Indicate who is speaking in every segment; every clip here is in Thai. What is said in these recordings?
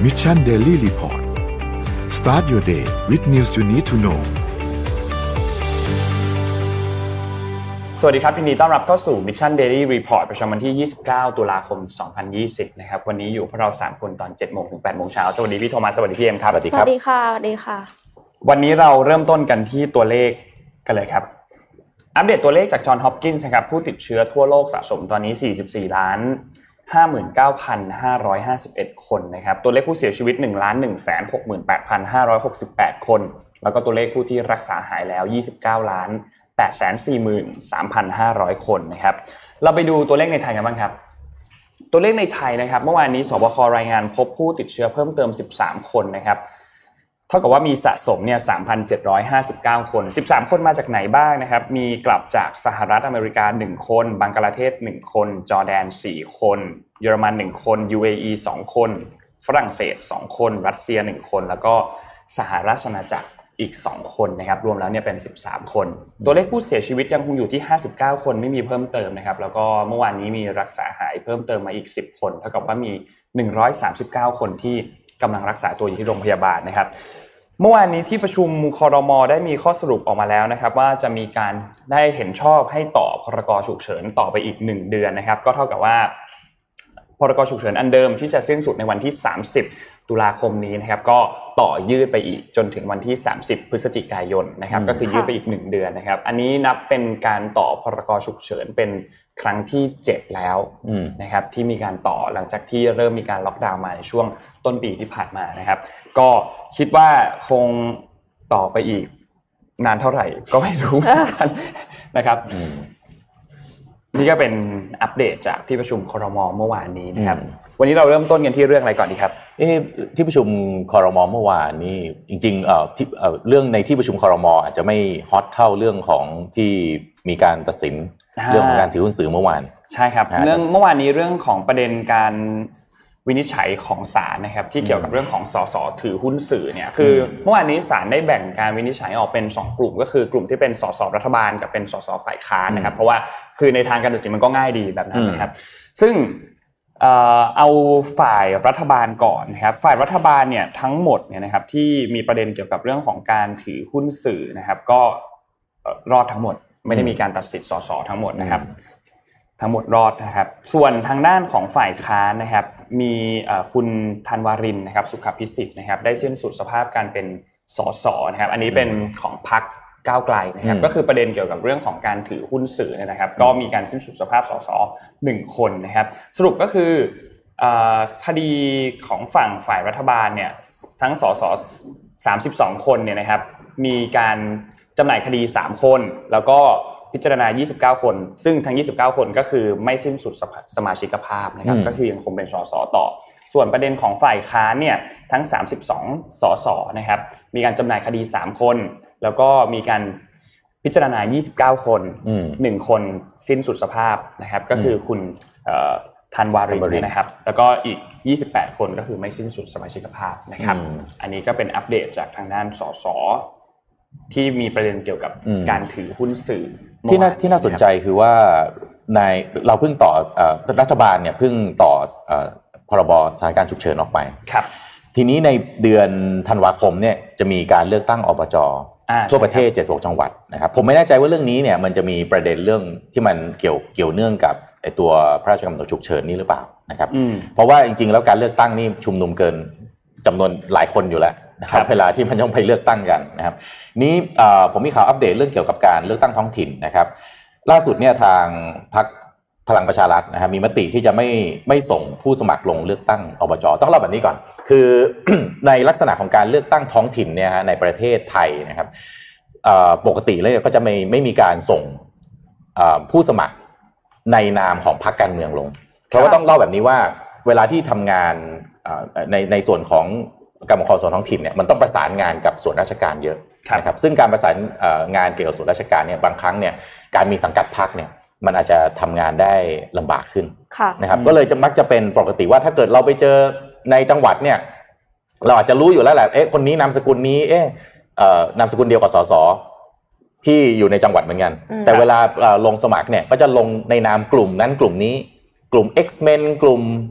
Speaker 1: Mission Daily Report Start your day with news you need to know
Speaker 2: สวัสดีครับยินดีต้อนรับเข้าสู่ Mission Daily Report ประจำวันที่29ตุลาคม2020นะครับวันนี้อยู่พวกเรา3คนตอน 7:00 นถึง 8:00 นเช้าสวัสดีพี่โทมัสสวัสดีพี่เอ็มครับ
Speaker 3: สวัสดีครับสวัสดีค่ะสวัสดีค่ะ
Speaker 2: วันนี้เราเริ่มต้นกันที่ตัวเลขกันเลยครับอัปเดตตัวเลขจากจอห์นฮอปกินส์นะครับผู้ติดเชื้อทั่วโลกสะสมตอนนี้44,59,551 คนนะครับตัวเลขผู้เสียชีวิต 1,168,568 คนแล้วก็ตัวเลขผู้ที่รักษาหายแล้ว 29,843,500 คนนะครับเราไปดูตัวเลขในไทยกันบ้างครับตัวเลขในไทยนะครับเมื่อวานนี้สบครายงานพบผู้ติดเชื้อเพิ่มเติม13คนนะครับเท่ากับว่ามีสะสมเนี่ย 3,759 คน13คนมาจากไหนบ้างนะครับมีกลับจากสหรัฐอเมริกา1คนบังกลาเทศ1คนจอร์แดน4คนเยอรมัน1คน UAE 2คนฝรั่งเศส2คนรัสเซีย1คนแล้วก็สหราชอาณาจักรอีก2คนนะครับรวมแล้วเนี่ยเป็น13คนตัวเลขผู้เสียชีวิตยังคงอยู่ที่59คนไม่มีเพิ่มเติมนะครับแล้วก็เมื่อวานนี้มีรักษาหายเพิ่มเติมมาอีก10คนเท่ากับว่ามี139คนที่กำลังรักษาตัวอยู่ที่โรงพยาบาลนะครับเมื่อวานนี้ที่ประชุมครม.ได้มีข้อสรุปออกมาแล้วนะครับว่าจะมีการได้เห็นชอบให้ต่อพรก.ฉุกเฉินต่อไปอีก1เดือนนะครับก็เท่ากับว่าพรก.ฉุกเฉินอันเดิมที่จะสิ้นสุดในวันที่30ตุลาคมนี้นะครับก็ต่อยืดไปอีกจนถึงวันที่30พฤศจิกายนนะครับก็คือยืดไปอีก1เดือนนะครับอันนี้นับเป็นการต่อพรก.ฉุกเฉินเป็นครั้งที่7แล้วนะครับที่มีการต่อหลังจากที่เริ่มมีการล็อกดาวน์มาในช่วงต้นปีที่ผ่านมานะครับก็คิดว่าคงต่อไปอีกนานเท่าไหร่ก็ไม่รู้เหมือนกันนะครับนี่ก็เป็นอัปเดตจากที่ประชุมครม.เมื่อวานนี้นะครับวันนี้เราเริ่มต้นกันที่เรื่องอะไรก่อนดีครับ
Speaker 3: ที่ประชุมครม.เมื่อวานนี้จริงๆเรื่องในที่ประชุมครม.อาจจะไม่ฮอตเท่าเรื่องของที่มีการตัดสินเรื่องของการถือหุ้นสื่อเมื่อวาน
Speaker 2: ใช่ครับเรื่องเมื่อวานนี้เรื่องของประเด็นการวินิจฉัยของศาลนะครับที่เกี่ยวกับเรื่องของสสถือหุ้นสื่อเนี่ยคือเมื่อวานนี้ศาลได้แบ่งการวินิจฉัยออกเป็น2กลุ่มก็คือกลุ่มที่เป็นสสรัฐบาลกับเป็นสสฝ่ายค้านนะครับเพราะว่าคือในทางการตัดสินมันก็ง่ายดีแบบนั้นนะครับซึ่งเอาฝ่ายรัฐบาลก่อนนะครับฝ่ายรัฐบาลเนี่ยทั้งหมดเนี่ยนะครับที่มีประเด็นเกี่ยวกับเรื่องของการถือหุ้นสื่อนะครับก็รอดทั้งหมดไม่ได้มีการตัดสิทธิ์สสทั้งหมดนะครับทั้งหมดรอดนะครับส่วนทางด้านของฝ่ายค้านนะครับมีคุณธันวารินทร์นะครับสุขพิสิทธิ์นะครับได้สิ้นสุดสภาพการเป็นสสนะครับอันนี้เป็นของพรรคก้าวไกลนะครับก็คือประเด็นเกี่ยวกับเรื่องของการถือหุ้นสื่อนะครับก็มีการสิ้นสุดสภาพสส1คนนะครับสรุปก็คือคดีของฝั่งฝ่ายรัฐบาลเนี่ยทั้งสส32คนเนี่ยนะครับมีการจำหน่ายคดี3คนแล้วก็พิจารณา29คนซึ่งทั้ง29คนก็คือไม่สิ้นสุดสมาชิกภาพนะครับก็คือยังคงเป็นสสต่อส่วนประเด็นของฝ่ายค้านเนี่ยทั้ง32สสนะครับมีการจำหน่ายคดี3คนแล้วก็มีการพิจารณา29คน1คนสิ้นสุดสภาพนะครับก็คือคุณธันวารินทร์นะครับแล้วก็อีก28คนก็คือไม่สิ้นสุดสมาชิกภาพนะครับอันนี้ก็เป็นอัปเดตจากทางด้านสสที่มีประเด็นเกี่ยวกับการถือหุ้นสื่อ
Speaker 3: ที่น่าสนใจคือว่าเราเพิ่งต่อรัฐบาลเนี่ยเพิ่งต่อพรบสถานการณ์ฉุกเฉินออกไป
Speaker 2: ครับ
Speaker 3: ทีนี้ในเดือนธันวาคมเนี่ยจะมีการเลือกตั้งอบจ.ทั่วประเทศ76จังหวัดนะครับผมไม่แน่ใจว่าเรื่องนี้เนี่ยมันจะมีประเด็นเรื่องที่มันเกี่ยวเนื่องกับไอ้ตัวพระราชกำหนดฉุกเฉินนี้หรือเปล่านะครับเพราะว่าจริงๆแล้วการเลือกตั้งนี่ชุมนุมเกินจำนวนหลายคนอยู่แล้วนะครับเวลาที่มันต้องไปเลือกตั้งกันนะครับนี้ผมมีข่าวอัปเดตเรื่องเกี่ยวกับการเลือกตั้งท้องถิ่นนะครับล่าสุดเนี่ยทางพรรคพลังประชารัฐนะครับมีมติที่จะไม่ส่งผู้สมัครลงเลือกตั้งอบจ.ต้องเล่าแบบนี้ก่อนคือ ในลักษณะของการเลือกตั้งท้องถิ่นเนี่ยในประเทศไทยนะครับปกติแล้วก็จะไม่มีการส่งผู้สมัครในนามของพรรคการเมืองลงเพราะว่าต้องเล่าแบบนี้ว่าเวลาที่ทำงานในส่วนของการปกครองส่วนท้องถิ่นเนี่ยมันต้องประสานงานกับส่วนราชการเยอะนะครับซึ่งการประสานงานเกี่ยวกับส่วนราชการเนี่ยบางครั้งเนี่ยการมีสังกัดพรรคเนี่ยมันอาจจะทำงานได้ลำบากขึ้นนะครับก็เลยมักจะเป็นปกติว่าถ้าเกิดเราไปเจอในจังหวัดเนี่ยเราอาจจะรู้อยู่แล้วแหละคนนี้นามสกุลนี้นามสกุลเดียวกับสสที่อยู่ในจังหวัดเหมือนกันแต่เวลาลงสมัครเนี่ยก็จะลงในนามกลุ่มนั้นกลุ่มนี้กลุ่ม X-Men กลุ่ม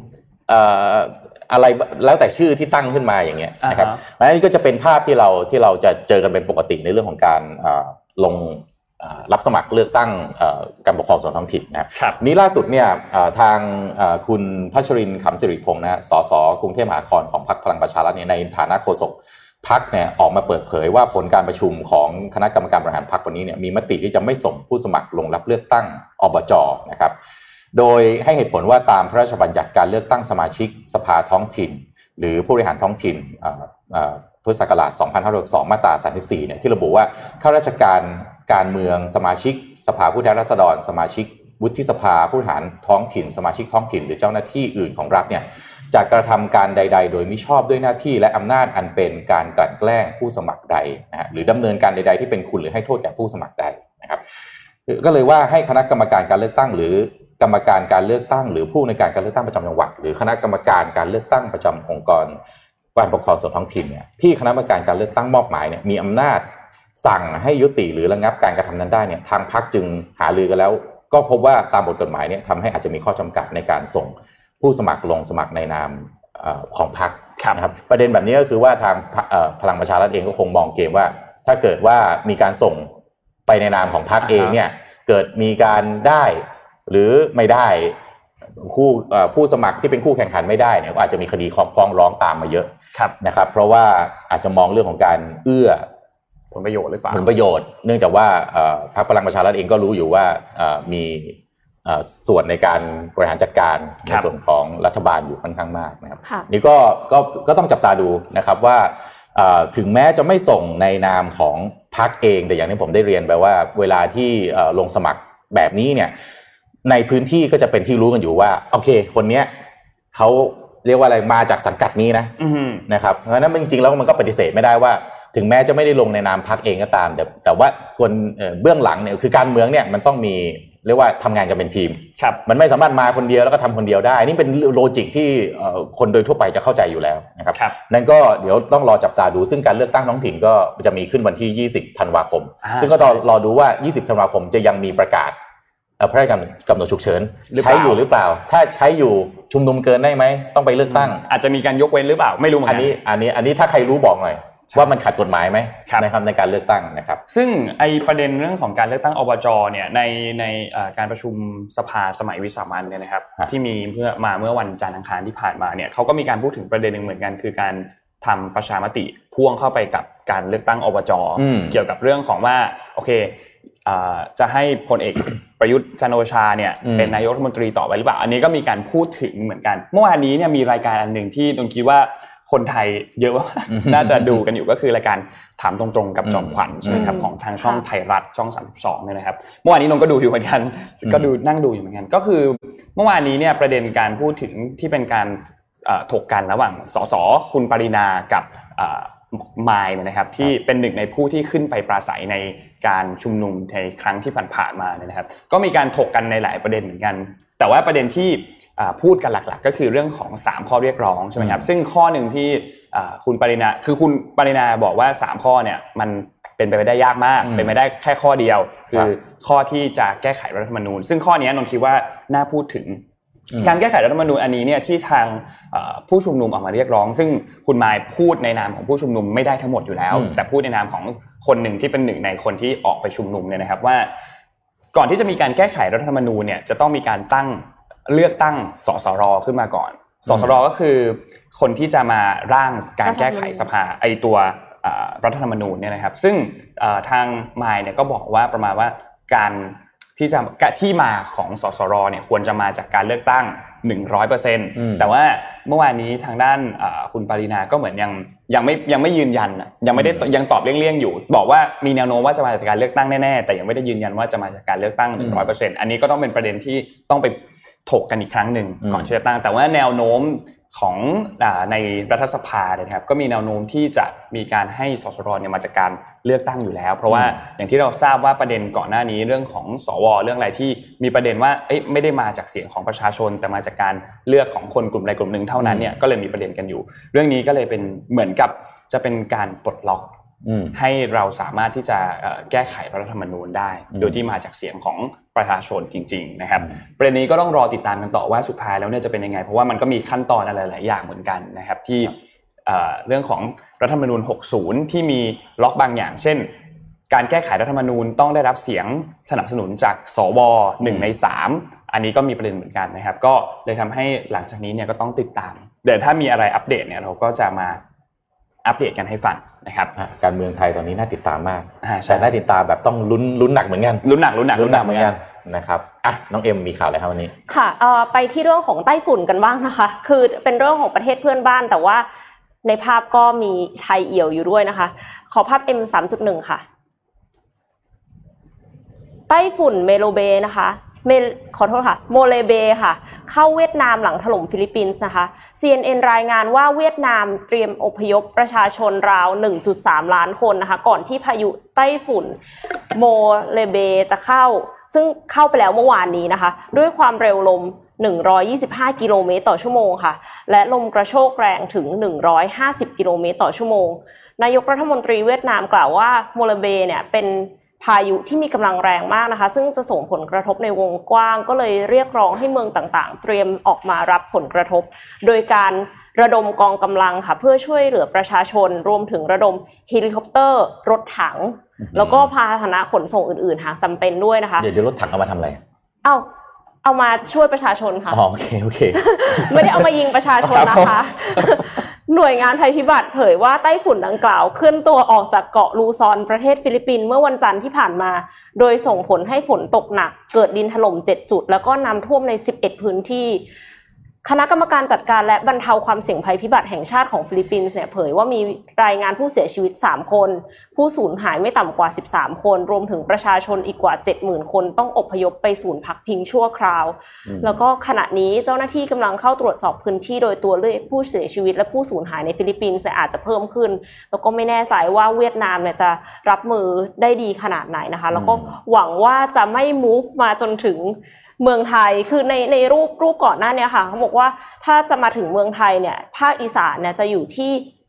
Speaker 3: อะไรแล้วแต่ชื่อที่ตั้งขึ้นมาอย่างเงี้ยนะครับอันนี้ก็จะเป็นภาพที่เราจะเจอกันเป็นปกติในเรื่องของการลงรับสมัครเลือกตั้งการปกครองส่วนท้องถิ่นนะครับนี้ล่าสุดเนี่ยทางคุณพัชรินทร์ขำสิริพงษ์นะสสกรุงเทพมหานครของพรรคพลังประชารัฐเนี่ยในฐานะโฆษกพรรคเนี่ยออกมาเปิดเผยว่าผลการประชุมของคณะกรรมการบริหารพรรควันนี้เนี่ยมีมติที่จะไม่ส่งผู้สมัครลงรับเลือกตั้งอบจ.นะครับโดยให้เหตุผลว่าตามพระราชบัญญัติการเลือกตั้งสมาชิกสภาท้องถิ่นหรือผู้บริหารท้องถิ่นพุทธศักราช 2562 มาตรา 34 เนี่ยที่ระบุว่าข้าราชการเมืองสมาชิกสภาผู้แทนราษฎรสมาชิกวุฒิสภาผู้บริหารท้องถิ่นสมาชิกท้องถิ่นหรือเจ้าหน้าที่อื่นของรัฐเนี่ยจะกระทำการใดๆโดยมิชอบด้วยหน้าที่และอำนาจอันเป็นการกลั่นแกล้งผู้สมัครใดนะฮะหรือดำเนินการใดๆที่เป็นคุณหรือให้โทษแก่ผู้สมัครใดนะครับก็เลยว่าให้คณะกรรมการการเลือกตั้งหรือกรรมการการเลือกตั้งหรือผู้ในการการเลือกตั้งประจำจังหวัดหรือคณะกรรมการการเลือกตั้งประจำองค์กรการปกครองส่วนท้องถิ่นเนี่ยที่คณะกรรมการการเลือกตั้งมอบหมายเนี่ยมีอำนาจสั่งให้ยุติหรือระงับการกระทำนั้นได้เนี่ยทางพรรคจึงหารือกันแล้วก็พบว่าตามบทกฎหมายเนี่ยทำให้อาจจะมีข้อจำกัดในการส่งผู้สมัครลงสมัครในนามของพรรคนะครับประเด็นแบบนี้ก็คือว่าทางพลังประชารัฐเองก็คงมองเกมว่าถ้าเกิดว่ามีการส่งไปในนามของพรรคเองเนี่ยเกิดมีการได้หรือไม่ได้ผู้สมัครที่เป็นคู่แข่งขันไม่ได้เนี่ยก็อาจจะมีคดีฟ้องร้องตามมาเยอะนะครับเพราะว่าอาจจะมองเรื่องของการเอื้อ
Speaker 2: ผลประโยชน์หรือเปล่า
Speaker 3: ผลประโยชน์เนื่องจากว่าพรรคพลังประชารัฐเองก็รู้อยู่ว่ามีส่วนในการบริหารจัดการในส่วนของรัฐบาลอยู่ค่อนข้างมากนะครับนี่ก็ต้องจับตาดูนะครับว่าถึงแม้จะไม่ส่งในนามของพรรคเองแต่อย่างที่ผมได้เรียนไปว่าเวลาที่ลงสมัครแบบนี้เนี่ยในพื้นที่ก็จะเป็นที่รู้กันอยู่ว่าโอเคคนเนี้ยเขาเรียกว่าอะไรมาจากสังกัดนี้นะครับเพราะฉะนั้นจริงๆแล้วมันก็ปฏิเสธไม่ได้ว่าถึงแม้จะไม่ได้ลงในนามพรรคเองก็ตามแต่ว่าคนเบื้องหลังเนี่ยคือการเมืองเนี่ยมันต้องมีเรียกว่าทำงานกันเป็นทีมมันไม่สามารถมาคนเดียวแล้วก็ทำคนเดียวได้นี่เป็นโลจิกที่คนโดยทั่วไปจะเข้าใจอยู่แล้วนะครับนั่นก็เดี๋ยวต้องรอจับตาดูซึ่งการเลือกตั้งท้องถิ่นก็จะมีขึ้นวันที่20ธันวาคมซึ่งก็รอดูว่า20ธันวาคมจะยังมีประกาศพระราชกำหนดฉุกเฉินใช้อยู่หรือเปล่าถ้าใช้อยู่ชุมนุมเกินได้ไหมต้องไปเลือกตั้ง
Speaker 2: อาจจะมีการยกเว้นหรือเปล่าไม่รู้เหมือนกัน
Speaker 3: อันนี้ถ้าใครรู้บอกหน่อยว่ามันขัดกฎหมายไหมนะครับในการเลือกตั้งนะครับ
Speaker 2: ซึ่งไอประเด็นเรื่องของการเลือกตั้งอบจ.เนี่ยในการประชุมสภาสมัยวิสามัญเนี่ยนะครับที่มีเมื่อวันจันทร์อังคารที่ผ่านมาเนี่ยเขาก็มีการพูดถึงประเด็นนึงเหมือนกันคือการทำประชามติพ่วงเข้าไปกับการเลือกตั้งอบจ.เกี่ยวกับเรื่องของว่าโอเคจะให้พลเอกประยุทธ์จันทร์โอชาเนี่ยเป็นนายกรัฐมนตรีต่อไปหรือเปล่าอันนี้ก็มีการพูดถึงเหมือนกันเมื่อวานนี้เนี่ยมีรายการอันนึงที่ตรงคิดว่าคนไทยเยอะว่าน่าจะดูกันอยู่ก็คือรายการถามตรงๆกับจอมขวัญใช่ไหมครับของทางช่องไทยรัฐช่อง32เนี่ยนะครับเมื่อวานนี้นนก็ดูอยู่เหมือนกันก็นั่งดูอยู่เหมือนกันก็คือเมื่อวานนี้เนี่ยประเด็นการพูดถึงที่เป็นการถกกันระหว่างสสคุณปรินากับมายเนี่ยนะครับที่เป็นหนึ่งในผู้ที่ขึ้นไปปราศัยในการชุมนุมในครั้งที่ผ่านๆมาเนี่ยนะครับก็มีการถกกันในหลายประเด็นเหมือนกันแต่ว่าประเด็นที่พูดกันหลักๆก็คือเรื่องของ3ข้อเรียกร้องใช่ไหมครับซึ่งข้อหนึ่งที่คุณปรินาบอกว่า3ข้อเนี่ยมันเป็นไปได้ยากมากเป็นไปได้แค่ข้อเดียวคือข้อที่จะแก้ไขรัฐธรรมนูญซึ่งข้อนี้นนท์คิดว่าน่าพูดถึงการแก้ไขรัฐธรรมนูญอันนี้เนี่ยที่ทางผู้ชุมนุมออกมาเรียกร้องซึ่งคุณมายพูดในนามของผู้ชุมนุมไม่ได้ทั้งหมดอยู่แล้วแต่พูดในนามของคนหนึ่งที่เป็นหนึ่งในคนที่ออกไปชุมนุมเนี่ยนะครับว่าก่อนที่จะมีการแก้ไขรัฐธรรมนูญเนี่ยจะต้องมีการเลือกตั้งสสรขึ้นมาก่อนสสรก็คือคนที่จะมาร่างการแก้ไขสภาไอตัวรัฐธรรมนูญเนี่ยนะครับซึ่งทางมายเนี่ยก็บอกว่าประมาณว่าการที่มาของสสรเนี่ยควรจะมาจากการเลือกตั้ง 100% แต่ว่าเมื่อวานนี้ทางด้านคุณปรินาก็เหมือนยังไม่ยืนยันยังตอบเลี่ยงๆอยู่บอกว่ามีแนวโน้มว่าจะมาจากการเลือกตั้งแน่ๆแต่ยังไม่ได้ยืนยันว่าจะมาจากการเลือกตั้ง 100% อันนี้ก็ต้องเป็นประเด็นที่ต้องไปถกกันอีกครั้งหนึ่งก่อนที่จะตั้งแต่ว่าแนวโน้มของในรัฐสภาเนี่ยครับก็มีแนวโน้มที่จะมีการให้สสรเนี่ยมาจากการเลือกตั้งอยู่แล้วเพราะว่าอย่างที่เราทราบว่าประเด็นก่อนหน้านี้เรื่องของสวเรื่องอะไรที่มีประเด็นว่าไม่ได้มาจากเสียงของประชาชนแต่มาจากการเลือกของคนกลุ่มใดกลุ่มหนึ่งเท่านั้นเนี่ยก็เลยมีประเด็นกันอยู่เรื่องนี้ก็เลยเป็นเหมือนกับจะเป็นการปลดล็อกให้เราสามารถที่จะแก้ไขรัฐธรรมนูญได้โดยที่มาจากเสียงของประชาชนจริงๆนะครับประเด็นนี้ก็ต้องรอติดตามกันต่อว่าสุดท้ายแล้วเนี่ยจะเป็นยังไงเพราะว่ามันก็มีขั้นตอนอะไรหลายอย่างเหมือนกันนะครับที่เรื่องของรัฐธรรมนูญ60ที่มีล็อกบางอย่างเช่นการแก้ไขรัฐธรรมนูญต้องได้รับเสียงสนับสนุนจากสว1ใน3อันนี้ก็มีประเด็นเหมือนกันนะครับก็เลยทำให้หลังจากนี้เนี่ยก็ต้องติดตามเดี๋ยวถ้ามีอะไรอัปเดตเนี่ยเราก็จะมาอัปเดตกันให้ฟังนะครับ
Speaker 3: การเมืองไทยตอนนี้น่าติดตามมากแต่น่าติดตามแบบต้องลุ้นหนักเหมือนกัน
Speaker 2: ลุ้นหนักเหมือนกัน
Speaker 3: นะครับอ่ะน้องเอ็มมีข่าวอะไรครับวันนี้
Speaker 4: ค่ะไปที่เรื่องของไต้ฝุ่นกันบ้างนะคะคือเป็นเรื่องของประเทศเพื่อนบ้านแต่ว่าในภาพก็มีไทยเอี่ยวอยู่ด้วยนะคะขอภาพ M3.1 ค่ะไต้ฝุ่นเมโลเบนะคะขอโทษค่ะโมเลเบค่ะเข้าเวียดนามหลังถล่มฟิลิปปินส์นะคะ CNN รายงานว่าเวียดนามเตรียมอพยพประชาชนราว 1.3 ล้านคนนะคะก่อนที่พายุไต้ฝุ่นโมเลเบจะเข้าซึ่งเข้าไปแล้วเมื่อวานนี้นะคะด้วยความเร็วลม125กิโลเมตรต่อชั่วโมงค่ะและลมกระโชกแรงถึง150กิโลเมตรต่อชั่วโมงนายกรัฐมนตรีเวียดนามกล่าวว่าโมเลเบเนี่ยเป็นพายุที่มีกำลังแรงมากนะคะซึ่งจะส่งผลกระทบในวงกว้างก็เลยเรียกร้องให้เมืองต่างๆเตรียมออกมารับผลกระทบโดยการระดมกองกำลังค่ะเพื่อช่วยเหลือประชาชนรวมถึงระดมเฮลิคอปเตอร์รถถังแล้วก็พาหนะขนส่งอื่นๆหากจำเป็นด้วยนะคะ
Speaker 3: เดี๋ยวรถถังเอามาทำอะไร
Speaker 4: เอามาช่วยประชาชนค่ะ
Speaker 3: โอเค
Speaker 4: ไม่ได้เอามายิงประชาชนนะคะหน่วยงานภัยพิบัติเผยว่าไต้ฝุ่นดังกล่าวเคลื่อนตัวออกจากเกาะลูซอนประเทศฟิลิปปินส์เมื่อวันจันทร์ที่ผ่านมาโดยส่งผลให้ฝนตกหนักเกิดดินถล่ม7จุดแล้วก็น้ำท่วมใน11พื้นที่คณะกรรมการจัดการและบรรเทาความเสี่ยงภัยพิบัติแห่งชาติของฟิลิปปินส์เนี่ยเผยว่ามีรายงานผู้เสียชีวิต3คนผู้สูญหายไม่ต่ำกว่า13คนรวมถึงประชาชนอีกกว่า 70,000 คนต้องอพยพไปศูนย์พักพิงชั่วคราวแล้วก็ขณะนี้เจ้าหน้าที่กำลังเข้าตรวจสอบพื้นที่โดยตัวเลขผู้เสียชีวิตและผู้สูญหายในฟิลิปปินส์อาจจะเพิ่มขึ้นแล้วก็ไม่แน่ใจว่าเวียดนามเนี่ยจะรับมือได้ดีขนาดไหนนะคะแล้วก็หวังว่าจะไม่ move มาจนถึงเมืองไทยคือในรูปก่อนหน้านี้ค่ะเขาบอกว่าถ้าจะมาถึงเมืองไทยเนี่ยภาคอีสานเนี่ยจะอยู่ที่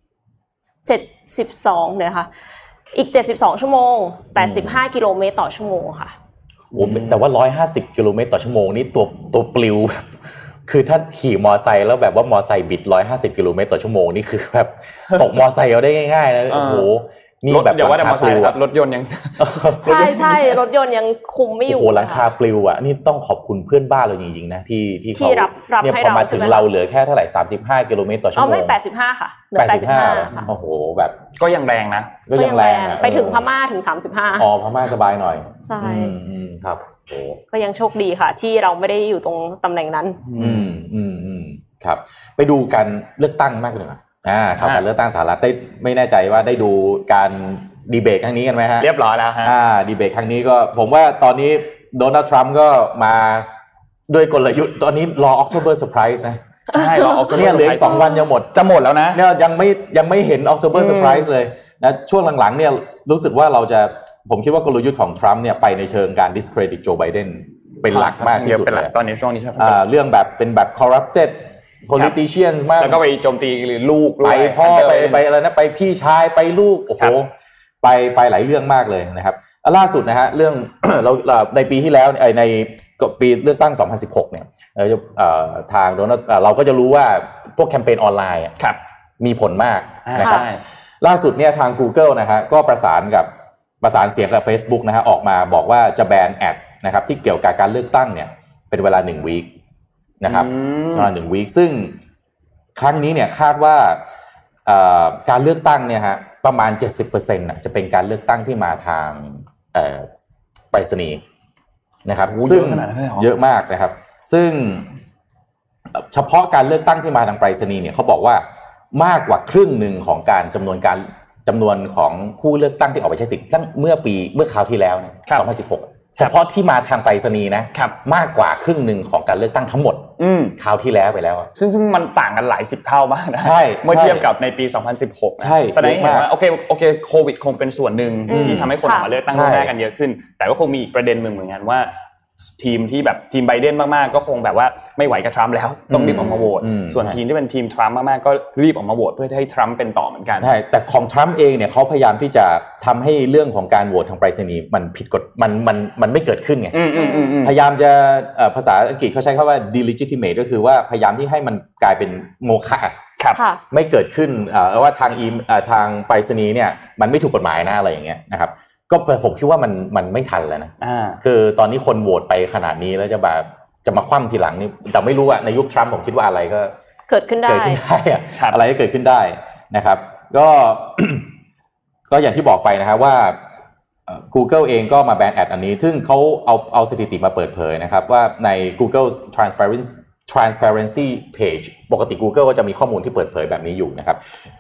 Speaker 4: 72เนี่ยนะคะอีก72ชั่วโมง85กิโลเมตรต่อชั่วโมงค่ะ
Speaker 3: โอ้แต่ว่า150กิโลเมตรต่อชั่วโมงนี่ตัวปลิวคือถ้าขี่มอไซค์แล้วแบบว่ามอไซค์บิด150กิโลเมตรต่อชั่วโมงนี่คือแบบตกมอไซค์เอาได้ง่ายๆนะโอ้โหนี่แบบ
Speaker 2: เดี๋ยวว่าแต่มอเตอร์ไซค์ครับรถยนต์ยัง
Speaker 4: ใช่รถยนต์ยังคุมไม่อยู่
Speaker 3: โอ้โหหลังคาปลิวอ่ะนี่ต้องขอบคุณเพื่อนบ้านเราจริงๆนะที่เขาเนี่ยพอมาถึงเราเหลือแค่เท่าไหร่35กิโลเมตรต่อชั่วโมง
Speaker 4: ไม่85ค่ะเหลือ85ค่ะ
Speaker 3: โอ้โหแบบ
Speaker 2: ก็ยังแรงนะ
Speaker 3: ก็ยังแรง
Speaker 4: ไปถึงพม่าถึง35
Speaker 3: พม่าสบายหน่อย
Speaker 4: ใช่
Speaker 3: ครับโอ้
Speaker 4: ก็ยังโชคดีค่ะที่เราไม่ได้อยู่ตรงตำแหน่งนั้น
Speaker 3: ครับไปดูการเลือกตั้งมากเลยครับการเลือกตั้งสหรัฐได้ไม่แน่ใจว่าได้ดูการดีเบตครั้งนี้กันไหมฮะ
Speaker 2: เรียบร้อยแล้วฮะ
Speaker 3: ดีเบตครั้งนี้ก็ผมว่าตอนนี้โดนัลด์ทรัมป์ก็มาด้วยกลยุทธ์ตอนนี้รอ October Surprise นะ
Speaker 2: ใช่รอ October
Speaker 3: เนี่ยเหลือ2วันจะหมดแล้วนะเนี่ยยังไม่เห็น October Surprise เลยนะช่วงหลังๆเนี่ยรู้สึกว่าผมคิดว่ากลยุทธ์ของทรัมป์เนี่ยไปในเชิงการ discredit โจไบเดนเป็นหลักมากที่สุดเลย
Speaker 2: ตอนนี้ช่วงนี้ใช่
Speaker 3: เรื่องแบบเป็นแบบ corrupted politicians มาก
Speaker 2: แล้วก็ไปโจมตีลูก
Speaker 3: ไปพ่อไปอะไรนะไปพี่ชายไปลูกโอ้โหไปหลายเรื่องมากเลยนะครับล่าสุดนะฮะเรื่อง เราในปีที่แล้วในปีเลือกตั้ง2016เนี่ยทางเราก็จะรู้ว่าพวกแคมเปญออนไลน์มีผลมากนะครับล่าสุดเนี่ยทาง Google นะฮะก็ประสานเสียงกับ Facebook นะฮะออกมาบอกว่าจะแบนแอดนะครับที่เกี่ยวกับการเลือกตั้งเนี่ยเป็นเวลา1วีคนะครับประมาณ1วีคซึ่งครั้งนี้เนี่ยคาดว่าการเลือกตั้งเนี่ยฮะประมาณ 70% น่ะจะเป็นการเลือกตั้งที่มาทางไปรษณีย์นะครับซึ่งเยอะมากนะครับซึ่งเฉพาะการเลือกตั้งที่มาทางไปรษณีย์เนี่ยเขาบอกว่ามากกว่าครึ่งนึงของการจำนวนของผู้เลือกตั้งที่ออกไปใช้สิทธิ์ตั้งเมื่อคราวที่แล้ว2016เฉพาะที่มาทางไปรษณีย์นะมากกว่าครึ่งนึงของการเลือกตั้งทั้งหมดคราวที่แล้วไปแล้ว
Speaker 2: ซึ่งมันต่างกันหลาย10เท่ามากนะเมื่อเทียบกับในปี2016
Speaker 3: ใช่
Speaker 2: แสดงให้เห็นว่าโอเคโควิดคงเป็นส่วนหนึ่งที่ทำให้คนออกมาเลือกตั้งล่วงหน้ากันเยอะขึ้นแต่ก็คงมีอีกประเด็นนึงเหมือนกันว่าทีมที่แบบทีมไบเดนมากๆก็คงแบบว่าไม่ไหวกับทรัมป์แล้วต้องรีบออกมาโหวตส่วนทีมที่เป็นทีมทรัมป์มากๆก็รีบออกมาโหวตเพื่อให้ทรัมป์เป็นต่อเหมือนกัน
Speaker 3: ใช่แต่ของทรัมป์เองเนี่ยเขาพยายามที่จะทำให้เรื่องของการโหวตทางไปรษณีย์มันผิดกฎมันไม่เกิดขึ้นไงพยายามจะภาษาอังกฤษเขาใช้คำว่า delegitimate ก็คือว่าพยายามที่ให้มันกลายเป็นโมฆะไม่เกิดขึ้นว่าทางไปรษณีย์เนี่ยมันไม่ถูกกฎหมายนะอะไรอย่างเงี้ยนะครับก็ผมคิดว่ามันไม่ทันแล้วนะคือตอนนี้คนโหวตไปขนาดนี้แล้วจะมาคว่ำทีหลังนี่แต่ไม่รู้อะในยุคทรัมป์ผมคิดว่าอะไรก็
Speaker 4: เกิดขึ้นได้
Speaker 3: อะไรก็เกิดขึ้นได้นะครับก็ ก็อย่างที่บอกไปนะครับว่า Google เองก็มาแบนแอดอันนี้ซึ่งเขาเอาสถิติมาเปิดเผยนะครับว่าใน Google Transparency Page ปกติ Google ก็จะมีข้อมูลที่เปิดเผยแบบนี้อยู่นะครับ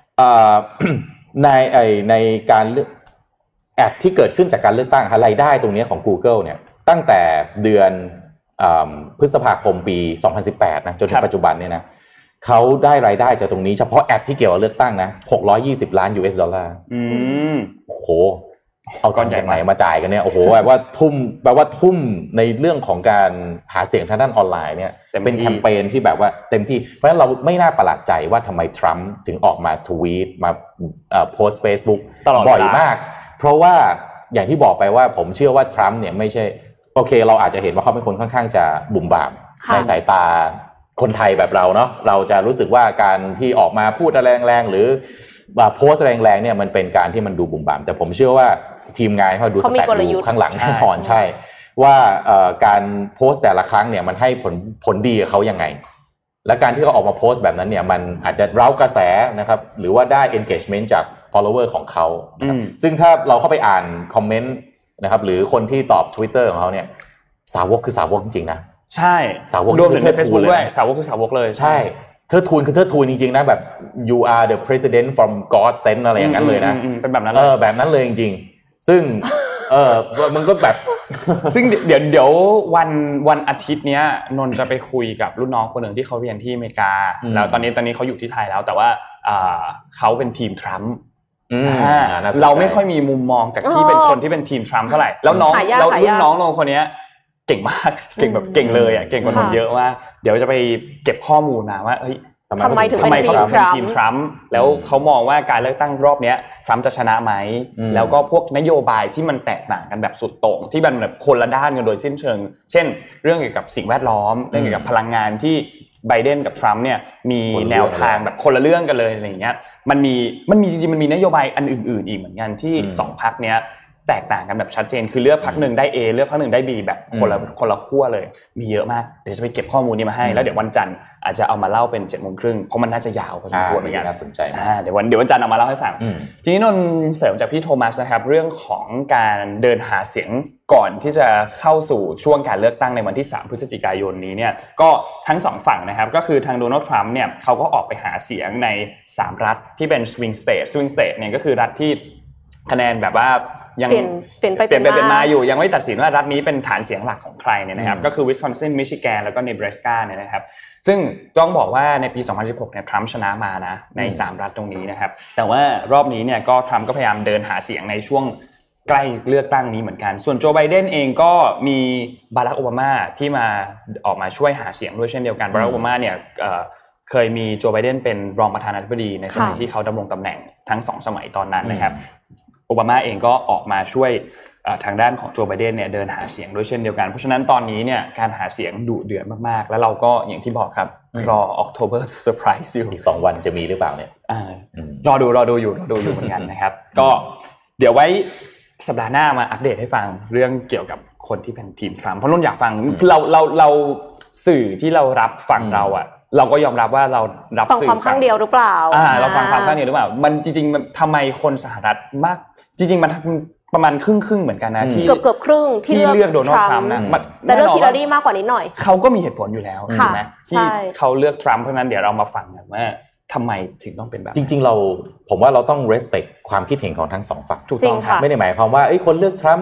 Speaker 3: ในการแอดที่เกิดขึ้นจากการเลือกตั้งรายได้ตรงนี้ของ Google เนี่ยตั้งแต่เดือนพฤษภาคมปี2018นะจนถึงปัจจุบันเนี่ยนะเขาได้รายได้จากตรงนี้เฉพาะแอดที่เกี่ยวกับเลือกตั้งนะ$620 ล้านโอ้โหเอาก้อนใหญ่ไหนมาจ่ายกันเนี่ยโอ้โหแบบว่าทุ่มในเรื่องของการหาเสียงทางด้านออนไลน์เนี่ยเป็นแคมเปญที่แบบว่าเต็มที่เพราะฉะนั้นเราไม่น่าประหลาดใจว่าทำไมทรัมป์ถึงออกมาทวีตมาโพสต์ Facebook บ่อยมากเพราะว่าอย่างที่บอกไปว่าผมเชื่อว่าทรัมป์เนี่ยไม่ใช่โอเคเราอาจจะเห็นว่าเขาเป็นคนค่อนข้างจะบุ่มบ่ามในสายตาคนไทยแบบเราเนาะเราจะรู้สึกว่าการที่ออกมาพูดแรงๆหรือโพสต์แรงๆเนี่ยมันเป็นการที่มันดูบุ่มบ่ามแต่ผมเชื่อว่าทีมงานเขาดูสแตทดูข้างหลังแน่นอนใช่ว่าการโพสต์แต่ละครั้งเนี่ยมันให้ผลดีกับเขายังไงและการที่เขาออกมาโพสต์แบบนั้นเนี่ยมันอาจจะเร้ากระแสนะครับหรือว่าได้ engagement จาก follower ของเขานะครับซึ่งถ้าเราเข้าไปอ่านคอมเมนต์นะครับหรือคนที่ตอบ Twitter ของเขาเนี่ยสาวกคือสาวกจริงๆนะ
Speaker 2: ใช่
Speaker 3: สาวก
Speaker 2: รวมถึงใน Facebook ด้วยสาวกคือสาวกเลย
Speaker 3: ใช่เทิดทูนคือเทิดทูนจริงๆนะแบบ you are the president from God sent อะไรอย่างนั้นเลยนะ
Speaker 2: เป็นแบบนั้นเลย
Speaker 3: แบบนั้นเลยจริงๆซึ่งมันก็แบบ
Speaker 2: ซึ่งเดี๋ยววันอาทิตย์เนี้ยนนท์จะไปคุยกับรุ่นน้องคนหนึ่งที่เขาเรียนที่อเมริกาแล้วตอนนี้เขาอยู่ที่ไทยแล้วแต่ว่าเขาเป็นทีมทรัมป์เราไม่ค่อยมีมุมมองจากที่เป็นคนที่เป็นทีมทรัมป์เท่าไหร่แล้วรุ่นน้องคนนี้เก่งมากเก่งแบบเก่งเลยอ่ะเก่งกว่านนท์เยอะว่าเดี๋ยวจะไปเก็บข้อมูลมาว่าเฮ้ย
Speaker 4: ทำไมถึงเป็น
Speaker 2: ทีมทรัมป์แล้วเขามองว่าการเลือกตั้งรอบนี้ทรัมป์จะชนะไหมแล้วก็พวกนโยบายที่มันแตกต่างกันแบบสุดโต่งที่มันแบบคนละด้านกันโดยสิ้นเชิงเช่นเรื่องเกี่ยวกับสิ่งแวดล้อมเรื่องเกี่ยวกับพลังงานที่ไบเดนกับทรัมป์เนี่ยมีแนวทางแบบคนละเรื่องกันเลยอะไรอย่างเงี้ยมันมีจริงๆมันมีนโยบายอันอื่นๆอีกเหมือนกันที่2พรรคเนี้ยแตกต่างกันแบบชัดเจนคือเลือกพรรคหนึ่งได้ A เลือกพรรคหนึ่งได้ B แบบคนละขั้วเลยมีเยอะมากเดี๋ยวจะไปเก็บข้อมูลนี้มาให้แล้วเดี๋ยววันจันทร์อาจจะเอามาเล่าเป็น 7:30 นเพราะมันน่าจะยาวพอสมควรเหมือนกัน
Speaker 3: น่าสนใจมาก
Speaker 2: เดี๋ยววันจันทร์เอามาเล่าให้ฟังทีนี้นนเสริมจากพี่โทมัสนะครับเรื่องของการเดินหาเสียงก่อนที่จะเข้าสู่ช่วงการเลือกตั้งในวันที่3พฤศจิกายนนี้เนี่ยก็ทั้ง2ฝั่งนะครับก็คือทางโดนัลด์ทรัมป์เนี่ยเขาก็ออกไปหาเสียงใน3รัฐที่เป็น swing state เนี่ยก็คือรัฐที่คะแนนแบบว่ายังเปลี่ยนมาอยู่ยังไม่ตัดสินว่ารัฐนี้เป็นฐานเสียงหลักของใครเนี่ยนะครับก็คือวิสคอนซินมิชิแกนแล้วก็เนบราสกาเนี่ยนะครับซึ่งต้องบอกว่าในปี2016เนี่ยทรัมป์ชนะมานะใน3รัฐตรงนี้นะครับแต่ว่ารอบนี้เนี่ยก็ทรัมป์ก็พยายามเดินหาเสียงในช่วงใกล้เลือกตั้งนี้เหมือนกันส่วนโจไบเดนเองก็มีบารักโอบามาที่มาออกมาช่วยหาเสียงด้วยเช่นเดียวกันบารักโอบามาเนี่ยเคยมีโจไบเดนเป็นรองประธานาธิบดีในสมัยที่เขาดำรงตำแหน่งทั้ง2สมัยตอนนั้นนะครับโอบามาเองก็ออกมาช่วยทางด้านของโจไบเดนเนี่ยเดินหาเสียงด้วยเช่นเดียวกันเพราะฉะนั้นตอนนี้เนี่ยการหาเสียงดุเดือดมากๆแล้วเราก็อย่างที่บอกครับรอ October Surprise อยู่
Speaker 3: อีก2วันจะมีหรือเปล่าเนี่ย
Speaker 2: รอดูอยู่เหมือนกันนะครับก็เดี๋ยวไว้สัปดาห์หน้ามาอัปเดตให้ฟังเรื่องเกี่ยวกับคนที่เป็นทีมทรัมป์เพราะนุ่นอยากฟังเราสื่อที่เรารับฟังเราอ่ะเราก็ยอมรับว่าเรารับ
Speaker 4: สื่อฟังข้างเดียวหรือเปล่า
Speaker 2: เราฟังความข้างเดียวหรือเปล่ามันจริงๆทำไมคนสหรัฐมากจริงๆมันประมาณครึ่งเหมือนกันนะที่
Speaker 4: เกือบครึ่งที่
Speaker 2: เลือกโดนัลด์ทรัมป์นะ
Speaker 4: แต่เลือกฮิลลารีมากกว่านิดหน่อย
Speaker 2: เขาก็มีเหตุผลอยู่แล้วใช่ไหมที่เขาเลือกทรัมป์เพราะนั้นเดี๋ยวเรามาฟังกันว่าทำไมถึงต้องเป็นแบบ
Speaker 3: จริงๆผมว่าเราต้อง respect ความคิดเห็นของทั้ง2ฝั่ง
Speaker 2: ถูกต้องครับ
Speaker 3: ไม่ได้หมายความว่าคนเลือกทรัมป์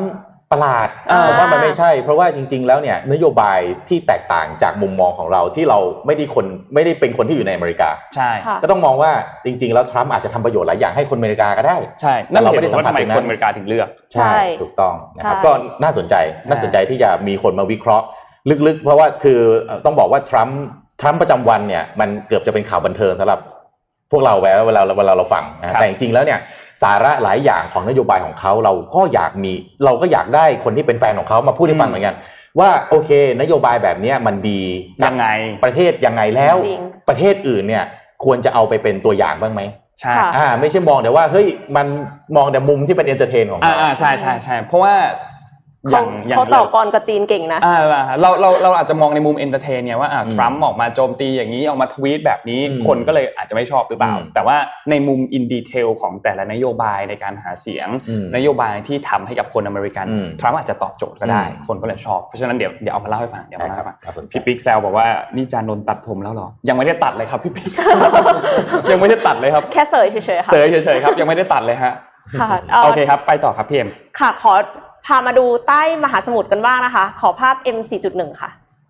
Speaker 3: ประหลาดผมว่ามันไม่ใช่เพราะว่าจริงๆแล้วเนี่ยนโยบายที่แตกต่างจากมุมมองของเราที่เราไม่ได้เป็นคนที่อยู่ในอเมริกา
Speaker 2: ใช่
Speaker 3: ก็ต้องมองว่าจริงๆแล้วทรัมป์อาจจะทำประโยชน์หลายอย่างให้คนอเมริกาก็ได้
Speaker 2: ใช่นั่นเราไม่ได้สัมผัสคนอเมริกาถึงเลือก
Speaker 3: ใช่ถูกต้องนะครับก็น่าสนใจที่จะมีคนมาวิเคราะห์ลึกๆเพราะว่าคือต้องบอกว่าทรัมป์ประจำวันเนี่ยมันเกือบจะเป็นข่าวบันเทิงสำหรับพวกเราเวลาเราฟังนะแต่จริงๆแล้วเนี่ยสาระหลายอย่างของนโยบายของเขาเราก็อยากได้คนที่เป็นแฟนของเขามาพูดให้ฟังเหมือนกันว่าโอเคนโยบายแบบนี้มันดี
Speaker 2: ยังไง
Speaker 3: ประเทศยังไงแล้วประเทศอื่นเนี่ยควรจะเอาไปเป็นตัวอย่างบ้างไหม
Speaker 2: ใช่
Speaker 3: ไม่ใช่มองแต่ว่าเฮ้ยมันมองแต่มุมที่เป็นเอนเตอร์เทนของเขา
Speaker 2: ใช่เพราะว่า
Speaker 4: เขาต่อกรกับจีนเก่งนะ
Speaker 2: เราอาจจะมองในมุมเอนเตอร์เทนเนี่ยว่าทรัมป์ออกมาโจมตีอย่างนี้ออกมาทวีตแบบนี้คนก็เลยอาจจะไม่ชอบหรือเปล่าแต่ว่าในมุมอินดีเทลของแต่ละนโยบายในการหาเสียงนโยบายที่ทำให้กับคนอเมริกันทรัมป์อาจจะตอบโจทย์ก็ได้คนก็เลยชอบเพราะฉะนั้นเดี๋ยวเอามาเล่าให้ฟังพี่ปิ๊กแซวบอกว่านี่จานนท์ตัดผมแล้วหรอยังไม่ได้ตัดเลยครับพี่ปิ๊กยังไม่ได้ตัดเลยครับ
Speaker 4: แค่เสยเฉยๆค่ะ
Speaker 2: เสยเฉยๆครับยังไม่ได้ตัดเลยฮะโอเคครับไปต่อครับพี่เอ็ม
Speaker 4: ค่ะขอพามาดูใต้มหาสมุทรกันบ้างนะคะขอภาพ M4.1 ค่ะ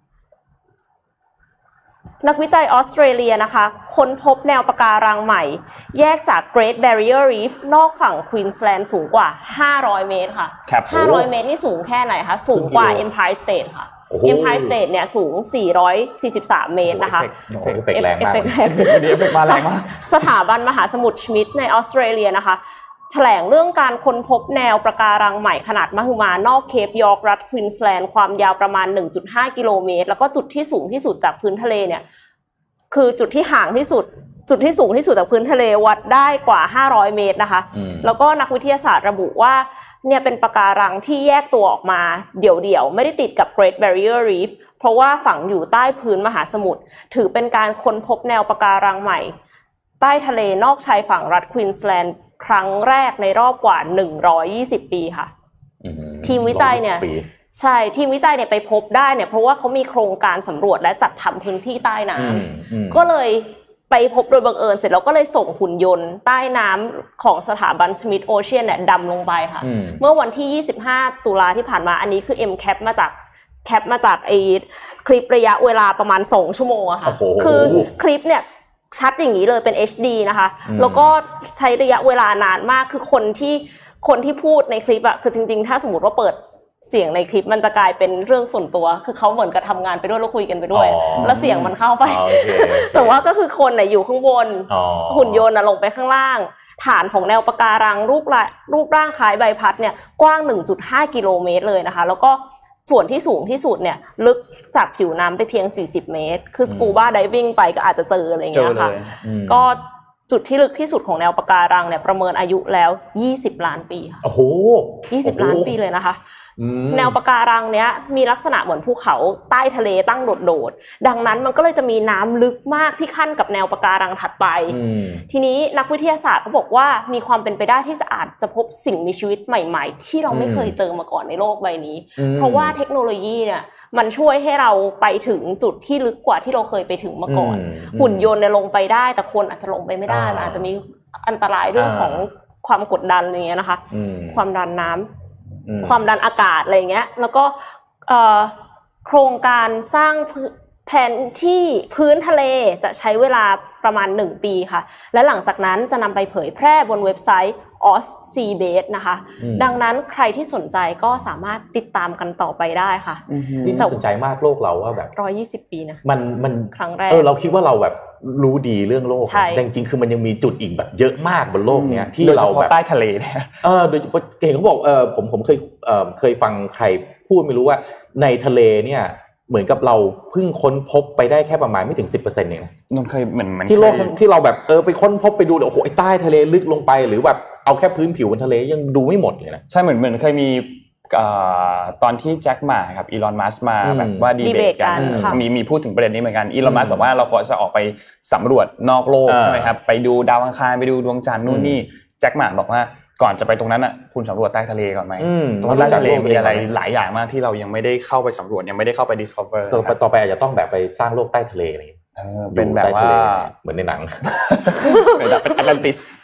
Speaker 4: นักวิจัยออสเตรเลียนะคะค้นพบแนวปะการังใหม่แยกจาก Great Barrier Reef นอกฝั่งควีนส์แลนด์สูงกว่า500เมตรค่ะ500เมตรนี่สูงแค่ไหนคะสูงกว่า Empire State ค่ะ Empire State เนี่ยสูง443เมตรนะคะ
Speaker 3: เอฟเฟกต์แรงมาก
Speaker 2: เอฟเฟกต์มาแรงมาก
Speaker 4: สถาบันมหาสมุทรชมิดในออสเตรเลียนะคะแถลงเรื่องการค้นพบแนวปะการังใหม่ขนาดมหึมานอกเคปยอร์กรัฐควีนส์แลนด์ความยาวประมาณ 1.5 กิโลเมตรแล้วก็จุดที่สูงที่สุดจากพื้นทะเลเนี่ยคือจุดที่ห่างที่สุดจุดที่สูงที่สุดจากพื้นทะเลวัดได้กว่า500เมตรนะคะแล้วก็นักวิทยาศาสตร์ระบุว่าเนี่ยเป็นปะการังที่แยกตัวออกมาเดี่ยวๆไม่ได้ติดกับ Great Barrier Reef เพราะว่าฝังอยู่ใต้พื้นมหาสมุทรถือเป็นการค้นพบแนวปะการังใหม่ใต้ทะเลนอกชายฝั่งรัฐควีนส์แลนด์ครั้งแรกในรอบกว่า120ปีค่ะทีมวิจัยเนี่ยใช่ทีมวิจัยเนี่ยไปพบได้เนี่ยเพราะว่าเขามีโครงการสำรวจและจัดทำพื้นที่ใต้น้ำก็เลยไปพบโดยบังเอิญเสร็จแล้วก็เลยส่งหุ่นยนต์ใต้น้ำของสถาบัน Smith Ocean เนี่ยดำลงไปค่ะเมื่อวันที่25ตุลาที่ผ่านมาอันนี้คือ M แคปมาจากไอ้คลิประยะเวลาประมาณ2ชั่วโมงอะค่ะคือคลิปเนี่ยชัดอย่างนี้เลยเป็น HD นะคะแล้วก็ใช้ระยะเวลานานมากคือคนที่พูดในคลิปอะคือจริงๆถ้าสมมติว่าเปิดเสียงในคลิปมันจะกลายเป็นเรื่องส่วนตัวคือเขาเหมือนกับทำงานไปด้วยแล้วคุยกันไปด้วยแล้วเสียงมันเข้าไปแต่ว่าก็คือคนน่ะอยู่ข้างบนหุ่นยนต์น่ะลงไปข้างล่างฐานของแนวปะการังรูปร่างคล้ายใบพัดเนี่ยกว้าง 1.5 กิโลเมตรเลยนะคะแล้วก็ส่วนที่สูงที่สุดเนี่ยลึกจากผิวน้ำไปเพียง40เมตรคือสกูบาไดวิ่งไปก็อาจจะเจออะไรอย่างเงี้ยค่ะก็จุดที่ลึกที่สุดของแนวปะการังเนี่ยประเมินอายุแล้ว20ล้านปีค่ะ
Speaker 3: โอ้โห
Speaker 4: 20ล้านปีเลยนะคะแนวปะการังเนี้ยมีลักษณะเหมือนภูเขาใต้ทะเลตั้งโดดๆดังนั้นมันก็เลยจะมีน้ำลึกมากที่ขั้นกับแนวปะการังถัดไปทีนี้นักวิทยาศาสตร์เขาบอกว่ามีความเป็นไปได้ที่อาจจะพบสิ่งมีชีวิตใหม่ๆที่เราไม่เคยเจอมาก่อนในโลกใบนี้เพราะว่าเทคโนโลยีเนี่ยมันช่วยให้เราไปถึงจุดที่ลึกกว่าที่เราเคยไปถึงมาก่อนหุ่นยนต์เนี่ยลงไปได้แต่คนอาจจะลงไปไม่ได้อาจจะมีอันตรายเรื่องของความกดดันอะไรเงี้ยนะคะความดันน้ำความดันอากาศอะไรเงี้ยแล้วก็โครงการสร้างแผนที่พื้นทะเลจะใช้เวลาประมาณ1ปีค่ะและหลังจากนั้นจะนำไปเผยแพร่บนเว็บไซต์ OzSeabase นะคะดังนั้นใครที่สนใจก็สามารถติดตามกันต่อไปได้ค่ะ
Speaker 3: นี่น่าสนใจมากโลกเราว่าแบบ
Speaker 4: 120ปีนะ
Speaker 3: มัน
Speaker 4: ครั้งแรก
Speaker 3: เราคิดว่าเราแบบรู้ดีเรื่องโลกแต่จริงๆคือมันยังมีจุดอีกแบบเยอะมากบนโลกเนี้ยที่เราแบบ
Speaker 2: ใต้ทะเลเนี่ย
Speaker 3: โดยเฉพาะเห็นเขาบอกผมเคยฟังใครพูดไม่รู้ว่าในทะเลเนี่ยเหมือนกับเราเพิ่งค้นพบไปได้แค่ประมาณไม่ถึง 10% เองนะ
Speaker 2: นนเคยเหมือน
Speaker 3: ที่โลกที่เราแบบไปค้นพบไปดูโอ้โหใต้ทะเลลึกลงไปหรือแบบเอาแค่พื้นผิวบนทะเลยังดูไม่หมดเลยนะ
Speaker 2: ใช่เหมือนเคยมีตอนที่แจ็คหม่าครับอีลอนมัสก์มาแบบว่าดีเบตกันมีพูดถึงประเด็นนี้เหมือนกันอีลอนมัสก์บอกว่าเราควรจะออกไปสำรวจนอกโลกใช่ไหมครับไปดูดาวอังคารไปดูดวงจันทร์นู่นนี่แจ็คหม่าบอกว่าก่อนจะไปตรงนั้นอ่ะคุณสำรวจใต้ทะเลก่อนไหมตรงใต้ทะเลมีอะไรหลายอย่างมากที่เรายังไม่ได้เข้าไปสำรวจยังไม่ได้เข้าไป discover
Speaker 3: ต่อไปอาจจะต้องแบบไปสร้างโลกใต้ทะเลอะไร
Speaker 2: เป็นแบบว่า
Speaker 3: เหมือนในหนัง
Speaker 2: เป็นแอตแลนติส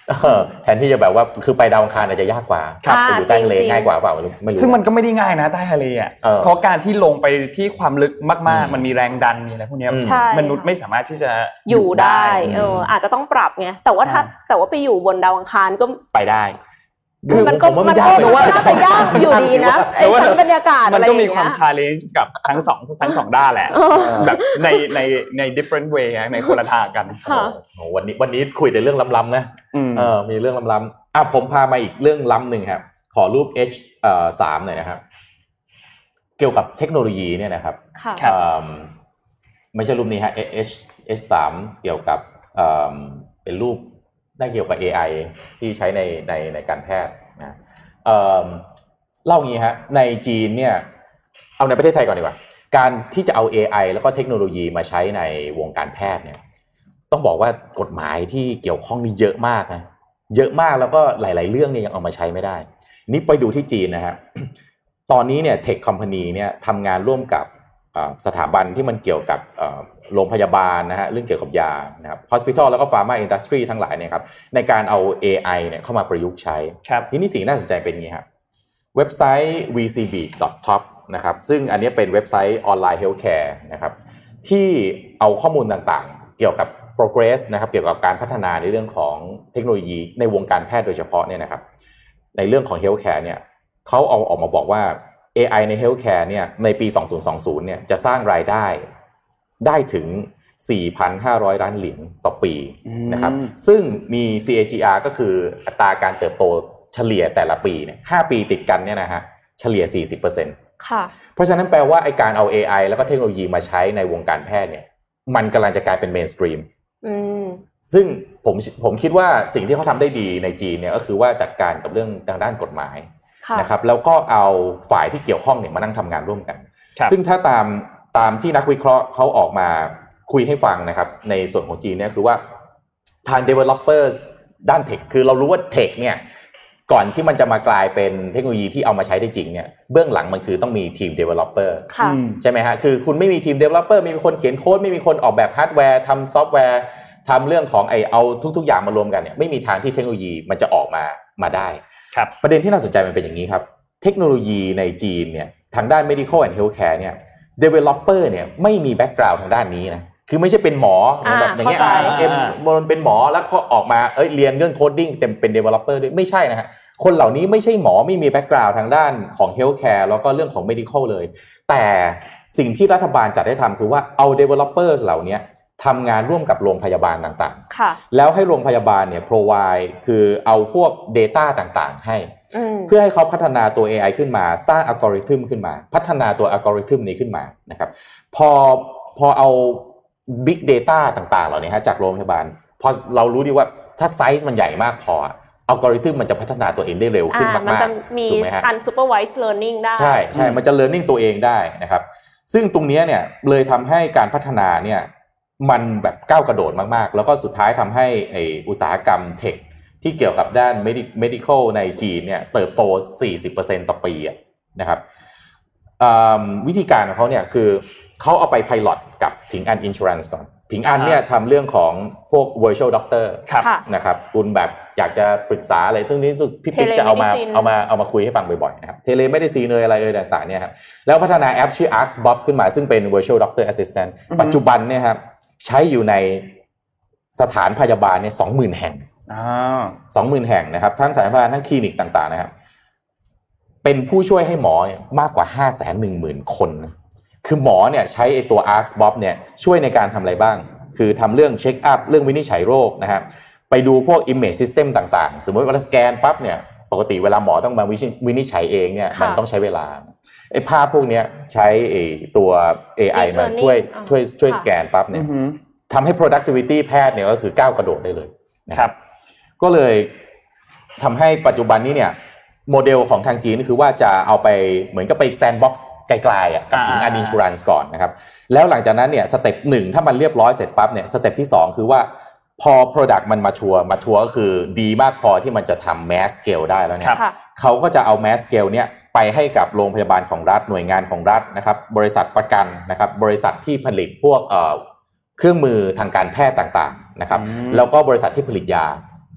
Speaker 3: แทนที่จะแบบว่าคือไปดาวอังคารอาจจะยากกว่าไปอยู่ใต้ทะเลง่ายกว่าเปล่าไม่รู้
Speaker 2: ซึ่งมันก็ไม่ได้ง่ายนะใต้ทะเลอ่ะเพราะการที่ลงไปที่ความลึกมากๆมันมีแรงดันมีอะไรพวกนี้มนุษย์ไม่สามารถที่จะ
Speaker 4: อยู่ได้อาจจะต้องปรับไงแต่ว่าไปอยู่บนดาวอังคารก็
Speaker 3: ไปได้
Speaker 4: คือมันก็น่าจะยากอยู่ดีนะไอ้ชั้นบรรยากาศอะไรอย่างเงี้ย
Speaker 2: มันก็มีความ challenge กับทั้งสองด้านแหละแบบใน different way ในคนละทางกัน
Speaker 3: วันนี้คุยแต่เรื่องล้ำๆนะมีเรื่องล้ำๆผมพามาอีกเรื่องล้ำหนึ่งครับขอรูป H3 หน่อยนะครับเกี่ยวกับเทคโนโลยีเนี่ยนะครับไม่ใช่รูปนี้ฮะ H3 เกี่ยวกับเป็นรูปได้เกี่ยวกับ AI ที่ใช้ในการแพทย์นะเล่างี้ฮะในจีนเนี่ยเอาในประเทศไทยก่อนดีกว่าการที่จะเอา AI แล้วก็เทคโนโลยีมาใช้ในวงการแพทย์เนี่ยต้องบอกว่ากฎหมายที่เกี่ยวข้องนี่เยอะมากนะเยอะมากแล้วก็หลายๆเรื่องเนี่ยยังเอามาใช้ไม่ได้นี่ไปดูที่จีนนะฮะตอนนี้เนี่ยเทคคอมพานีเนี่ยทำงานร่วมกับสถาบันที่มันเกี่ยวกับโรงพยาบาลนะฮะเรื่องเกี่ยวกับยานะครับ hospital แล้วก็ pharma industry ทั้งหลายเนี่ยครับในการเอา AI เนี่ยเข้ามาประยุกต์ใช้ทีนี้สิ่งน่าสนใจเป็นอย่างนี้ครับเว็บไซต์ vcb.top นะครับซึ่งอันนี้เป็นเว็บไซต์ออนไลน์ healthcare นะครับที่เอาข้อมูลต่างๆเกี่ยวกับ progress นะครับเกี่ยวกับการพัฒนาในเรื่องของเทคโนโลยีในวงการแพทย์โดยเฉพาะเนี่ยนะครับในเรื่องของ healthcare เนี่ยเขาเอาออกมาบอกว่า AI ใน healthcare เนี่ยในปี2020เนี่ยจะสร้างรายได้ถึง 4,500 ล้านเหรียญต่อปีนะครับซึ่งมี CAGR ก็คืออัตราการเติบโตเฉลี่ยแต่ละปีเนี่ย5ปีติดกันเนี่ยนะฮะเฉลี่ย 40%
Speaker 4: ค่ะ
Speaker 3: เพราะฉะนั้นแปลว่าไอ้การเอา AI แล้วก็เทคโนโลยีมาใช้ในวงการแพทย์เนี่ยมันกำลังจะกลายเป็นเมนสตรีมซึ่งผมคิดว่าสิ่งที่เขาทำได้ดีในจีนเนี่ยก็คือว่าจัดการกับเรื่องทางด้านกฎหมายนะครับแล้วก็เอาฝ่ายที่เกี่ยวข้องเนี่ยมานั่งทำงานร่วมกันซึ่งถ้าตามที่นักวิเคราะห์เขาออกมาคุยให้ฟังนะครับในส่วนของจีนเนี่ยคือว่าทาง developers ด้านเทคคือเรารู้ว่าเทคเนี่ยก่อนที่มันจะมากลายเป็นเทคโนโลยีที่เอามาใช้ได้จริงเนี่ยเบื้องหลังมันคือต้องมีทีม developer ใช่ไหมฮะคือคุณไม่มีทีม developer ไม่มีคนเขียนโค้ดไม่มีคนออกแบบฮาร์ดแวร์ทำซอฟต์แวร์ทำเรื่องของเอาทุกๆอย่างมารวมกันเนี่ยไม่มีทางที่เทคโนโลยีมันจะออกมาได้ประเด็นที่น่าสนใจมันเป็นอย่างนี้ครับเทคโนโลยีในจีนเนี่ยทางด้าน medical and healthcare เนี่ย developer เนี่ยไม่มีแบ็คกราวด์ทางด้านนี้นะคือไม่ใช่เป็นหมอแบบอย่างเงี้ยมันเป็นหมอแล้วก็ออกมาเรียนเรื่องโคดดิ้งเป็น developer ด้วยไม่ใช่นะฮะคนเหล่านี้ไม่ใช่หมอไม่มีแบ็คกราวด์ทางด้านของ healthcare แล้วก็เรื่องของ medical เลยแต่สิ่งที่รัฐบาลจัดให้ทำคือว่าเอา developers เหล่านี้ทำงานร่วมกับโรงพยาบาลต่างๆแล้วให้โรงพยาบาลเนี่ย provide คือเอาพวก data ต่างๆให้เพื่อให้เขาพัฒนาตัว AI ขึ้นมาสร้างอัลกอริทึมขึ้นมาพัฒนาตัวอัลกอริทึมนี้ขึ้นมานะครับพอเอา big data ต่างๆเหล่านี้จากโรงพยาบาลพอเรารู้ดีว่าถ้าไซส์มันใหญ่มากพออัลกอริทึมมันจะพัฒนาตัวเองได้เร็วขึ้นมากๆมันจะ
Speaker 4: มี unsupervised learning ได้
Speaker 3: ใช่มันจะ learning ตัวเองได้นะครับซึ่งตรงนี้เนี่ยเลยทำให้การพัฒนาเนี่ยมันแบบก้าวกระโดดมากๆแล้วก็สุดท้ายทำให้อุตสาหกรรมเทคที่เกี่ยวกับด้าน medical ในจีนเนี่ยเติบโต 40% ต่อปีนะครับวิธีการของเขาเนี่ยคือเขาเอาไป pilot กับผิงอัน insurance ก่อนผิงอันเนี่ยทำเรื่องของพวก virtual doctor นะครับคุณแบบอยากจะปรึกษาอะไรเรื่องนี้พี่ปิ๊กจะเอามาคุยให้ฟังบ่อยๆนะครับเทเลไม่ได้ซีเนยอะไรต่างๆเนี่ยครับแล้วพัฒนาแอปชื่อ AskBob ขึ้นมาซึ่งเป็น virtual doctor assistant ปัจจุบันเนี่ยครับใช้อยู่ในสถานพยาบาลเนี่ย 20,000 แห่ง 20,000 แห่งนะครับทั้งสถานพยาบาลทั้งคลินิกต่างๆนะครับเป็นผู้ช่วยให้หมอมากกว่า 510,000 คนนะคือหมอเนี่ยใช้ไอ้ตัว AskBob เนี่ยช่วยในการทำอะไรบ้างคือทำเรื่องเช็คอัพเรื่องวินิจฉัยโรคนะครับไปดูพวก image system ต่างๆสมมติว่าสแกนปั๊บเนี่ยปกติเวลาหมอต้องมาวินิจฉัยเองเนี่ยมันต้องใช้เวลาไอ้ภาพพวกนี้ใช้ตัว AI มาช่วยสแกนปั๊บเนี่ยทำให้ productivity แพทย์เนี่ยก็คือก้าวกระโดดได้เลยนะครับก็เลยทำให้ปัจจุบันนี้เนี่ยโมเดลของทางจีนก็คือว่าจะเอาไปเหมือนกับไปแซนด์บ็อกซ์ไกลๆกับผิงอัน insurance ก่อนนะครับแล้วหลังจากนั้นเนี่ยสเต็ป1ถ้ามันเรียบร้อยเสร็จปั๊บเนี่ยสเต็ปที่2คือว่าพอ product มันมาชัวร์ก็คือดีมากพอที่มันจะทำ mass scale ได้แล้วเนี่ยเขาก็จะเอา mass scale เนี่ยไปให้กับโรงพยาบาลของรัฐหน่วยงานของรัฐนะครับบริษัทประกันนะครับบริษัทที่ผลิตพวกเครื่องมือทางการแพทย์ต่างๆนะครับแล้วก็บริษัทที่ผลิตยา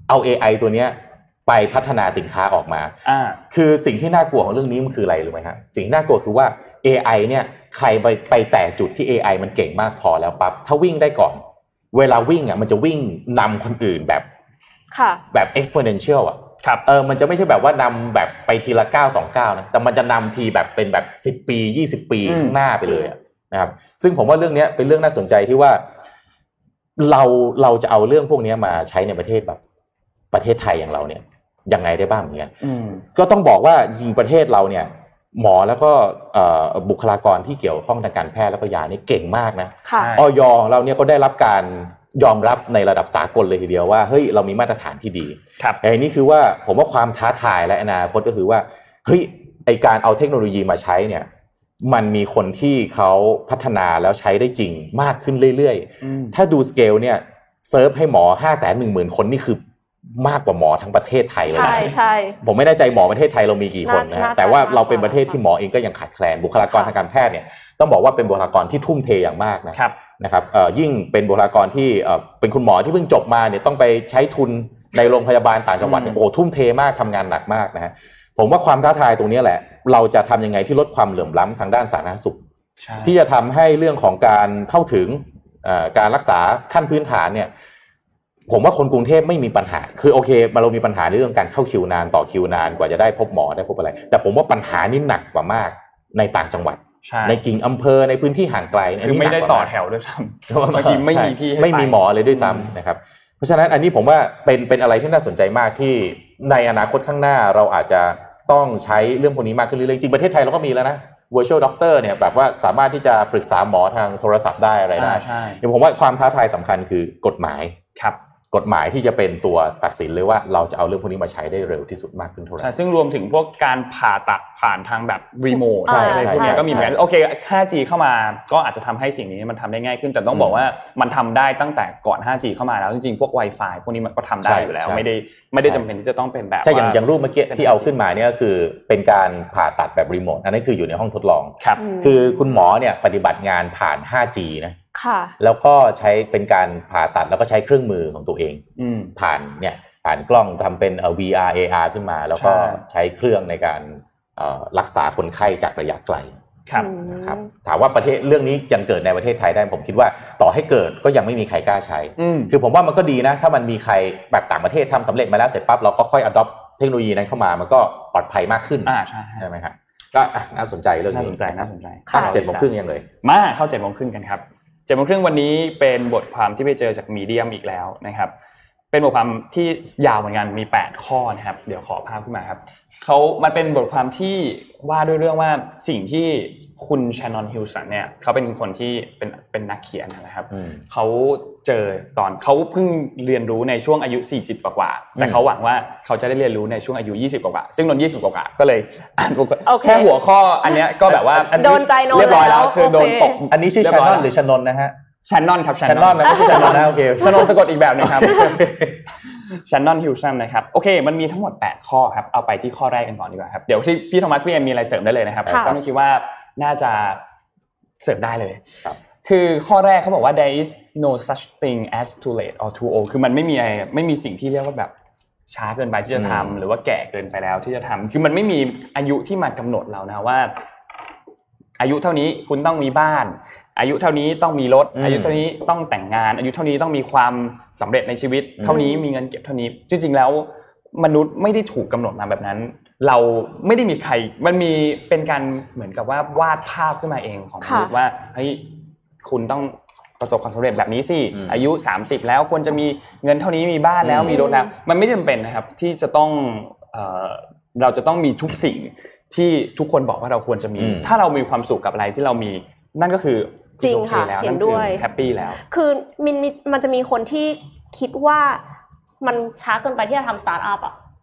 Speaker 3: เอา AI ตัวเนี้ยไปพัฒนาสินค้าออกมาคือสิ่งที่น่ากลัวของเรื่องนี้มันคืออะไรรู้ไหมฮะสิ่งที่น่ากลัวคือว่า AI เนี่ยใครไปแตะจุดที่ AI มันเก่งมากพอแล้วปั๊บถ้าวิ่งได้ก่อนเวลาวิ่งอ่ะมันจะวิ่งนำคนอื่นแบบ exponential อ่ะมันจะไม่ใช่แบบว่านำแบบไปทีละ9 2 9นะแต่มันจะนำทีแบบเป็นแบบ10ปี20ปีข้างหน้าไปเลยนะครับซึ่งผมว่าเรื่องนี้เป็นเรื่องน่าสนใจที่ว่าเราจะเอาเรื่องพวกนี้มาใช้ในประเทศแบบประเทศไทยอย่างเราเนี่ยยังไงได้บ้างเหมือนกันก็ต้องบอกว่าจริงประเทศเราเนี่ยหมอแล้วก็บุคลากรที่เกี่ยวข้องทางการแพทย์และก็ยานี่เก่งมากนะอย.ของเราเนี่ยก็ได้รับการยอมรับในระดับสากลเลยทีเดียวว่าเฮ้ยเรามีมาตรฐานที่ดีแต่นี่คือว่าผมว่าความท้าทายและอนาคตก็คือว่าเฮ้ยไอการเอาเทคโนโลยีมาใช้เนี่ยมันมีคนที่เขาพัฒนาแล้วใช้ได้จริงมากขึ้นเรื่อยๆถ้าดูสเกลเนี่ยเซิร์ฟให้หมอ 510,000 คนนี่คือมากกว่าหมอทั้งประเทศไทยเลยนะใช่ผมไม่แน่ใจหมอประเทศไทยเรามีกี่คนนะแต่ว่าเราเป็นประเทศที่หมอเองก็ยังขาดแคลนบุคลากรทางการแพทย์เนี่ยต้องบอกว่าเป็นบุคลากรที่ทุ่มเทอย่างมากนะครับยิ่งเป็นบุคลากรที่เป็นคุณหมอที่เพิ่งจบมาเนี่ยต้องไปใช้ทุนในโรงพยาบาลต่างจังหวัดเนี่ยโอ้ทุ่มเทมากทำงานหนักมากนะฮะผมว่าความท้าทายตรงนี้แหละเราจะทำยังไงที่ลดความเหลื่อมล้ำทางด้านสาธารณสุขที่จะทำให้เรื่องของการเข้าถึงการรักษาขั้นพื้นฐานเนี่ยผมว่าคนกรุงเทพไม่มีปัญหาคือโอเคเรามีปัญหาในเรื่องการเข้าคิวนานต่อคิวนานกว่าจะได้พบหมอได้พบอะไรแต่ผมว่าปัญหานี่หนักกว่ามากในต่างจังหวัดในกิ่งอำเภอในพื้นที่ห่างไกล
Speaker 2: คือไม่ได้ต่อแถวด้วยซ้ำบางทีไม่มีที่
Speaker 3: ไม่มีหมอเลยด้วยซ้ำนะครับเพราะฉะนั้นอันนี้ผมว่าเป็นอะไรที่น่าสนใจมากที่ในอนาคตข้างหน้าเราอาจจะต้องใช้เรื่องพวกนี้มากขึ้นเรื่อยๆจริงประเทศไทยเราก็มีแล้วนะ virtual doctor เนี่ยแบบว่าสามารถที่จะปรึกษาหมอทางโทรศัพท์ได้อะไรได้เดี๋ยวผมว่าความท้าทายสำคัญคือกฎหมายกฎหมายที่จะเป็นตัวตัดสินเลยว่าเราจะเอาเรื่องพวกนี้มาใช้ได้เร็วที่สุดมากขึ้นเท่าไหร่
Speaker 2: ซึ่งรวมถึงพวกการผ่าตัดผ่านทางแบบรีโมทอะไรพวกนี้ก็มีเหมือนกันโอเค 5G เข้ามาก็อาจจะทำให้สิ่งนี้มันทำได้ง่ายขึ้นแต่ต้องบอกว่ามันทำได้ตั้งแต่ก่อน 5G เข้ามาแล้วจริงๆพวก Wi-Fi พวกนี้มันก็ทำได้อยู่แล้วไม่ได้จำเป็นที่จะต้องเป็นแบบ
Speaker 3: ใช่อย่างรูปเมื่อกี้ที่เอาขึ้นมาเนี่ยก็คือเป็นการผ่าตัดแบบรีโมทอันนั้นคืออยู่ในห้องทดลองคือคุณหมอเนี่ยปฏิบัติงานผ่าน 5G นะแล้วก็ใช้เป็นการผ่าตัดแล้วก็ใช้เครื่องมือของตัวเองผ่านกล้องทำเป็นVR AR ขึ้นมาแล้วก็ใช้เครื่องในการรักษาคนไข้จากระยะไกลนะครับถามว่าประเทศเรื่องนี้ยังเกิดในประเทศไทยได้ผมคิดว่าต่อให้เกิดก็ยังไม่มีใครกล้าใช้คือผมว่ามันก็ดีนะถ้ามันมีใครแบบต่างประเทศทำสำเร็จมาแล้วเสร็จปั๊บเราก็ค่อย adopt เทคโนโลยีนั้นเข้ามามันก็ปลอดภัยมากขึ้นใช่ไหมครับก็น่าสนใจเรื่องนี้
Speaker 2: น่าสนใจ
Speaker 3: 7:30ยังเลย
Speaker 2: มาเข้า 7:30 กันครับ7:30วันนี้เป็นบทความที่ไปเจอจากมีเดียมอีกแล้วนะครับเป็นบทความที่ยาวเหมือนกันมี8ข้อนะครับเดี๋ยวขอภาพขึ้นมาครับมันเป็นบทความที่ว่าด้วยเรื่องว่าสิ่งที่คุณชานอนฮิลสันเนี่ยเขาเป็นคนที่เป็นนักเขียนนะครับเขาเจอตอนเขาเพิ่งเรียนรู้ในช่วงอายุ40กว่าแต่เขาหวังว่าเขาจะได้เรียนรู้ในช่วงอายุ20กว่าซึ่งนน20กว่าก็เลยอ่านแค่หัวข้ออันเนี้ยก็แบบว่า
Speaker 4: โดนใจนน
Speaker 2: เรียบร้อยแล้วคือโดนตก
Speaker 3: อันนี้ชื่อชานอนหรือชนนนะฮะ
Speaker 2: ชานอนครับ
Speaker 3: ชานอนนะไม่ใช่ชานอนนะโอเค
Speaker 2: ชานอนสะกดอีกแบบนึงครับชานอนฮิลสันนะครับโอเคมันมีทั้งหมด8ข้อครับเอาไปที่ข้อแรกกันก่อนดีกว่าครับเดี๋ยวที่พี่โทมัสพี่เอ็มมีอะไรเสริมได้เลยนะครับก็คิดว่าน่าจะเสริมได้เลยคือข้อแรกเขาบอกว่า there is no such thing as too late or too old คือมันไม่มีสิ่งที่เรียกว่าแบบช้าเกินไปที่จะทำหรือว่าแก่เกินไปแล้วที่จะทำคือมันไม่มีอายุที่มากำหนดเรานะว่าอายุเท่านี้คุณต้องมีบ้านอายุเท่านี้ต้องมีรถอายุเท่านี้ต้องแต่งงานอายุเท่านี้ต้องมีความสำเร็จในชีวิตเท่านี้มีเงินเก็บเท่านี้จริงๆแล้วมนุษย์ไม่ได้ถูกกำหนดมาแบบนั้นเราไม่ได้มีใครมันมีเป็นการเหมือนกับว่าวาดภาพขึ้นมาเองของมนุษย์ว่าเฮ้ยคุณต้องประสบความสำเร็จแบบนี้สิอายุ30แล้วควรจะมีเงินเท่านี้มีบ้านแล้วมีรถแล้วมันไม่จำเป็นนะครับที่จะต้องเราจะต้องมีทุกสิ่งที่ทุกคนบอกว่าเราควรจะมีถ้าเรามีความสุขกับอะไรที่เรามีนั่นก็คือ
Speaker 4: จริงค่ะเห็นด้วย
Speaker 2: แฮปปี้แล้ว
Speaker 4: คือมันจะมีคนที่คิดว่ามันช้าเกินไปที่จะทำสตาร์ทอัพอ่ะ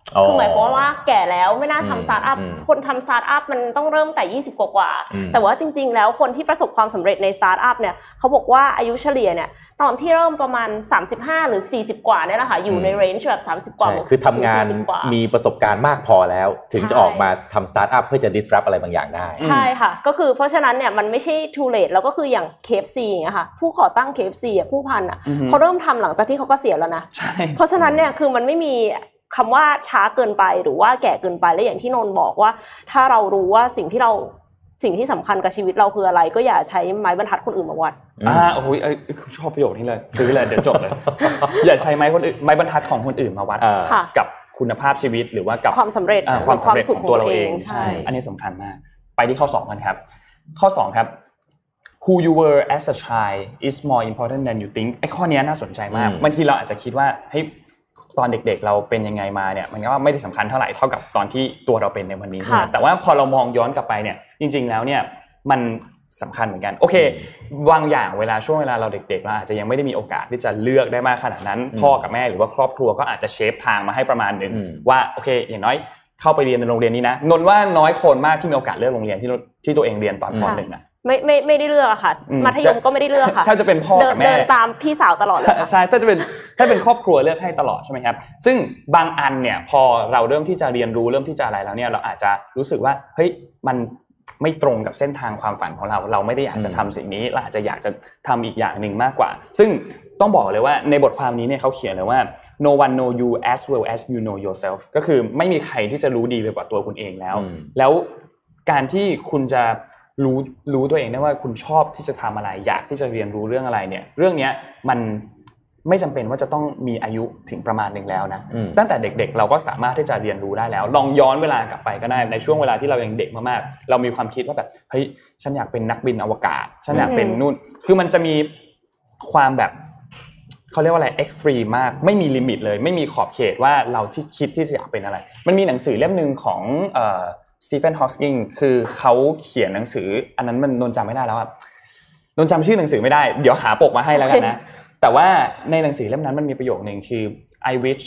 Speaker 4: คือหมายความว่าแก่แล้วไม่น่าทำสตาร์ทอัพคนทำสตาร์ทอัพมันต้องเริ่มแต่20กว่าแต่ว่าจริงๆแล้วคนที่ประสบความสำเร็จในสตาร์ทอัพเนี่ยเขาบอกว่าอายุเฉลี่ยเนี่ยตอนที่เริ่มประมาณ35หรือ40กว่าเนี่ยแหละค่ะอยู่ในเรนจ์แบบ30กว่า
Speaker 3: คือทำงานมีประสบการณ์มากพอแล้วถึงจะออกมาทำสตาร์ทอัพเพื่อจะ disrupt อะไรบางอย่างได้
Speaker 4: ใช่ค่ะก็คือเพราะฉะนั้นเนี่ยมันไม่ใช่ too late แล้วก็คืออย่าง KFC อย่างเงี้ยค่ะผู้ก่อตั้ง KFC อ่ะผู้พันอ่ะเขาเริ่มทำหลังจากที่เขาเกษียณแล้วนะเพราะฉะนั้นเนี่ยคือมันไม่มีคำว่าช้าเกินไปหรือว่าแก่เกินไปและอย่างที่นนท์บอกว่าถ้าเรารู้ว่าสิ่งที่สำคัญกับชีวิตเราคืออะไรก็อย่าใช้ไม้บรรทัดคนอื่นมาวัด
Speaker 2: โอ้ยชอบประโยคนี้เลยซื้อเลยเดี๋ยวจบเลยอย่าใช้ไม้บรรทัดของคนอื่นมาวัดกับคุณภาพชีวิตหรือว่ากับ
Speaker 4: ความสำเร็จ
Speaker 2: ของตัวเราเองใช่อันนี้สำคัญมากไปที่ข้อ2กันครับข้อ2ครับ Who you were as a child is more important than you think ไอ้ข้อนี้น่าสนใจมากบางทีเราอาจจะคิดว่าเฮ้ยตอนเด็กๆเราเป็นยังไงมาเนี่ยมันก็ไม่ได้สำคัญเท่าไหร่เท่ากับตอนที่ตัวเราเป็นในวันนี้แต่ว่าพอเรามองย้อนกลับไปเนี่ยจริงๆแล้วเนี่ยมันสำคัญเหมือนกันโอเคบางอย่างช่วงเวลาเราเด็กๆเราอาจจะยังไม่ได้มีโอกาสที่จะเลือกได้มากขนาดนั้นพ่อกับแม่หรือว่าครอบครัวก็อาจจะเชฟทางมาให้ประมาณนึงว่าโอเคอย่างน้อยเข้าไปเรียนในโรงเรียนนี้นะนนว่าน้อยคนมากที่มีโอกาสเลือกโรงเรียนที่ตัวเองเรียนตอนป .1 นะ
Speaker 4: ไม่ได้เลือกอะค่ะมัธยมก็ไม่ได้เลือกค่ะ
Speaker 2: ถ้าจะเป็นพ่อกับแม่
Speaker 4: เดินตามพี่สาวตลอดเลย
Speaker 2: ใช่ถ้าเป็นครอบครัวเลือกให้ตลอดใช่ไหมครับซึ่งบางอันเนี่ยพอเราเริ่มที่จะเรียนรู้เริ่มที่จะอะไรแล้วเนี่ยเราอาจจะรู้สึกว่าเฮ้ยมันไม่ตรงกับเส้นทางความฝันของเราไม่ได้อยากจะทำสิ่งนี้เราอาจจะอยากจะทำอีกอย่างนึงมากกว่าซึ่งต้องบอกเลยว่าในบทความนี้เนี่ยเขาเขียนเลยว่า no one know you as well as you know yourself ก็คือไม่มีใครที่จะรู้ดีไปกว่าตัวคุณเองแล้วการที่คุณจะรู้ตัวเองได้ว่าคุณชอบที่จะทำอะไรอยากที่จะเรียนรู้เรื่องอะไรเนี่ยเรื่องนี้มันไม่จำเป็นว่าจะต้องมีอายุถึงประมาณนึงแล้วนะตั้งแต่เด็กๆเราก็สามารถที่จะเรียนรู้ได้แล้วลองย้อนเวลากลับไปก็ได้ในช่วงเวลาที่เรายังเด็กมากๆเรามีความคิดว่าแบบเฮ้ยฉันอยากเป็นนักบินอวกาศฉันอยากเป็นนู่นคือมันจะมีความแบบเขาเรียกว่าอะไรเอ็กซ์ตรีมมากไม่มีลิมิตเลยไม่มีขอบเขตว่าเราที่คิดที่จะอยากเป็นอะไรมันมีหนังสือเล่มนึงของสตีเฟน ฮอว์กิงคือเขาเขียนหนังสืออันนั้นมันนนจำไม่ได้แล้วนนจำชื่อหนังสือไม่ได้เดี๋ยวหาปกมาให้แล้วกันนะแต่ว่าในหนังสือเล่มนั้นมันมีประโยคนึงคือ I wish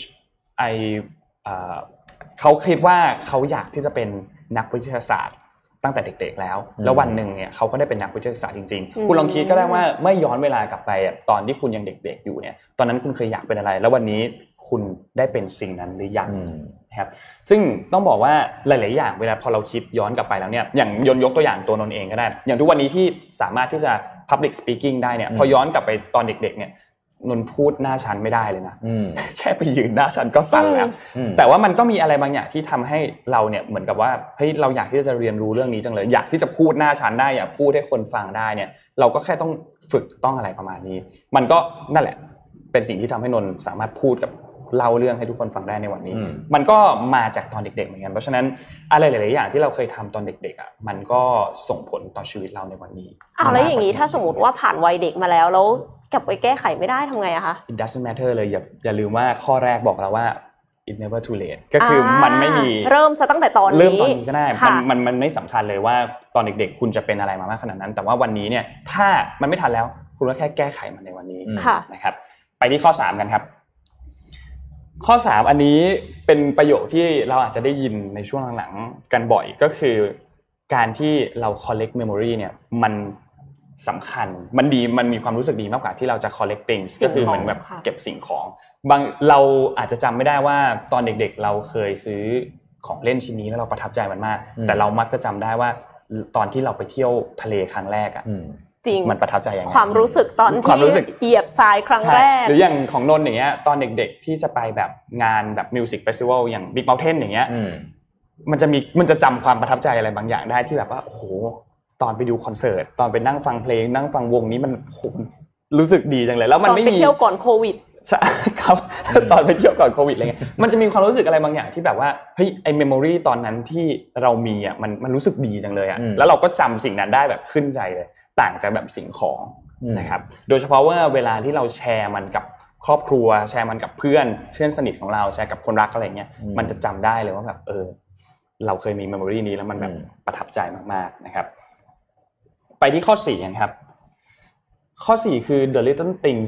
Speaker 2: เขาคิดว่าเขาอยากที่จะเป็นนักวิทยาศาสตร์ตั้งแต่เด็กๆแล้ววันหนึ่งเนี่ยเขาก็ได้เป็นนักวิทยาศาสตร์จริงๆคุณลองคิดก็ได้ว่าเมื่อย้อนเวลากลับไปตอนที่คุณยังเด็กๆอยู่เนี่ยตอนนั้นคุณเคยอยากเป็นอะไรแล้ววันนี้คุณได้เป็นสิ่งนั้นหรือยังนะครับซึ่งต้องบอกว่าหลายๆอย่างเวลาพอเราคิดย้อนกลับไปแล้วเนี่ยอย่างยกตัวอย่างตัวนนเองก็ได้อย่างทุกวันนี้ที่สามารถที่จะ public speaking ได้เนี่ยพอย้อนกลับไปตอนเด็กๆเนี่ยนนพูดหน้าชั้นไม่ได้เลยนะแค่ไปยืนหน้าชั้นก็สั่นแล้วแต่ว่ามันก็มีอะไรบางอย่างที่ทำให้เราเนี่ยเหมือนกับว่าเฮ้ยเราอยากที่จะเรียนรู้เรื่องนี้จังเลยอยากที่จะพูดหน้าชั้นได้อยากพูดให้คนฟังได้เนี่ยเราก็แค่ต้องฝึกต้องอะไรประมาณนี้มันก็นั่นแหละเป็นสิ่งที่ทำให้นนสามารถพูดกับเล่าเรื่องให้ทุกคนฟังได้ในวันนี้มันก็มาจากตอนเด็กๆเหมือนกันเพราะฉะนั้นอะไรหลายๆอย่างที่เราเคยทำตอนเด็กๆอ่ะมันก็ส่งผลต่อชีวิตเราในวันนี้
Speaker 4: แล้วอย่างนี้ถ้าสมมติว่าผ่านวัยเด็กมาแล้วกลับไปแก้ไขไม่ได้ทำไงอะคะ
Speaker 2: It doesn't matter เลยอย่าลืมว่าข้อแรกบอกเราว่า it never too late ก็คือมันไม่มี
Speaker 4: เริ่มซะตั้งแต่ตอนนี้
Speaker 2: เริ่มตอนนี้ก็ได้มันไม่สำคัญเลยว่าตอนเด็กๆคุณจะเป็นอะไรมามากขนาดนั้นแต่ว่าวันนี้เนี่ยถ้ามันไม่ทันแล้วคุณก็แค่แก้ไขมันในวันนี้นะครับไปที่ข้อ3กันครับข้อ3อันนี้เป็นประโยคที่เราอาจจะได้ยินในช่วงหลังๆกันบ่อยก็คือการที่เรา collect memory เนี่ยมันสำคัญมันมีความรู้สึกดีมากกว่าที่เราจะ collect things ก็คือเหมือนแบบเก็บสิ่งของบางเราอาจจะจำไม่ได้ว่าตอนเด็กๆเราเคยซื้อของเล่นชิ้นนี้แล้วเราประทับใจมันมากแต่เรามักจะจำได้ว่าตอนที่เราไปเที่ยวทะเลครั้งแรกอ่ะ
Speaker 4: จริง
Speaker 2: มันประทับใจยังไง
Speaker 4: ความรู้สึกตอนที่เหยียบทรายครั้งแรก
Speaker 2: หรืออย่างของนนท์อย่างเงี้ยตอนเด็กๆที่จะไปแบบงานแบบมิวสิกเฟสติวัลอย่าง Big Mountain อย่างเงี้ยมันจะจำความประทับใจอะไรบางอย่างได้ที่แบบว่าโอ้โหตอนไปดูคอนเสิร์ตตอนไปนั่งฟังเพลงนั่งฟังวงนี้มันรู้สึกดีจังเลยแล้วมันไม่มี
Speaker 4: ตอนไปเที่ยวก่อนโควิด
Speaker 2: ใช่ครับตอนไปเที่ยวก่อนโควิดอะไรเงี้ยมันจะมีความรู้สึกอะไรบางอย่างที่แบบว่าเฮ้ยไอ้เมมโมรี่ตอนนั้นที่เรามีอ่ะมันรู้สึกดีจังเลยอ่ะแล้วเราก็จำสิ่งนั้นได้แบบขึ้นใจเลยต่างจากแบบสิ่งของนะครับโดยเฉพาะว่าเวลาที่เราแชร์มันกับครอบครัวแชร์มันกับเพื่อนสนิทของเราแชร์กับคนรักอะไรเงี้ยมันจะจำได้เลยว่าแบบเราเคยมีเมมโมรี่นี้แล้วมันแบบประทับใจมากๆนะครับไปที่ข้อ4กันครับข้อ4คือ the little things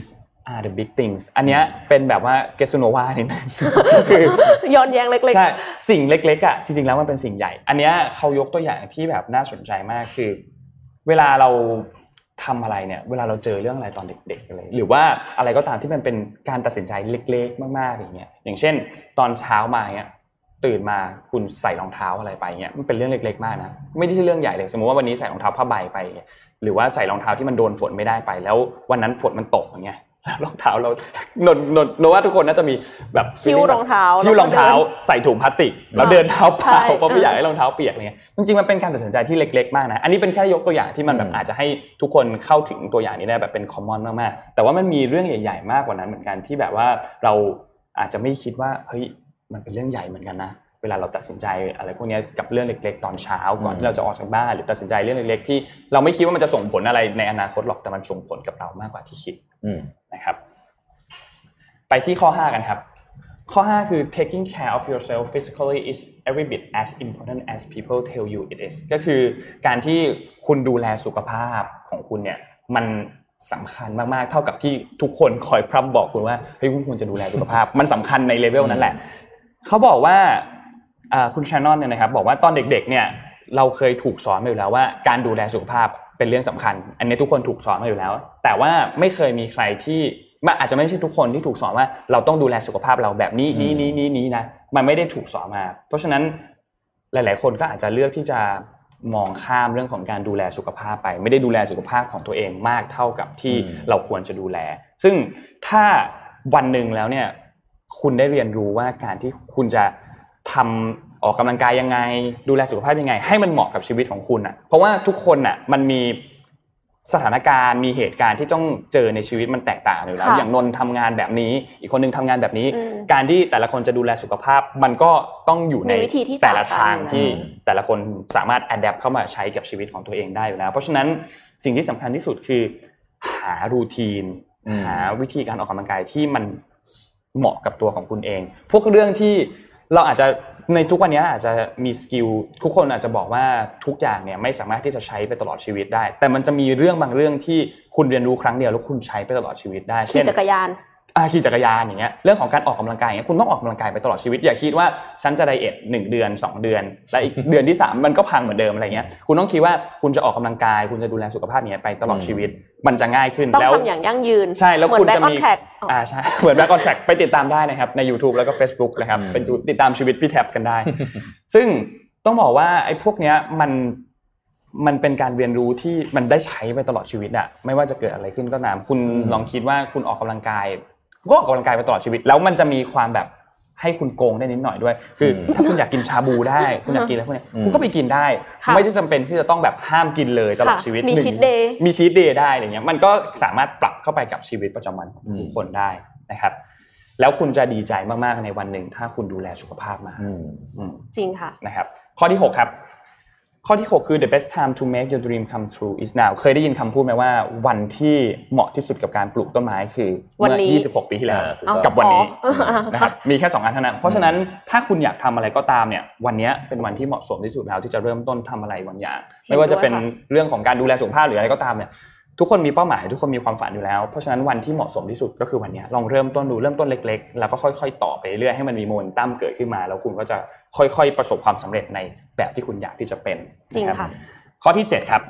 Speaker 2: the big things อันเนี้ยเป็นแบบว่าเกสโนวานี่คือ
Speaker 4: ย้อนแย้งเล็กๆ
Speaker 2: ใช่สิ่งเล็กๆอ่ะจริงๆแล้วมันเป็นสิ่งใหญ่อันเนี้ยเขายกตัวอย่างที่แบบน่าสนใจมากคือเวลาเราทำอะไรเนี่ยเวลาเราเจอเรื่องอะไรตอนเด็กๆอะไรหรือว่าอะไรก็ตามที่มันเป็นการตัดสินใจเล็กๆมากๆอย่างเงี้ยอย่างเช่นตอนเช้ามาเนี่ยตื่นมาคุณใส่รองเท้าอะไรไปเงี้ยมันเป็นเรื่องเล็กๆมากนะไม่ได้ใช่เรื่องใหญ่เลยสมมุติว่าวันนี้ใส่รองเท้าผ้าใบไปหรือว่าใส่รองเท้าที่มันโดนฝนไม่ได้ไปแล้ววันนั้นฝนมันตกอย่างเงี้ยรองเท้าเรานว่าทุกคนน่าจะมีแบบ
Speaker 4: คิ้วรองเท้า
Speaker 2: ใส่ถุงพลาสติกแล้วเดินเท้าเปล่าเพราะไม่อยากให้รองเท้าเปียกอะไรเงี้ยจริงๆมันเป็นการตัดสินใจที่เล็กๆมากนะอันนี้เป็นแค่ยกตัวอย่างที่มันแบบอาจจะให้ทุกคนเข้าถึงตัวอย่างนี้ได้แบบเป็นคอมมอนมากๆแต่ว่ามันมีเรื่องใหญ่ๆมากกว่านั้นเหมือนกันที่แบบว่าเราอาจจะไม่คิดว่าเฮ้ยมันเป็นเรื่องใหญ่เหมือนกันนะเวลาเราตัดสินใจอะไรพวกนี้กับเรื่องเล็กๆตอนเช้าก่อนที่เราจะออกจากบ้านหรือตัดสินใจเรื่องเล็กๆที่เราไม่คิดว่ามันจะส่งผลอะไรในอนาคตหรอกแต่มันส่งผลกับเรามากกว่าที่คิดนะครับไปที่ข้อ5กันครับข้อ5คือ taking care of yourself physically is every bit as important as people tell you it is ก็คือการที่คุณดูแลสุขภาพของคุณเนี่ยมันสำคัญมากๆเท่ากับที่ทุกคนคอยพร่ำบอกคุณว่าเฮ้ยคุณควรจะดูแลสุขภาพมันสำคัญในเลเวลนั้นแหละเขาบอกว่าคุณชานอนเนี่ยนะครับบอกว่าตอนเด็กๆเนี่ยเราเคยถูกสอนมาอยู่แล้วว่าการดูแลสุขภาพเป็นเรื่องสำคัญอันนี้ทุกคนถูกสอนมาอยู่แล้วแต่ว่าไม่เคยมีใครที่อาจจะไม่ใช่ทุกคนที่ถูกสอนว่าเราต้องดูแลสุขภาพเราแบบนี้นะมันไม่ได้ถูกสอนมาเพราะฉะนั้นหลายๆคนก็อาจจะเลือกที่จะมองข้ามเรื่องของการดูแลสุขภาพไปไม่ได้ดูแลสุขภาพของตัวเองมากเท่ากับที่เราควรจะดูแลซึ่งถ้าวันนึงแล้วเนี่ยคุณได้เรียนรู้ว่าการที่คุณจะทำออกกำลังกายยังไงดูแลสุขภาพยังไงให้มันเหมาะกับชีวิตของคุณอ่ะเพราะว่าทุกคนอ่ะมันมีสถานการณ์มีเหตุการณ์ที่ต้องเจอในชีวิตมันแตกต่างอยู่แล้วอย่างนนท์ทำงานแบบนี้อีกคนนึงทำงานแบบนี้การที่แต่ละคนจะดูแลสุขภาพมันก็ต้องอยู่ในแต่ละทางที่แต่ละคนสามารถอัดแอปเข้ามาใช้กับชีวิตของตัวเองได้อยู่แล้วเพราะฉะนั้นสิ่งที่สำคัญที่สุดคือหารูทีนหาวิธีการออกกำลังกายที่มันเหมาะกับตัวของคุณเองพวกเรื่องที่เราอาจจะในทุกวันนี้อาจจะมีสกิลทุกคนอาจจะบอกว่าทุกอย่างเนี่ยไม่สามารถที่จะใช้ไปตลอดชีวิตได้แต่มันจะมีเรื่องบางเรื่องที่คุณเรียนรู้ครั้งเดียวแล้วคุณใช้ไปตลอดชีวิตได้เช่น
Speaker 4: ขี่จักรยาน
Speaker 2: อย่างเงี้ยเรื่องของการออกกำลังกายอย่างเงี้ยคุณต้องออกกำลังกายไปตลอดชีวิตอย่าคิดว่าฉันจะไดเอท1เดือน2เดือนแล้วอีกเดือนที่3มันก็พังเหมือนเดิมอะไรเงี้ยคุณต้องคิดว่าคุณจะออกกำลังกายคุณจะดูแลสุขภาพเนี้ยไปตลอดชีวิตมันจะง่ายขึ้น
Speaker 4: แล้วต้องทำอย่างยั่งยืน
Speaker 2: ใช่แล้วคุณจะมีใช่เหมือน Back on Track ไปติดตามได้นะครับใน YouTube แล้วก็ Facebook นะครับเป็นติดตามชีวิตพี่แท็บกันได้ซึ่งต้องบอกว่าไอ้พวกเนี้ยมันเป็นการเรียนรู้ที่มันได้ใช้ไปตลอดชีวิตอะไม่ว่าจะเกิดอะไรขึ้นก็ตามคุณลองคิดว่าคุณออกกำลังกายก็ออกกำลังกายไปตลอดชีวิตแล้วมันจะมีความแบบให้คุณโกงได้นิดหน่อยด้วยคือถ้าคุณอยากกินชาบูได้คุณอยากกินอะไรพวกนี้คุณก็ไปกินได้ไม่ได้จำเป็นที่จะต้องแบบห้ามกินเลยตลอดชีวิต
Speaker 4: มีชีทเด
Speaker 2: ย์ได้อะไรเงี้ยมันก็สามารถปรับเข้าไปกับชีวิตประจำวันของทุกคนได้นะครับแล้วคุณจะดีใจมากๆในวันหนึ่งถ้าคุณดูแลสุขภาพมา
Speaker 4: จริงค่ะ
Speaker 2: นะครับข้อที่6ครับข้อที่6คือ the best time to make your dream come true is now เคยได้ยินคำพูดไหมว่าวันที่เหมาะที่สุดกับการปลูกต้นไม้คือเมื่อ26ปีที่แล้วกับวันนี้นะครับมีแค่2อันเท่านั้นเพราะฉะนั้นถ้าคุณอยากทำอะไรก็ตามเนี่ยวันนี้เป็นวันที่เหมาะสมที่สุดแล้วที่จะเริ่มต้นทำอะไรบางอย่างไม่ว่าจะเป็นเรื่องของการดูแลสุขภาพหรืออะไรก็ตามเนี่ยทุกคนมีเป้าหมายทุกคนมีความฝันอยู่แล้วเพราะฉะนั้นวันที่เหมาะสมที่สุดก็คือวันนี้ลองเริ่มต้นเล็กๆแล้วก็ค่อยๆต่อไปเรื่อยให้มันมีโมเมนตัมเกิดขึ้นมาแล้วคุณก็จะค่อยๆประสบความสำเร็จในแบบที่คุณอยากที่จะเป็น
Speaker 4: จริงค่ะ
Speaker 2: ข้อที่7ครับ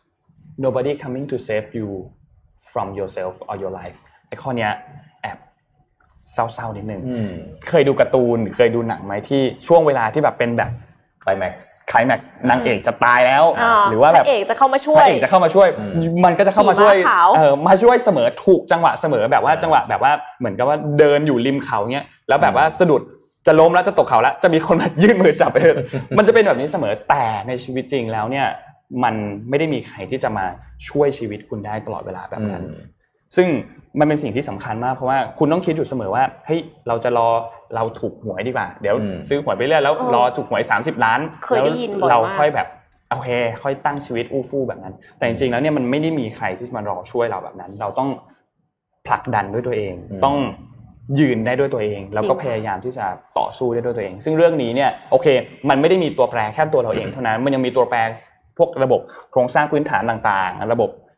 Speaker 2: nobody coming to save you from yourself or your life ไอ้ข้อเนี้ยแอบเศร้าๆนิดนึงเคยดูการ์ตูนเคยดูหนังไหมที่ช่วงเวลาที่แบบเป็นแบบ
Speaker 3: ไคลแม็กซ์
Speaker 2: นางเอกจะตายแล้วหรือว่าแบบ
Speaker 4: พระเอกจะเข้ามาช่วย
Speaker 2: มันก็จะเข้ามาช่วยมาช่วยเสมอถูกจังหวะเสมอแบบว่าจังหวะแบบว่าเหมือนกับว่าเดินอยู่ริมเขาเงี้ยแล้วแบบว่าสะดุดจะล้มแล้วจะตกเขาแล้วจะมีคนมายื่นมือจับมันจะเป็นแบบนี้เสมอแต่ในชีวิตจริงแล้วเนี่ยมันไม่ได้มีใครที่จะมาช่วยชีวิตคุณได้ตลอดเวลาแบบนั้นซึ่งมันเป็นสิ่งที่สำคัญมากเพราะว่าคุณต้องคิดอยู่เสมอว่าเฮ้ยเราถูกหวยดีกว่าเดี๋ยวซื้อหวยไปเรื่อยแล้วรอถูกหวย30ล้าน
Speaker 4: แล้ว
Speaker 2: เราค่อยแบบโอเคค่อยตั้งชีวิตอู้ฟู่แบบนั้นแต่จริงๆแล้วเนี่ยมันไม่ได้มีใครที่มารอช่วยเราแบบนั้นเราต้องผลักดันด้วยตัวเองต้องยืนได้ด้วยตัวเองแล้วก็พยายามที่จะต่อสู้ได้ด้วยตัวเองซึ่งเรื่องนี้เนี่ยโอเคมันไม่ได้มีตัวแปรแค่ตัวเราเองเท่านั้นมันยังมีตัวแปรพวกระบบโครงสร้างพื้นฐานต่างๆระบบ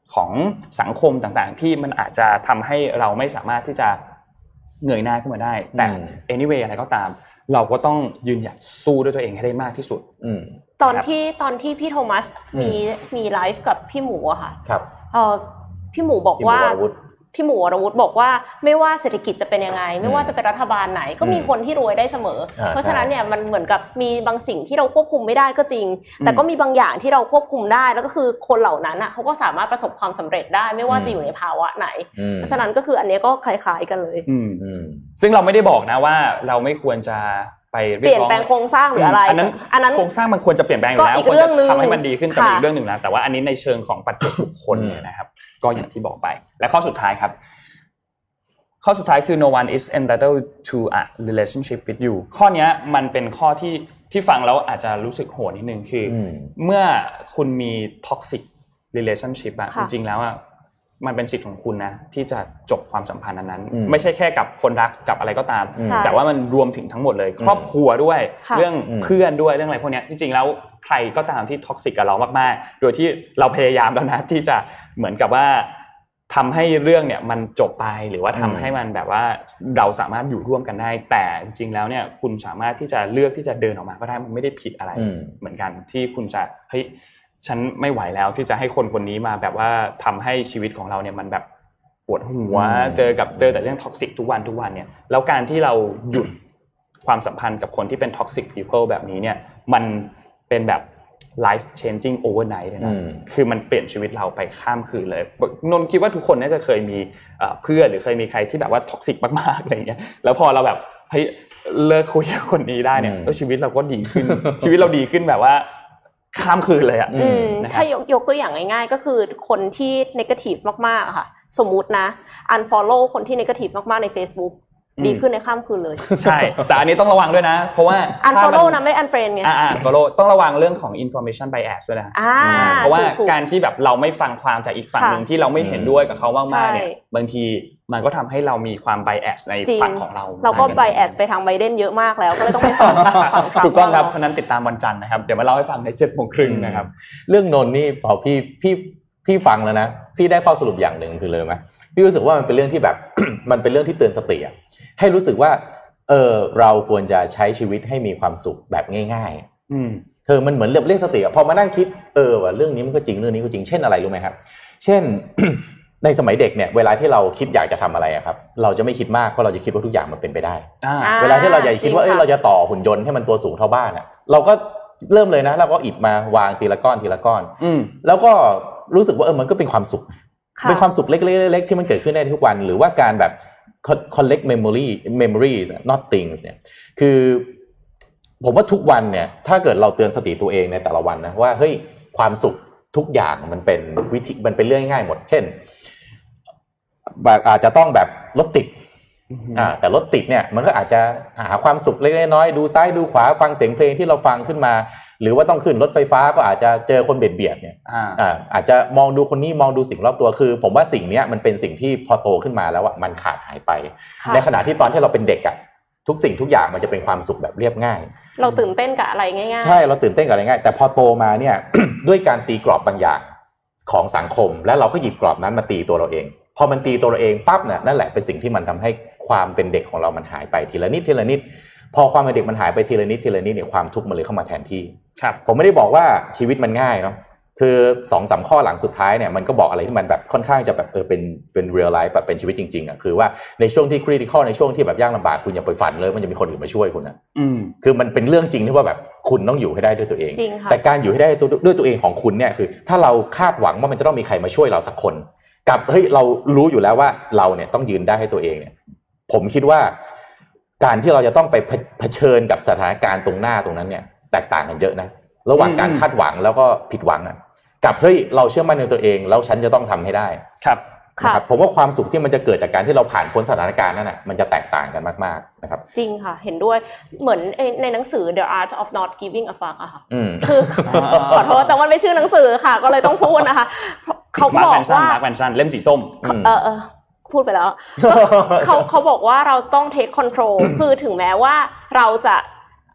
Speaker 2: ของสังคมต่างๆที่มันอาจจะทำให้เราไม่สามารถที่จะเงยหน้าขึ้นมาได้แต่ anyway อะไรก็ตามเราก็ต้องยืนหยัดสู้ด้วยตัวเองให้ได้มากที่สุด
Speaker 4: ตอนที่พี่โทมัสมีไลฟ์กับพี่หมูอะค่ะ
Speaker 3: ครับ
Speaker 4: พี่หมูบอกว่าพี่หมูวรวุฒิบอกว่าไม่ว่าเศรษฐกิจจะเป็นยังไงไม่ว่าจะเป็นรัฐบาลไหนก็มีคนที่รวยได้เสมอเพราะฉะนั้นเนี่ยมันเหมือนกับมีบางสิ่งที่เราควบคุมไม่ได้ก็จริงแต่ก็มีบางอย่างที่เราควบคุมได้แล้วก็คือคนเหล่านั้นอ่ะเขาก็สามารถประสบความสำเร็จได้ไม่ว่าจะอยู่ในภาวะไหนเพราะฉะนั้นก็คืออันนี้ก็คล้ายๆกันเลย
Speaker 2: ซึ่งเราไม่ได้บอกนะว่าเราไม่ควรจะไป
Speaker 4: เปลี่ยนแปลงโครงสร้างหรืออะไร
Speaker 2: อันนั้นโครงสร้างมันควรจะเปลี่ยนแปลงอยู่แล้วควรจะทำให้มันดีขึ้นแต่อีกเรื่องนึงนะแต่ว่าอันนี้ในเชิงของปัจเจกบุคคลเนี่ยนะครับก็อย่างที่บอกไปและข้อสุดท้ายครับข้อสุดท้ายคือ no one is entitled to a relationship with you ข้อนี้มันเป็นข้อที่ฟังแล้วอาจจะรู้สึกโหดนิดนึงคือเมื่อคุณมี toxic relationship อ่ะจริงๆแล้วอ่ะมันเป็นสิทธิ์ของคุณนะที่จะจบความสัมพันธ์นั้นไม่ใช่แค่กับคนรักกับอะไรก็ตามแต่ว่ามันรวมถึงทั้งหมดเลยครอบครัวด้วยเรื่องเพื่อนด้วยเรื่องอะไรพวกนี้จริงๆแล้วใครก็ตามที่ toxic กับเรามากๆโดยที่เราพยายามแล้วนะที่จะเหมือนกับว่าทำให้เรื่องเนี่ยมันจบไปหรือว่าทำให้มันแบบว่าเราสามารถอยู่ร่วมกันได้แต่จริงๆแล้วเนี่ยคุณสามารถที่จะเลือกที่จะเดินออกมาก็ได้มันไม่ได้ผิดอะไรเหมือนกันที่คุณจะเฮ้ยฉันไม่ไหวแล้วที่จะให้คนคนนี้มาแบบว่าทำให้ชีวิตของเราเนี่ยมันแบบปวดหัวเจอแต่เรื่องท็อกซิกทุกวันเนี่ยแล้วการที่เราหยุดความสัมพันธ์กับคนที่เป็น toxic people แบบนี้เนี่ยมันเป็นแบบlife changing overnight เลยนะคือมันเปลี่ยนชีวิตเราไปข้ามคืนเลยนนท์คิดว่าทุกคนน่าจะเคยมีเพื่อนหรือเคยมีใครที่แบบว่าท็อกซิกมากๆอะไรอย่างเงี้ยแล้วพอเราแบบเฮ้ยเลิกคุยกับคนนี้ได้เนี่ยชีวิตเราก็ดีขึ้น ชีวิตเราดีขึ้นแบบว่าข้ามคืนเลยอ่ะ
Speaker 4: ถ้ายกตัวอย่างง่ายๆก็คือคนที่ negative มากๆค่ะสมมุตินะ unfollow คนที่ negative มากๆใน Facebookดีขึ้นในข้ามคืนเลย
Speaker 2: ใช่แต่อันนี้ต้องระวังด้วยนะเพราะว่า
Speaker 4: unfollow นะไม่ unfriend ไง
Speaker 2: follow ต้องระวังเรื่องของ information bias ด้วยนะเพราะว่าการที่แบบเราไม่ฟังความจากอีกฝั่งนึงที่เราไม่เห็นด้วยกับเขามากๆเนี่ยบางทีมันก็ทำให้เรามีความ bias ในฝั่งของเรา
Speaker 4: ก็ bias ไปทางไบเดนเยอะมากแล้วก็เลยต้องไปฟัง
Speaker 2: ถูกต้องครับเพราะนั้นติดตามวันจันทร์นะครับเดี๋ยวมาเล่าให้ฟังใน 7:30 นนะครับ
Speaker 3: เรื่องนนนี่พอพี่ฟังแล้วนะพี่ได้ข้อสรุปอย่างนึงคือเลยมั้ยพี่รู้สึกว่ามันเป็นเรื่องที่แบบ มันเป็นเรื่องที่เตือนสติอ่ะให้รู้สึกว่าเราควรจะใช้ชีวิตให้มีความสุขแบบง่ายๆมันเหมือนเรียกสติอ่ะพอมานั่งคิดว่าเรื่องนี้มันก็จริงเรื่องนี้ก็จริงเช่นอะไรรู้ไหมครับเช่น ในสมัยเด็กเนี่ยเวลาที่เราคิดอยากจะทำอะไรอะครับเราจะไม่คิดมากเพราะเราจะคิดว่าทุกอย่างมันเป็นไปได้เวลาที่เราอยากคิดว่าเราจะต่อหุ่นยนต์ให้มันตัวสูงเท่าบ้านอ่ะเราก็เริ่มเลยนะเราก็อิฐมาวางทีละก้อนแล้วก็รู้สึกว่ามันก็เป็นความสุขเป็นความสุขเล็กๆที่มันเกิดขึ้นได้ทุกวันหรือว่าการแบบcollect memories not things เนี่ยคือผมว่าทุกวันเนี่ยถ้าเกิดเราเตือนสติตัวเองในแต่ละวันนะว่าเฮ้ยความสุขทุกอย่างมันเป็นวิธีมันเป็นเรื่องง่ายหมดเช่นแบบอาจจะต้องแบบรถติดแต่รถติดเนี่ยมันก็อาจจะหาความสุขเล็กๆน้อยๆดูซ้ายดูขวาฟังเสียงเพลงที่เราฟังขึ้นมาหรือว่าต้องขึ้นรถไฟฟ้าก็อาจจะเจอคนเบียดเนี่ยอาจจะมองดูคนนี้มองดูสิ่งรอบตัวคือผมว่าสิ่งนี้มันเป็นสิ่งที่พอโตขึ้นมาแล้วมันขาดหายไปในขณะที่ตอนที่เราเป็นเด็กอ่ะทุกสิ่งทุกอย่างมันจะเป็นความสุขแบบเรียบง่าย
Speaker 4: เราตื่นเต้นกับอะไรง่าย
Speaker 3: ๆใช่เราตื่นเต้นกับอะไรง่ายแต่พอโตมาเนี่ย ด้วยการตีกรอบบางอย่างของสังคมและเราก็หยิบกรอบนั้นมาตีตัวเราเองพอมันตีตัวเราเองปั๊บเนี่ยนั่นแหละเป็นสิ่งที่มันทำให้ความเป็นเด็กของเรามันหายไปทีละนิดพอความเป็นเด็กมันหายไปทีละนิดเนี่ยความทุกข์มันเลยเข้ามาแทนที่ผมไม่ได้บอกว่าชีวิตมันง่ายเนาะคือ 2-3 ข้อหลังสุดท้ายเนี่ยมันก็บอกอะไรที่มันแบบค่อนข้างจะแบบเป็น real life แบบเป็นชีวิตจริงๆอ่ะคือว่าในช่วงที่ critical ในช่วงที่แบบยากลำบากคุณอย่าไปฝันเลยมันจะมีคนอื่นมาช่วยคุณนะคือมันเป็นเรื่องจริงที่ว่าแบบคุณต้องอยู่ให้ได้ด้วยตัวเองแต่การอยู่ให้ได้ด้วยตัวเองของคุณเนี่ยคือถ้าเราคาดหวังว่ามันจะต้องมีใครมาช่วยเราสักคนกับเฮ้ยเรารู้อยู่แล้วว่าเราเนี่ยต้องยืนได้ให้ตัวเองเนี่ยผมคิดว่าการที่เราจะต้องไปเผชิญกับสถานการณ์ตรงหน้าตรงนั้นเนี่ยแตกต่างกันเยอะนะระหว่างการคาดหวังแล้วก็ผิดหวังอ่ะกับเฮ้ยเราเชื่อมั่นในตัวเองแล้วฉันจะต้องทำให้ได้
Speaker 2: ครับ
Speaker 3: นะครับผมว่าความสุขที่มันจะเกิดจากการที่เราผ่านพ้นสถานการณ์นั้นน่ะมันจะแตกต่างกันมากๆนะครับ
Speaker 4: จริงค่ะเห็นด้วยเหมือนในหนังสือ The Art of Not Giving a Fuck อะค่ะคือขอโทษแต่มันไม่ชื่อหนังสือค่ะก็เลยต้องพูดนะคะเขาบอกว่า
Speaker 2: มาร์คแวนซันเล่มสีส้ม
Speaker 4: พูดไปแล้วเขาบอกว่าเราต้อง take control คือถึงแม้ว่าเราจะ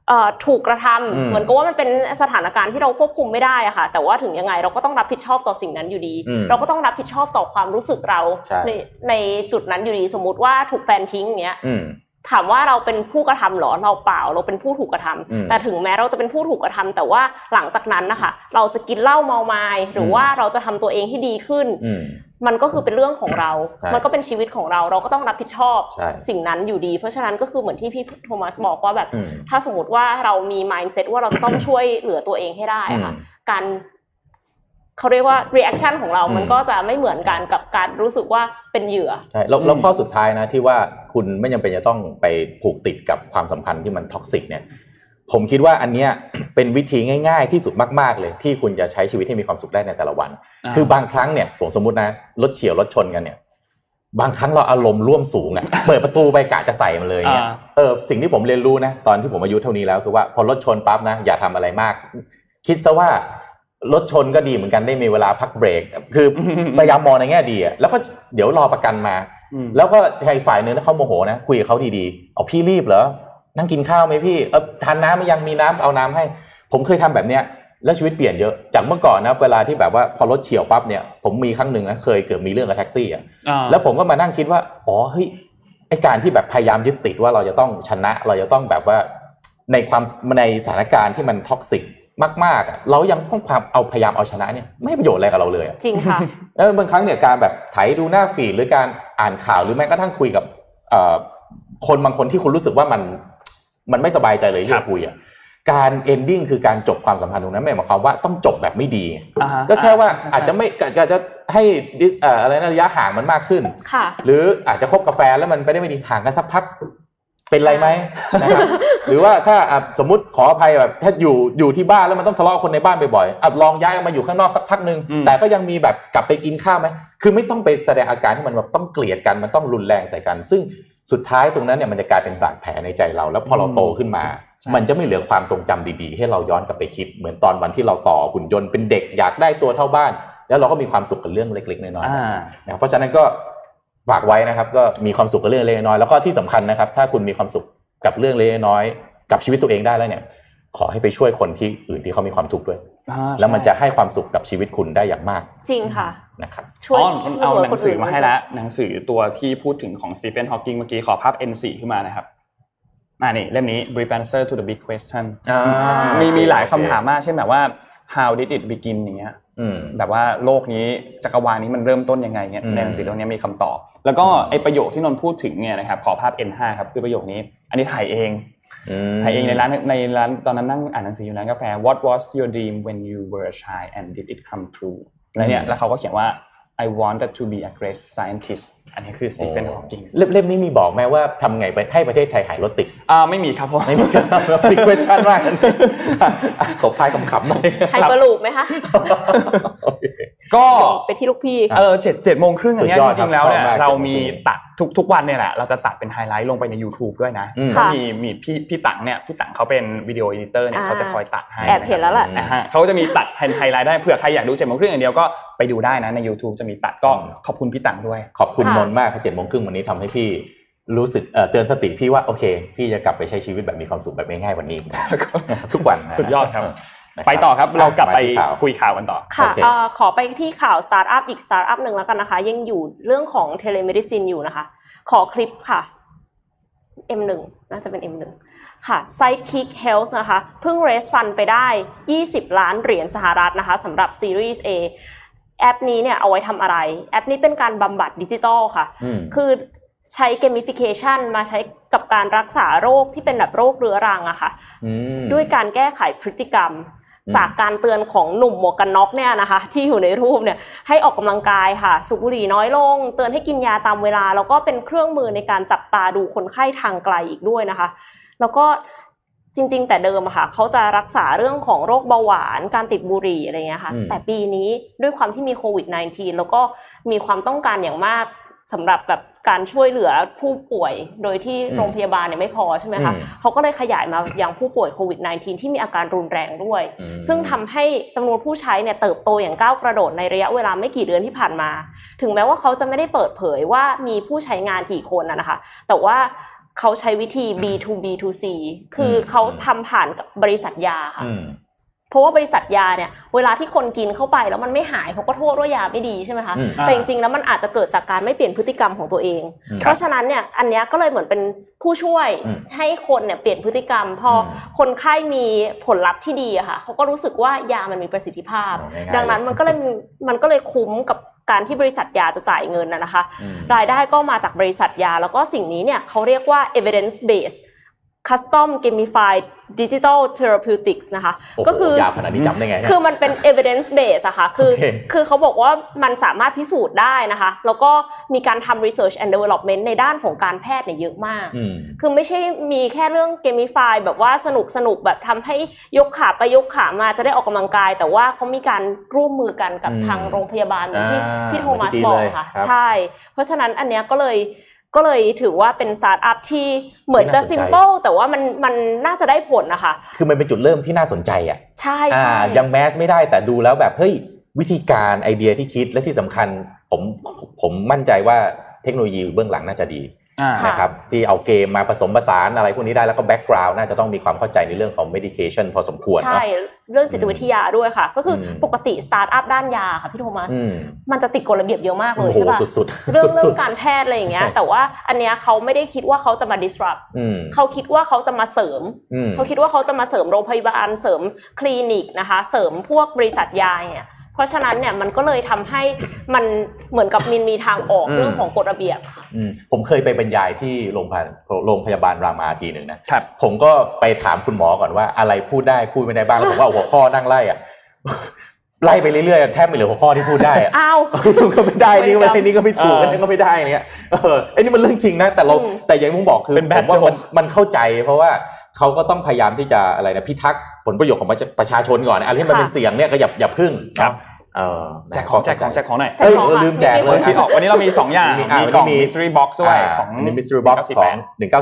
Speaker 4: ถูกกระทำเหมือนกับว่ามันเป็นสถานการณ์ที่เราควบคุมไม่ได้อะค่ะแต่ว่าถึงยังไงเราก็ต้องรับผิดชอบต่อสิ่งนั้นอยู่ดีเราก็ต้องรับผิดชอบต่อความรู้สึกเราในจุดนั้นอยู่ดีสมมุติว่าถูกแฟนทิ้งอย่างเงี้ยถามว่าเราเป็นผู้กระทำหรอเราเปล่าเราเป็นผู้ถูกกระทำแต่ถึงแม้เราจะเป็นผู้ถูกกระทำแต่ว่าหลังจากนั้นนะคะเราจะกินเหล้าเมาไม้หรือว่าเราจะทำตัวเองให้ดีขึ้นมันก็คือเป็นเรื่องของเรามันก็เป็นชีวิตของเราเราก็ต้องรับผิดชอบสิ่งนั้นอยู่ดีเพราะฉะนั้นก็คือเหมือนที่พี่โทมัสบอกว่าแบบถ้าสมมติว่าเรามี mindset ว่าเราต้องช่วยเหลือตัวเองให้ได้ค่ะการเขาเรียกว่า reaction ของเรามันก็จะไม่เหมือนกันกับการรู้สึกว่าเป็นเหยื่อ
Speaker 3: ใช่แล้วข้อสุดท้ายนะที่ว่าคุณไม่จำเป็นจะต้องไปผูกติดกับความสัมพันธ์ที่มันท็อกซิกเนี่ยผมคิดว่าอันเนี้ยเป็นวิธีง่ายๆที่สุดมากๆเลยที่คุณจะใช้ชีวิตให้มีความสุขได้ในแต่ละวันคือบางครั้งเนี่ยสมมตินะรถเฉี่ยวรถชนกันเนี่ยบางครั้งเราอารมณ์ร่วมสูงอ่ะเปิดประตูไปกะจะใส่มันเลยเนี่ยสิ่งที่ผมเรียนรู้นะตอนที่ผมอายุเท่านี้แล้วคือว่าพอรถชนปั๊บนะอย่าทำอะไรมากคิดซะว่ารถชนก็ดีเหมือนกันได้มีเวลาพักเบรกคือพยายามมองในแง่ดีอ่ะแล้วก็เดี๋ยวรอประกันมาแล้วก็ใครฝ่ายนึงถ้าเขาโมโหนะคุยกับเขาดีๆเอาพี่รีบเหรอนั่งกินข้าวไหมพี่ทานน้ำมั้ยยังมีน้ำเอาน้ำให้ผมเคยทำแบบเนี้ยแล้วชีวิตเปลี่ยนเยอะจากเมื่อก่อนนะเวลาที่แบบว่าพอรถเฉี่ยวปั๊บเนี่ยผมมีครั้งนึงนะเคยเกิดมีเรื่องกับแท็กซี่อ่ะแล้วผมก็มานั่งคิดว่าอ๋อเฮ้ยไอ้การที่แบบพยายามยึดติดว่าเราจะต้องชนะเราจะต้องแบบว่าในสถานการณ์ที่มันท็อกซิกมากๆอ่ะเรายังต้องพยายามเอาชนะเนี่ยไม่ประโยชน์อะไรกับเราเลย
Speaker 4: จริงค่ะ
Speaker 3: บางครั้งเนี่ยการแบบไถดูหน้าฟีดหรือการอ่านข่าวหรือแม้กระทั่งคุยกับคนบางคนที่คุณรู้สึกว่ามันไม่สบายใจเลยที่จะคุยอ่ะการเอนดิ้งคือการจบความสัมพันธ์ตรงนั้นไม่หมายความว่าต้องจบแบบไม่ดีก็แค่ว่าอาจจะไม่อาจจะให้อะไรนะระยะห่างมันมากขึ้นหรืออาจจะคบกาแฟแล้วมันไปได้ไม่ดีห่างกันสักพักเป็นไรไหมนะครับหรือว่าถ้าสมมุติขออภัยแบบถ้าอยู่ที่บ้านแล้วมันต้องทะเลาะกับคนในบ้านบ่อยๆลองย้ายมาอยู่ข้างนอกสักพักนึงแต่ก็ยังมีแบบกลับไปกินข้าวไหมคือไม่ต้องไปแสดงอาการที่มันแบบต้องเกลียดกันมันต้องรุนแรงใส่กันซึ่งสุดท้ายตรงนั้นเนี่ยมันจะกลายเป็นบาดแผลในใจเราแล้วพอเราโตขึ้นมามันจะไม่เหลือความทรงจำดีๆให้เราย้อนกลับไปคิดเหมือนตอนวันที่เราต่อหุ่นยนต์เป็นเด็กอยากได้ตัวเท่าบ้านแล้วเราก็มีความสุขกับเรื่องเล็กๆน้อยๆนะเพราะฉะนั้นก็ฝากไว้นะครับก็มีความสุขกับเรื่องเล็กๆน้อยๆแล้วก็ที่สำคัญนะครับถ้าคุณมีความสุขกับเรื่องเล็กน้อยกับชีวิตตัวเองได้แล้วเนี่ยขอให้ไปช่วยคนที่อื่นที่เขามีความทุกข์ด้วยแล้วมันจะให้ความสุขกับชีวิตคุณได้อย่างมาก
Speaker 4: จริงค่ะ
Speaker 3: นะครับ
Speaker 2: ช่วยเอาหนังสือมาให้แล้วหนังสือตัวที่พูดถึงของสตีเฟนฮอว์กิงเมื่อกี้ขอภาพ N4 ขึ้นมานะครับนี่เล่มนี้ Brief Answer to the Big Question มีหลายคำถามมากเช่นแบบว่า How did it begin อย่างเงี้ยแบบว่าโลกนี้จักรวาลนี้มันเริ่มต้นยังไงเงี้ยในหนังสือเล่มนี้มีคำตอบแล้วก็ไอประโยคที่นนท์พูดถึงเนี่ยนะครับขอภาพ N5 ครับคือประโยคนี้อันนี้ถ่ายเองในร้านตอนนั้นนั่งอ่านหนังสืออยู่ร้านกาแฟ What was your dream when you were a child and did it come true แล้วเขาก็เขียนว่า I wanted to be a great scientist อันนี้คือสตีเฟนฮอว์กิง
Speaker 3: เล่มนี้มีบอกไหมว่าทำไงไปให้ประเทศไทยหายรถติด
Speaker 2: ไม่มีครับผม
Speaker 3: ไม่มีครับบิ๊กเควสชั่นมากตบท้ายขำๆหน่อย
Speaker 4: ไฮเปอร์ลูปไหมคะ
Speaker 2: ก็
Speaker 4: ไปที่ลูกพี่
Speaker 2: 7:30 นอย่างเงี้ยจริงๆแล้วเนี่ยเรามีตัดทุกวันเนี่ยแหละเราจะตัดเป็นไฮไลท์ลงไปใน YouTube ด้วยนะก็มีพี่ตังเนี่ยพี่ตังเขาเป็นวิดีโอเอดิเตอร์เนี่ยเขาจะคอยตัดให้
Speaker 4: แอบเห็นแล้วแหละ
Speaker 2: เขาจะมีตัดไฮไลท์ได้เผื่อใครอยากดู 7:30 นอย่างเดียวก็ไปดูได้นะใน YouTube จะมีตัดก็ขอบคุณพี่ตังด้วย
Speaker 3: ขอบคุณนนท์มาก 7:30 นวันนี้ทำให้พี่รู้สึกเตือนสติพี่ว่าโอเคพี่จะกลับไปใช้ชีวิตแบบมีความสุขแบบง่ายๆวันนี้ทุกวัน
Speaker 2: สุดยอดครับไปต่อครับเรากลับไปคุยข่าวกันต่อ
Speaker 4: ค่ะขอไปที่ข่าวสตาร์ทอัพอีกสตาร์ทอัพนึงแล้วกันนะคะยังอยู่เรื่องของเทเลเมดิซินอยู่นะคะขอคลิปค่ะ M1 น่าจะเป็น M1 ค่ะ Sidekick Health นะคะเพิ่ง raise fund ไปได้$20 ล้านสหรัฐนะคะสำหรับ Series A แอปนี้เนี่ยเอาไว้ทำอะไรแอปนี้เป็นการบำบัดดิจิทัลค่ะคือใช้ gamification มาใช้กับการรักษาโรคที่เป็นแบบโรคเรื้อรังอะค่ะด้วยการแก้ไขพฤติกรรมจากการเตือนของหนุ่มหมวกกันน็อกเนี่ยนะคะที่อยู่ในรูปเนี่ยให้ออกกำลังกายค่ะสูบบุหรี่น้อยลงเตือนให้กินยาตามเวลาแล้วก็เป็นเครื่องมือในการจับตาดูคนไข้ทางไกลอีกด้วยนะคะแล้วก็จริงๆแต่เดิมอะค่ะเขาจะรักษาเรื่องของโรคเบาหวานการติดบุหรี่อะไรเงี้ยค่ะแต่ปีนี้ด้วยความที่มีโควิด -19 แล้วก็มีความต้องการอย่างมากสำหรับแบบการช่วยเหลือผู้ป่วยโดยที่โรงพยาบาลเนี่ยไม่พอใช่ไหมคะเขาก็เลยขยายมายังผู้ป่วยโควิด -19 ที่มีอาการรุนแรงด้วยซึ่งทำให้จำนวนผู้ใช้เนี่ยเติบโตอย่างก้าวกระโดดในระยะเวลาไม่กี่เดือนที่ผ่านมาถึงแม้ว่าเขาจะไม่ได้เปิดเผยว่ามีผู้ใช้งานกี่คนนะคะแต่ว่าเขาใช้วิธี B2B2C คือเขาทำผ่านกับบริษัทยาค่ะเพราะว่าบริษัทยาเนี่ยเวลาที่คนกินเข้าไปแล้วมันไม่หายเขาก็โทษว่ายาไม่ดีใช่ไหมคะแต่จริงๆแล้วมันอาจจะเกิดจากการไม่เปลี่ยนพฤติกรรมของตัวเองเพราะฉะนั้นเนี่ยอันนี้ก็เลยเหมือนเป็นผู้ช่วยให้คนเนี่ยเปลี่ยนพฤติกรรมพอคนไข้มีผลลัพธ์ที่ดีอะค่ะเขาก็รู้สึกว่ายามันมีประสิทธิภาพดังนั้นมันก็เลยคุ้มกับการที่บริษัทยาจะจ่ายเงินนะคะรายได้ก็มาจากบริษัทยาแล้วก็สิ่งนี้เนี่ยเขาเรียกว่า evidence based custom gamified digital therapeutics นะคะก็คือย
Speaker 3: าวขนาดนี้จำได้ไง
Speaker 4: คือมันเป็น evidence base อะค่ะคือเขาบอกว่ามันสามารถพิสูจน์ได้นะคะแล้วก็มีการทำ research and development ในด้านของการแพทย์เนี่ยเยอะมากคือไม่ใช่มีแค่เรื่อง gamify แบบว่าสนุกแบบทำให้ยกขาไปยกขามาจะได้ออกกำลังกายแต่ว่าเขามีการร่วมมือกันกับทางโรงพยาบาลอย่างที่พี่โทมัสบอกค่ะใช่เพราะฉะนั้นอันเนี้ยก็เลยถือว่าเป็นสตาร์ทอัพที่เหมือนจะซิมเปิลแต่ว่ามันน่าจะได้ผลนะคะ
Speaker 3: คือมันเป็นจุดเริ่มที่น่าสนใจอ่ะ
Speaker 4: ใช่
Speaker 3: ยังแมสไม่ได้แต่ดูแล้วแบบเฮ้ยวิธีการไอเดียที่คิดและที่สำคัญผมมั่นใจว่าเทคโนโลยีเบื้องหลังน่าจะดีนะครับที่เอาเกมมาผสมผสานอะไรพวกนี้ได้แล้วก็แบ็กกราวด์น่าจะต้องมีความเข้าใจในเรื่องของ medication พอสมควร
Speaker 4: ใช่เรื่องจิตวิทยาด้วยค่ะก็คือปกติสตาร์ทอัพด้านยาค่ะพี่โทมัสมันจะติดกฎระเบียบเยอะมากเลยใช่ป่ะเรื่องการแพทย์อะไรอย่างเงี้ยแต่ว่าอันเนี้ยเขาไม่ได้คิดว่าเขาจะมา disrupt เขาคิดว่าเขาจะมาเสริมเขาคิดว่าเขาจะมาเสริมโรงพยาบาลเสริมคลินิกนะคะเสริมพวกบริษัทยาเนี่ยเพราะฉะนั้นเนี่ยมันก็เลยทำให้มันเหมือนกับมีทางออกเรื่องของกฎระเบียบค่ะ
Speaker 3: ผมเคยไปบรรยายที่โรงพยาบาลรามาทีนึงนะผมก็ไปถามคุณหมอก่อนว่าอะไรพูดได้พูดไม่ได้บ้างแล้วผมว่าหัวข้อนั่งไล่อะไล่ไปเรื่อยๆแทบไม่เหลือหัวข้อที่พูดได้อ้าวก็ไม่ได้นี่ก็ไม่ถูกนี่ก็ไม่ได้เนี่ยไอ้นี่มันเรื่องจริงนะแต่อย่างที่ผมบอกคือผมว่ามันเข้าใจเพราะว่าเขาก็ต้องพยายามที่จะอะไรนะพิทักษ์ผลประโยชน์ของประชาชนก่อนอะไรที่มันเป็นเสียงเนี่ยก็อย่าพึ่ง
Speaker 2: ครับแจกของหน่อย
Speaker 3: ลืมแจกเลย
Speaker 2: วันนี้เรามี2อย่างมีกล่อง mystery box ด้วยของ
Speaker 3: mystery box ของ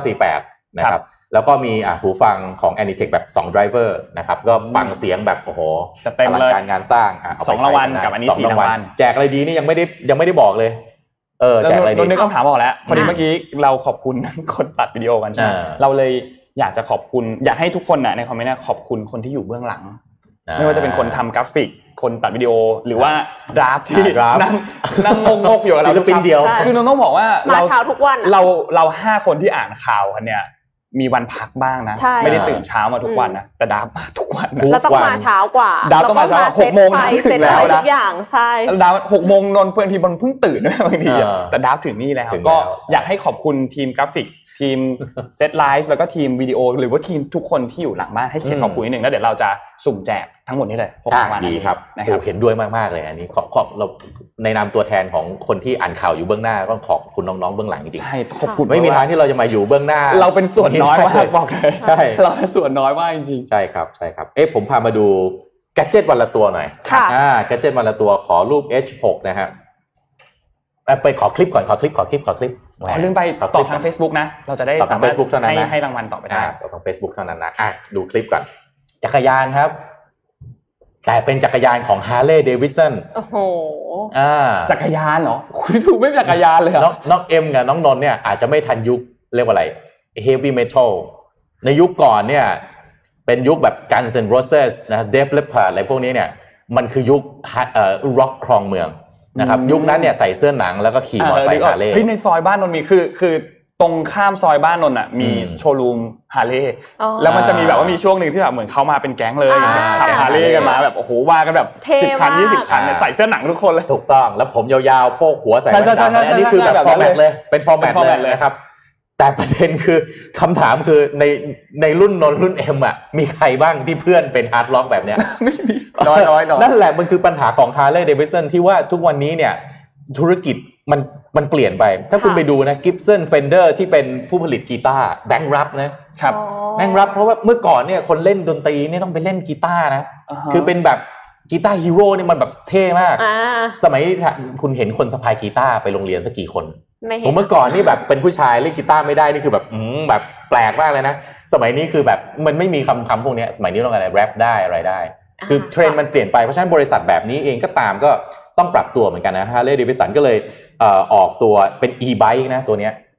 Speaker 3: 1948นะครับแล้วก็มีหูฟังของ Anitech แบบ2 driver นะครับก็ฟังเสียงแบบโอ้โห
Speaker 2: จะเต็มเลย
Speaker 3: การงานสร้าง
Speaker 2: 2รางวัลกับอันนี้4รางวัล
Speaker 3: แจกอะไรดีนี่ยังไม่ได้บอกเลย
Speaker 2: แจกอะไรดีนึกคำถามออกแล้วพอดีเมื่อกี้เราขอบคุณคนตัดวิดีโอกันใช่ไหมเราเลยอยากจะขอบคุณอยากให้ทุกคนในคอมเมนต์ขอบคุณคนที่อยู่เบื้องหลังไม่ว่าจะเป็นคนทำกราฟิกคนตัดวิดีโอหรือว่าดราฟที่นั่งงกๆอยู่กับเรา
Speaker 3: ศิลปินเดียว
Speaker 2: คือน้องๆบอกว่า
Speaker 4: มาเช้าทุกวัน
Speaker 2: เรา5คนที่อ่านข่าวกันเนี่ยมีวันพักบ้างนะไม่ได้ตื่นเช้ามาทุกวันนะแต่ดราฟมาทุกวัน
Speaker 4: แล้วต้องมาเช้ากว่า
Speaker 2: ดราฟต้องมาเช้า 6 โมงถึงแล้วนะ
Speaker 4: ทุกอย่างใช่
Speaker 2: ดราฟ 6 โมงนอนบางทีมันเพิ่งตื่นด้วยบางทีแต่ดราฟถึงนี่แล้วก็อยากให้ขอบคุณทีมกราฟิกทีมเซตไลฟ์แล้วก็ทีมวิดีโอหรือว่าทีมทุกคนที่อยู่หลังบ้านให้เขียนขอบคุณนิดนึงแล้วเดี๋ยวเราจะสุ่มแจกทั้งหมดนี้เลย
Speaker 3: 6 รางวัลดีครับเห็นด้วยมากๆเลยอันนี้ขอบเราในนามตัวแทนของคนที่อ่านข่าวอยู่เบื้องหน้าต้องขอบคุณน้องๆเบื้องหลังจริงๆ
Speaker 2: ใช่ขอบคุณ
Speaker 3: ไม่มีทางที่เราจะมาอยู่เบื้องหน้า
Speaker 2: เราเป็นส่วนน้อยมากบอกเลย
Speaker 3: ใช่
Speaker 2: เราเป็นส่วนน้อยมากจริง
Speaker 3: ๆใช่ครับผมพามาดูแกดเจ็ตวันละตัวหน่อยแกดเจ็ตวันละตัวขอรูป H6 นะฮะไปขอคลิปก่อนขอคลิป
Speaker 2: ลืมไปตอบทาง Facebook นะเราจะได้สามารถให้รางวัลต่อไปได้
Speaker 3: ทาง Facebook เท่านั้นนะดูคลิปก่อนจักรยานครับแต่เป็นจักรยานของ Harley Davidson
Speaker 4: โอ้โห
Speaker 2: จักรยานเหรอคุณถูกไม่จักรยานเลยเหรอ
Speaker 3: น้องเอ็มกับน้องนนท์เนี่ยอาจจะไม่ทันยุคเรียกว่าอะไร Heavy Metal ในยุคก่อนเนี่ยเป็นยุคแบบ Guns N' Roses นะ Def Leppard อะไรพวกนี้เนี่ยมันคือยุคร็อกครองเมืองนะครับยุคนั้นเนี่ยใส่เสื้อหนังแล้วก็ขี่มอเตอร์ไซค์ฮาร์เลย์
Speaker 2: ในซอยบ้านนนท์มีคือตรงข้ามซอยบ้านนนท์มีโชว์รูมฮาร์เลย์แล้วมันจะมีแบบว่ามีช่วงนึงที่แบบเหมือนเขามาเป็นแก๊งเลยขับฮาร์เลย์กันมาแบบโอ้โหว่ากันแบบ10 คัน 20 คันใส่เสื้อหนังทุกคนเลย
Speaker 3: ถูกต้องแล้วผมยาวๆโพกหัวใส่แว่นตาอันนี้คือแบบฟอร์แมตเลยเป็นฟอร์แมตเลยนะครับแต่ประเด็นคือคำถามคือในรุ่นนนรุ่นเอ็มมีใครบ้างที่เพื่อนเป็นฮาร์ดล็อกแบบเนี้ย
Speaker 2: ไม่มีน้อย
Speaker 3: นั่นแหละมันคือปัญหาของ Harley Davidson ที่ว่าทุกวันนี้เนี่ยธุรกิจมันเปลี่ยนไปถ้าคุณไปดูนะ Gibson Fender ที่เป็นผู้ผลิตกีตาร์แบงค์รับนะครับแบงค์รับเพราะว่าเมื่อก่อนเนี่ยคนเล่นดนตรีเนี่ยต้องไปเล่นกีตาร์นะคือเป็นแบบกีตาร์ฮีโร่เนี่ยมันแบบเท่มากสมัยคุณเห็นคนสะพายกีตาร์ไปโรงเรียนสักกี่คนผมเมื่อก่อนนี่แบบเป็นผู้ชายเล่นกีตาร์ไม่ได้นี่คือแบบแบบแปลกมากเลยนะสมัยนี้คือแบบมันไม่มีคำพวกนี้สมัยนี้ต้องอะไรแรปได้อะไรได้คือเทรนด์มันเปลี่ยนไปเพราะฉะนั้นบริษัทแบบนี้เองก็ตามก็ต้องปรับตัวเหมือนกันนะ Harley Davidson ก็เลยออกตัวเป็น e-bike นะตัวเนี้ย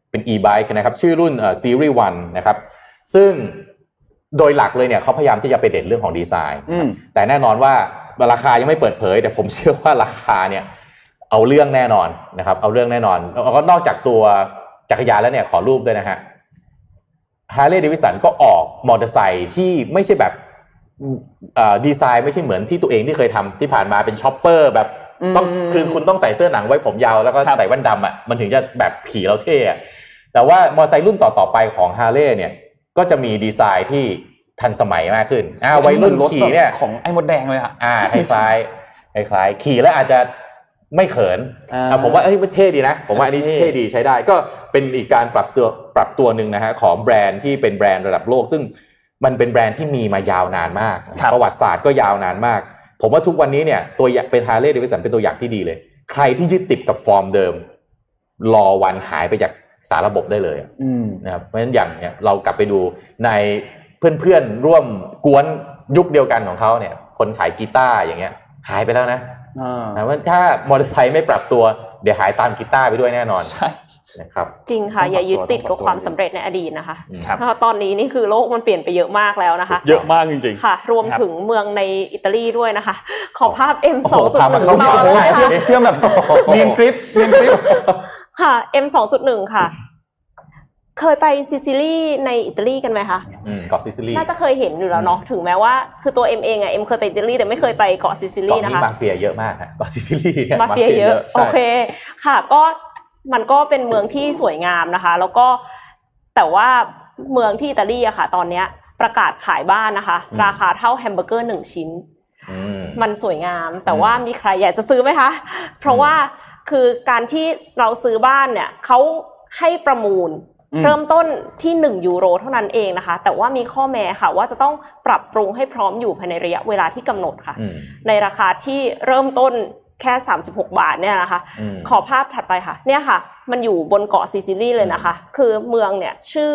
Speaker 3: เป็น e-bike นะครับชื่อรุ่นSeries 1นะครับซึ่งโดยหลักเลยเนี่ยเขาพยายามที่จะไปเด่นเรื่องของดีไซน์แต่แน่นอนว่าราคายังไม่เปิดเผยแต่ผมเชื่อว่าราคาเนี่ยเอาเรื่องแน่นอนนะครับเอาเรื่องแน่นอนแล้วก็นอกจากตัวจักรยานแล้วเนี่ยขอรูปด้วยนะฮะ Harley Davidson ก็ออกมอเตอร์ไซค์ที่ไม่ใช่แบบดีไซน์ไม่ใช่เหมือนที่ตัวเองที่เคยทำที่ผ่านมาเป็นช็อปเปอร์แบบต้องคือคุณต้องใส่เสื้อหนังไว้ผมยาวแล้วก็ใส่แว่นดำอ่ะมันถึงจะแบบขี่แล้วเท่แต่ว่ามอเตอร์ไซค์รุ่นต่อๆไปของ Harley เนี่ยก็จะมีดีไซน์ที่ทันสมัยมากขึ้นวัยรุ่นขี่เนี่ย
Speaker 2: ของไอ้มดแดงเลยอ่ะ
Speaker 3: คล้ายขี่แล้วอาจจะไม่เขินผมว่ามันเท่ดีนะผมว่าอันนี้เท่ดีใช้ได้ก็เป็นอีกการปรับตัวนึงนะฮะของแบรนด์ที่เป็นแบรนด์ระดับโลกซึ่งมันเป็นแบรนด์ที่มีมายาวนานมากประวัติศาสตร์ก็ยาวนานมากผมว่าทุกวันนี้เนี่ยตัวอย่างเป็น Harley Davidson เป็นตัวอย่างที่ดีเลยใครที่ยึดติดกับฟอร์มเดิมรอวันหายไปจากสารระบบได้เลยนะครับเพราะฉะนั้นอย่างเนี่ยเรากลับไปดูในเพื่อนๆร่วมกวนยุคเดียวกันของเขาเนี่ยคนขายกีตาร์อย่างเงี้ยหายไปแล้วนะว่าถ้ามอเตอร์ไซค์ไม่ปรับตัวเดี๋ยวหายตามกีตาร์ไปด้วยแน่นอน
Speaker 2: ใช่
Speaker 3: นะครับ
Speaker 4: จริงค่ะอย่ายึดติดกับความสำเร็จในอดีตนะคะเพราะตอนนี้นี่คือโลกมันเปลี่ยนไปเยอะมากแล้วนะคะ
Speaker 2: เยอะมากจริง
Speaker 4: ๆค่ะรวมถึงเมืองในอิตาลีด้วยนะคะขอภาพ M2.1
Speaker 2: เชื่อมแบบเนียนกริป
Speaker 4: ค่ะ M2.1 ค่ะเคยไปซิซิลีในอิตาลีกันไหมคะ
Speaker 3: เกาะซิซิลี
Speaker 4: น่าจะเคยเห็นอยู่แล้วเนาะถึงแม้ว่าคือตัว M เองอะ M เคยไปอิตาลีแต่ไม่เคยไปเกาะซิซิลีนะคะ
Speaker 3: เกาะนี้มาเฟียเยอะมากเกาะซิซิลี
Speaker 4: มาเฟียเยอะโอเคค่ะก็มันก็เป็นเมืองที่สวยงามนะคะแล้วก็แต่ว่าเมืองที่อิตาลีอะค่ะตอนนี้ประกาศขายบ้านนะคะราคาเท่าแฮมเบอร์เกอร์1ชิ้นมันสวยงามแต่ว่ามีใครอยากจะซื้อไหมคะเพราะว่าคือการที่เราซื้อบ้านเนี่ยเขาให้ประมูลเริ่มต้นที่€1เท่านั้นเองนะคะแต่ว่ามีข้อแม้ค่ะว่าจะต้องปรับปรุงให้พร้อมอยู่ภายในระยะเวลาที่กำหนดค่ะในราคาที่เริ่มต้นแค่36 บาทเนี่ยนะคะขอภาพถัดไปค่ะเนี่ยค่ะมันอยู่บนเกาะซิซิลีเลยนะคะคือเมืองเนี่ยชื่อ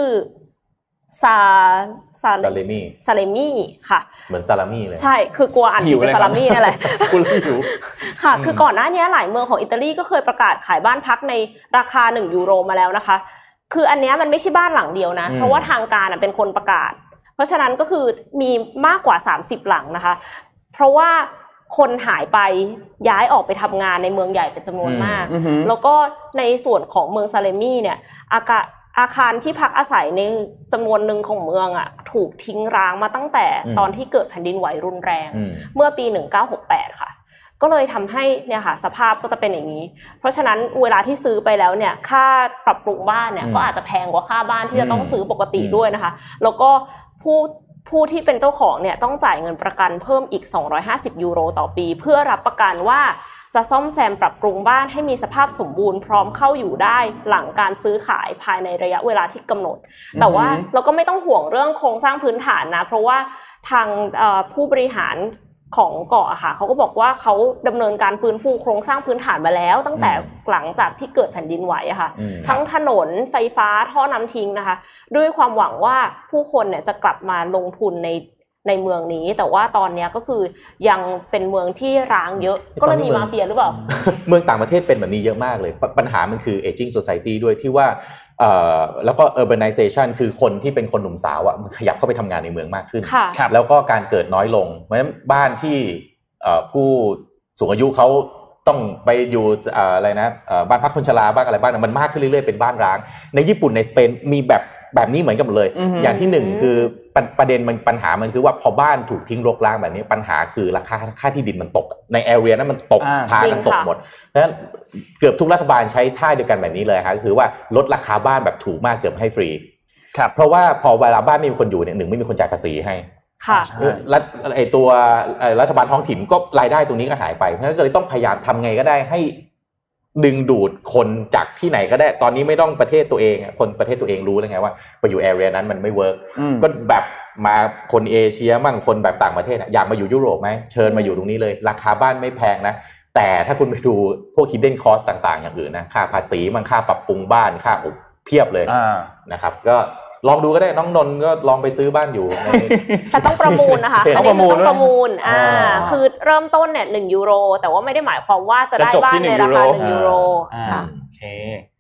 Speaker 4: ซาเลมี่ค่ะ
Speaker 3: เหมือนซาลามี่เลย
Speaker 4: ใช่คือกลัวอ่านผิดเป็นซาลามี่นี่แหละ
Speaker 3: คุณหิว
Speaker 4: ค่ะคือก่อนหน้านี้หลายเมืองของอิตาลีก็เคยประกาศขายบ้านพักในราคา€1มาแล้วนะคะคืออันนี้มันไม่ใช่บ้านหลังเดียวนะเพราะว่าทางการเป็นคนประกาศเพราะฉะนั้นก็คือมีมากกว่า30หลังนะคะเพราะว่าคนหายไปย้ายออกไปทำงานในเมืองใหญ่เป็นจำนวนมากแล้วก็ในส่วนของเมืองซาเลมี่เนี่ยอาคารที่พักอาศัยในจำนวนหนึ่งของเมืองอ่ะถูกทิ้งร้างมาตั้งแต่ตอนที่เกิดแผ่นดินไหวรุนแรงเมื่อปี1968ค่ะก็เลยทำให้เนี่ยค่ะสภาพก็จะเป็นอย่างนี้เพราะฉะนั้นเวลาที่ซื้อไปแล้วเนี่ยค่าปรับปรุงบ้านเนี่ยก็อาจจะแพงกว่าค่าบ้านที่จะต้องซื้อปกติด้วยนะคะแล้วก็ผู้ที่เป็นเจ้าของเนี่ยต้องจ่ายเงินประกันเพิ่มอีก€250ต่อปีเพื่อรับประกันว่าจะซ่อมแซมปรับปรุงบ้านให้มีสภาพสมบูรณ์พร้อมเข้าอยู่ได้หลังการซื้อขายภายในระยะเวลาที่กำหนดแต่ว่าเราก็ไม่ต้องห่วงเรื่องโครงสร้างพื้นฐานนะเพราะว่าทางผู้บริหารของเกาะค่ะเขาก็บอกว่าเขาดำเนินการฟื้นฟูโครงสร้างพื้นฐานมาแล้วตั้งแต่หลังจากที่เกิดแผ่นดินไหวอะค่ะทั้งถนนไฟฟ้าท่อน้ำทิ้งนะคะด้วยความหวังว่าผู้คนเนี่ยจะกลับมาลงทุนในเมืองนี้แต่ว่าตอนนี้ก็คือยังเป็นเมืองที่ร้างเยอะก็เลยมีมาเฟียหรือเปล่า
Speaker 3: เมืองต่างประเทศเป็นแบบนี้เยอะมากเลยปัญหามันคือ aging society ด้วยที่ว่าแล้วก็ urbanization คือคนที่เป็นคนหนุ่มสาวมันขยับเข้าไปทำงานในเมืองมากขึ้นแล้วก็การเกิดน้อยลงเพราะฉะนั้นบ้านที่ผู้สูงอายุเขาต้องไปอยู่อะไรนะบ้านพักคนชราบ้างอะไรบ้างมันมากขึ้นเรื่อยๆเป็นบ้านร้างในญี่ปุ่นในสเปนมีแบบนี้เหมือนกันหมดเลยอย่างที่หนึ่งคือประเด็นมันปัญหามันคือว่าพอบ้านถูกทิ้งรกร้างแบบนี้ปัญหาคือราคาค่าที่ดินมันตกในแอเรียนั้นมันตกพากันตกหมดเพราะฉะนั้นเกือบทุกรัฐบาลใช้ท่าเดียวกันแบบนี้เลยครับคือว่าลดราคาบ้านแบบถูกมากเกือบให้ฟรีครับเพราะว่าพอเวลาบ้านไม่มีคนอยู่เนี่ยหนึ่งไม่มีคนจ่ายภาษีให้
Speaker 4: ค่ะ
Speaker 3: ตัวรัฐบาลท้องถิ่นก็รายได้ตรงนี้ก็หายไปเพราะฉะนั้นก็เลยต้องพยายามทำไงก็ได้ให้ดึงดูดคนจากที่ไหนก็ได้ตอนนี้ไม่ต้องประเทศตัวเองคนประเทศตัวเองรู้แล้วไงว่าไปอยู่แอเรียนั้นมันไม่เวิร์กก็แบบมาคนเอเชียมั่งคนแบบต่างประเทศอยากมาอยู่ยุโรปไหมเชิญมาอยู่ตรงนี้เลยราคาบ้านไม่แพงนะแต่ถ้าคุณไปดูพวก hidden cost ต่างๆอย่างอื่นนะค่าภาษีมันค่าปรับปรุงบ้านค่าเพียบเลยนะครับก็ลองดูก็ได้น้องนนท์ก็ลองไปซื้อบ้านอยู่
Speaker 4: แต่ต้องประมูลนะคะต้องประมูลคือเริ่มต้นเนี่ย€1แต่ว่าไม่ได้หมายความว่าจะได้บ้านในราคา€1ค่ะ
Speaker 2: โอเค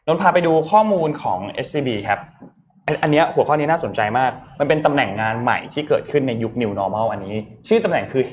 Speaker 2: นนพาไปดูข้อมูลของ SCB ครับอันนี้หัวข้อนี้น่าสนใจมากมันเป็นตำแหน่งงานใหม่ที่เกิดขึ้นในยุค New Normal อันนี้ชื่อตำแหน่งคือ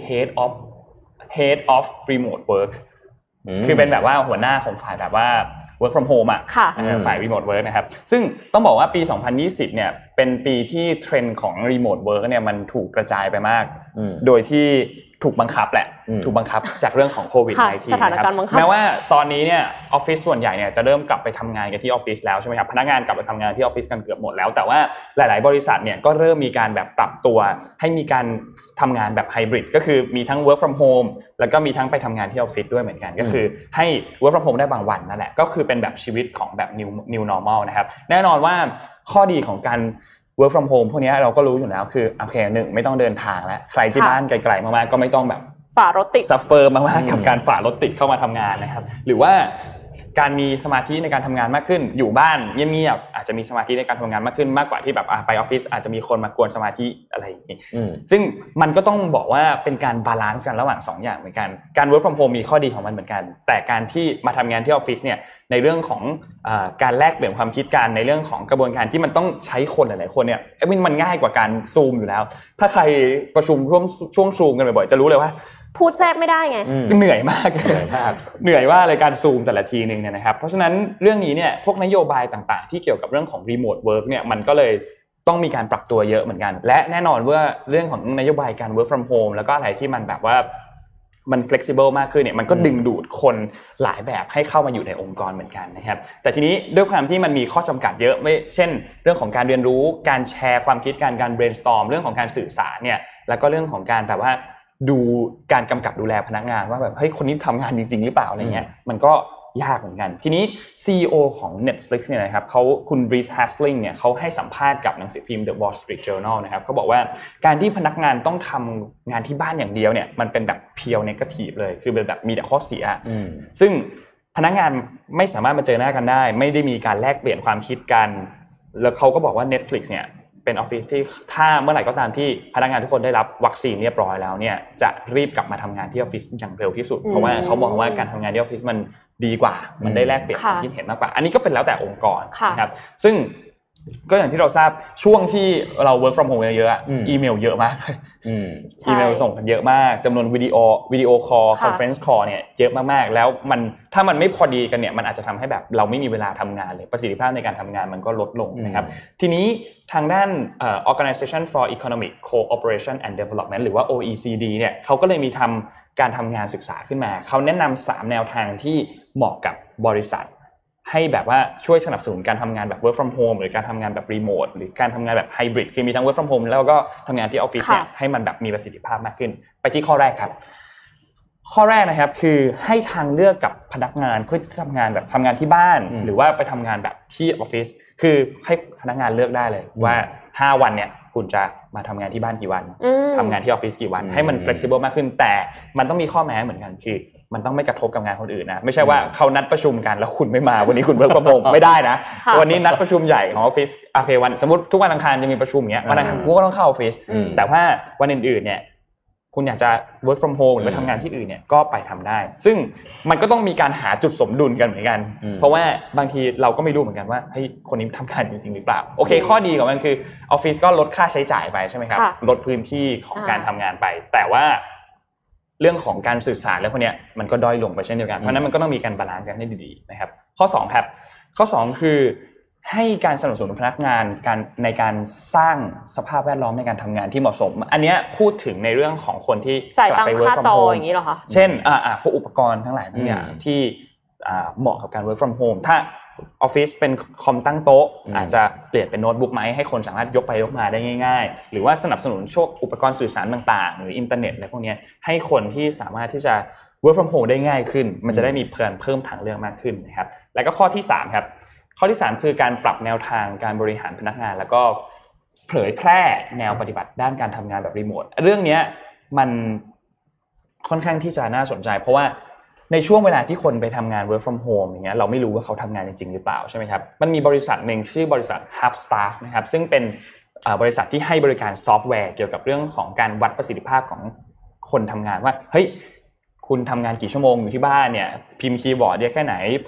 Speaker 2: Head of Remote Work คือเป็นแบบว่าหัวหน้าของฝ่ายแบบว่า work from home อ่ะฝ่าย remote work นะครับซึ่งต้องบอกว่าปี2020เนี่ยเป็นปีที่เทรนด์ของ remote work เนี่ยมันถูกกระจายไปมากโดยที่ถูกบังคับแหละถูกบังคับจากเรื่องของโควิด -19 นะครับแม้ว่าตอนนี้เนี่ยออฟฟิศส่วนใหญ่เนี่ยจะเริ่มกลับไปทำงานกันที่ออฟฟิศแล้วใช่ไหมครับพนักงานกลับไปทำงานที่ออฟฟิศกันเกือบหมดแล้วแต่ว่าหลายๆบริษัทเนี่ยก็เริ่มมีการแบบปรับตัวให้มีการทำงานแบบไฮบริดก็คือมีทั้ง work from home แล้วก็มีทั้งไปทำงานที่ออฟฟิศด้วยเหมือนกันก็คือให้ work from home ได้บางวันนั่นแหละก็คือเป็นแบบชีวิตของแบบ new normal นะครับแน่นอนว่าข้อดีของการwork from home พวกนี้เราก็รู้อยู่แล้วคือโอเค1ไม่ต้องเดินทางแล้วใครที่บ้านไกลๆมากๆก็ไม่ต้องแบบ
Speaker 4: ฝ่ารถติด
Speaker 2: ซัฟเฟอร์มากๆกับการฝ่ารถติดเข้ามาทำงานนะครับหรือว่าการมีสมาธิในการทำงานมากขึ้นอยู่บ้านเงียบๆอาจจะมีสมาธิในการทำงานมากขึ้นมากกว่าที่แบบไปออฟฟิศอาจจะมีคนมากวนสมาธิอะไรอย่างนี้ซึ่งมันก็ต้องบอกว่าเป็นการบาลานซ์กันระหว่าง2อย่างเหมือนกันการ work from home มีข้อดีของมันเหมือนกันแต่การที่มาทำงานที่ออฟฟิศเนี่ยในเรื่องของการแลกเปลี่ยนความคิดกันในเรื่องของกระบวนการที่มันต้องใช้คนหลายๆคนเนี่ยมันง่ายกว่าการซูมอยู่แล้วถ้าใครประชุมร่วมช่วงซูมกันบ่อยๆจะรู้เลยว่า
Speaker 4: พูดแทรกไม่ได้ไง
Speaker 2: เหนื่อยมากเหนื่อยว่าเลยการซูมแต่ละทีนึงเนี่ยนะครับเพราะฉะนั้นเรื่องนี้เนี่ยพวกนโยบายต่างๆที่เกี่ยวกับเรื่องของ remote work เนี่ยมันก็เลยต้องมีการปรับตัวเยอะเหมือนกันและแน่นอนว่าเรื่องของนโยบายการ work from home แล้วก็อะไรที่มันแบบว่ามัน flexible มากขึ้นเนี่ยมันก็ดึงดูดคนหลายแบบให้เข้ามาอยู่ในองค์กรเหมือนกันนะครับแต่ทีนี้ด้วยความที่มันมีข้อจำกัดเยอะไม่เช่นเรื่องของการเรียนรู้การแชร์ความคิดการ brainstorm เรื่องของการสื่อสารเนี่ยแล้วก็เรื่องของการแบบว่าดูการกำกับดูแลพนักงานว่าแบบเฮ้ยคนนี้ทำงานจริงๆหรือเปล่าอะไรเงี้ยมันก็ยากเหมือนกันทีนี้ CEO ของ Netflix เนี่ยนะครับคุณ Reed Hastings เนี่ยเขาให้สัมภาษณ์กับหนังสือพิมพ์ The Wall Street Journal นะครับเขาบอกว่าการที่พนักงานต้องทำงานที่บ้านอย่างเดียวเนี่ยมันเป็นแบบ pure negative เลยคือเป็นแบบมีแต่ข้อเสียซึ่งพนักงานไม่สามารถมาเจอหน้ากันได้ไม่ได้มีการแลกเปลี่ยนความคิดกันแล้วเขาก็บอกว่า Netflix เนี่ยเป็นออฟฟิศที่ถ้าเมื่อไหร่ก็ตามที่พนักงานทุกคนได้รับวัคซีนเรียบร้อยแล้วเนี่ยจะรีบกลับมาทำงานที่ออฟฟิศอย่างเร็วที่สุดเพราะว่าเขามองว่าการทำงานที่ออฟฟิศมันดีกว่ามันได้แลกเปลี่ยนความคิดเห็นมากกว่าอันนี้ก็เป็นแล้วแต่องค์กรนะครับซึ่งก็อย่างที่เราทราบช่วงที่เรา work from home เยอะๆอีเมลเยอะมากอีเมลส่งกันเยอะมากจำนวนวิดีโอคอลคอนเฟอเรนซ์คอลเนี่ยเยอะมากๆแล้วมันถ้ามันไม่พอดีกันเนี่ยมันอาจจะทำให้แบบเราไม่มีเวลาทำงานเลยประสิทธิภาพในการทำงานมันก็ลดลงนะครับทีนี้ทางด้านOrganization for Economic Cooperation and Development หรือว่า OECD เนี่ยเขาก็เลยมีการทำงานศึกษาขึ้นมาเขาแนะนำ3แนวทางที่เหมาะกับบริษัทให้แบบว่าช่วยสนับสนุนการทำงานแบบ work from home หรือการทำงานแบบ remote หรือการทำงานแบบ hybrid คือมีทั้ง work from home แล้วก็ทำงานที่ออฟฟิศเนี่ยให้มันแบบมีประสิทธิภาพมากขึ้นไปที่ข้อแรกครับข้อแรกนะครับคือให้ทางเลือกกับพนักงานเพื่อทำงานแบบทำงานที่บ้านหรือว่าไปทำงานแบบที่ออฟฟิศคือให้พนักงานเลือกได้เลยว่า5วันเนี่ยคุณจะมาทำงานที่บ้านกี่วันทำงานที่ออฟฟิศกี่วันให้มัน flexible มากขึ้นแต่มันต้องมีข้อแม้เหมือนกันคือมันต้องไม่กระทบกับงานคนอื่นนะไม่ใช่ว่าเขานัดประชุมกันแล้วคุณไม่มาวันนี้คุณเวิร์คฟรอมโฮมไม่ได้นะวันนี้นัดประชุมใหญ่ของออฟฟิศโอเควันสมมติทุกวันอังคารจะมีประชุมอย่างเงี้ยวันอังคารคุณก็ต้องเข้าออฟฟิศแต่ว่าวันอื่นๆเนี่ยคุณอยากจะ work from home หรือไปทำงานที่อื่นเนี่ยก็ไปทำได้ซึ่งมันก็ต้องมีการหาจุดสมดุลกันเหมือนกันเพราะว่าบางทีเราก็ไม่รู้เหมือนกันว่าเฮ้ยคนนี้ทำงานจริงๆหรือเปล่าโอเคข้อดีของมันคือออฟฟิศก็ลดค่าใช้จ่ายไปใช่ไหมครับลดพื้นที่ของการทำงานไปแต่ว่าเรื่องของการสื่อสารแล้วพวกนี้มันก็ด้อยลงไปเช่นเดียวกันเพราะนั้นมันก็ต้องมีการบาลานซ์กันให้ดีๆนะครับข้อ2ครับข้อ2คือให้การสนับสนุนพนักงานในการสร้างสภาพแวดล้อมในการทำงานที่เหมาะสมอันนี้พูดถึงในเรื่องของคนที่
Speaker 4: กลับไป work from home อย่างนี้เหรอคะ
Speaker 2: เช่นพวกอุปกรณ์ทั้งหลายทั้งอย่างที่เหมาะกับการ work from home ถ้าออฟฟิศเป็นคอมตั้งโต๊ะอาจจะเปลี่ยนเป็นโน้ตบุ๊กไหมให้คนสามารถยกไปยกมาได้ง่ายๆหรือว่าสนับสนุนพวกอุปกรณ์สื่อสารต่างๆหรืออินเทอร์เน็ตอะไรพวกนี้ให้คนที่สามารถที่จะ work from home ได้ง่ายขึ้นมันจะได้มีเพิ่มทางเลือกมากขึ้นนะครับแล้วก็ข้อที่3ครับข้อที่3คือการปรับแนวทางการบริหารพนักงานแล้วก็เผยแพร่แนวปฏิบัติด้านการทำงานแบบรีโมทเรื่องนี้มันค่อนข้างที่จะน่าสนใจเพราะว่าในช่วงเวลาที่คนไปทำงาน work from home อย่างเงี้ยเราไม่รู้ว่าเขาทำงานจริงๆหรือเปล่าใช่ไหมครับมันมีบริษัทหนึ่งชื่อบริษัท HubStaff นะครับซึ่งเป็นบริษัทที่ให้บริการซอฟต์แวร์เกี่ยวกับเรื่องของการวัดประสิทธิภาพของคนทำงานว่าเฮ้ยคุณทำงานกี่ชั่วโมงอยู่ที่บ้านเนี่ยพิมพ์คีย์บอร์ดเยอะแค่ไหนพวก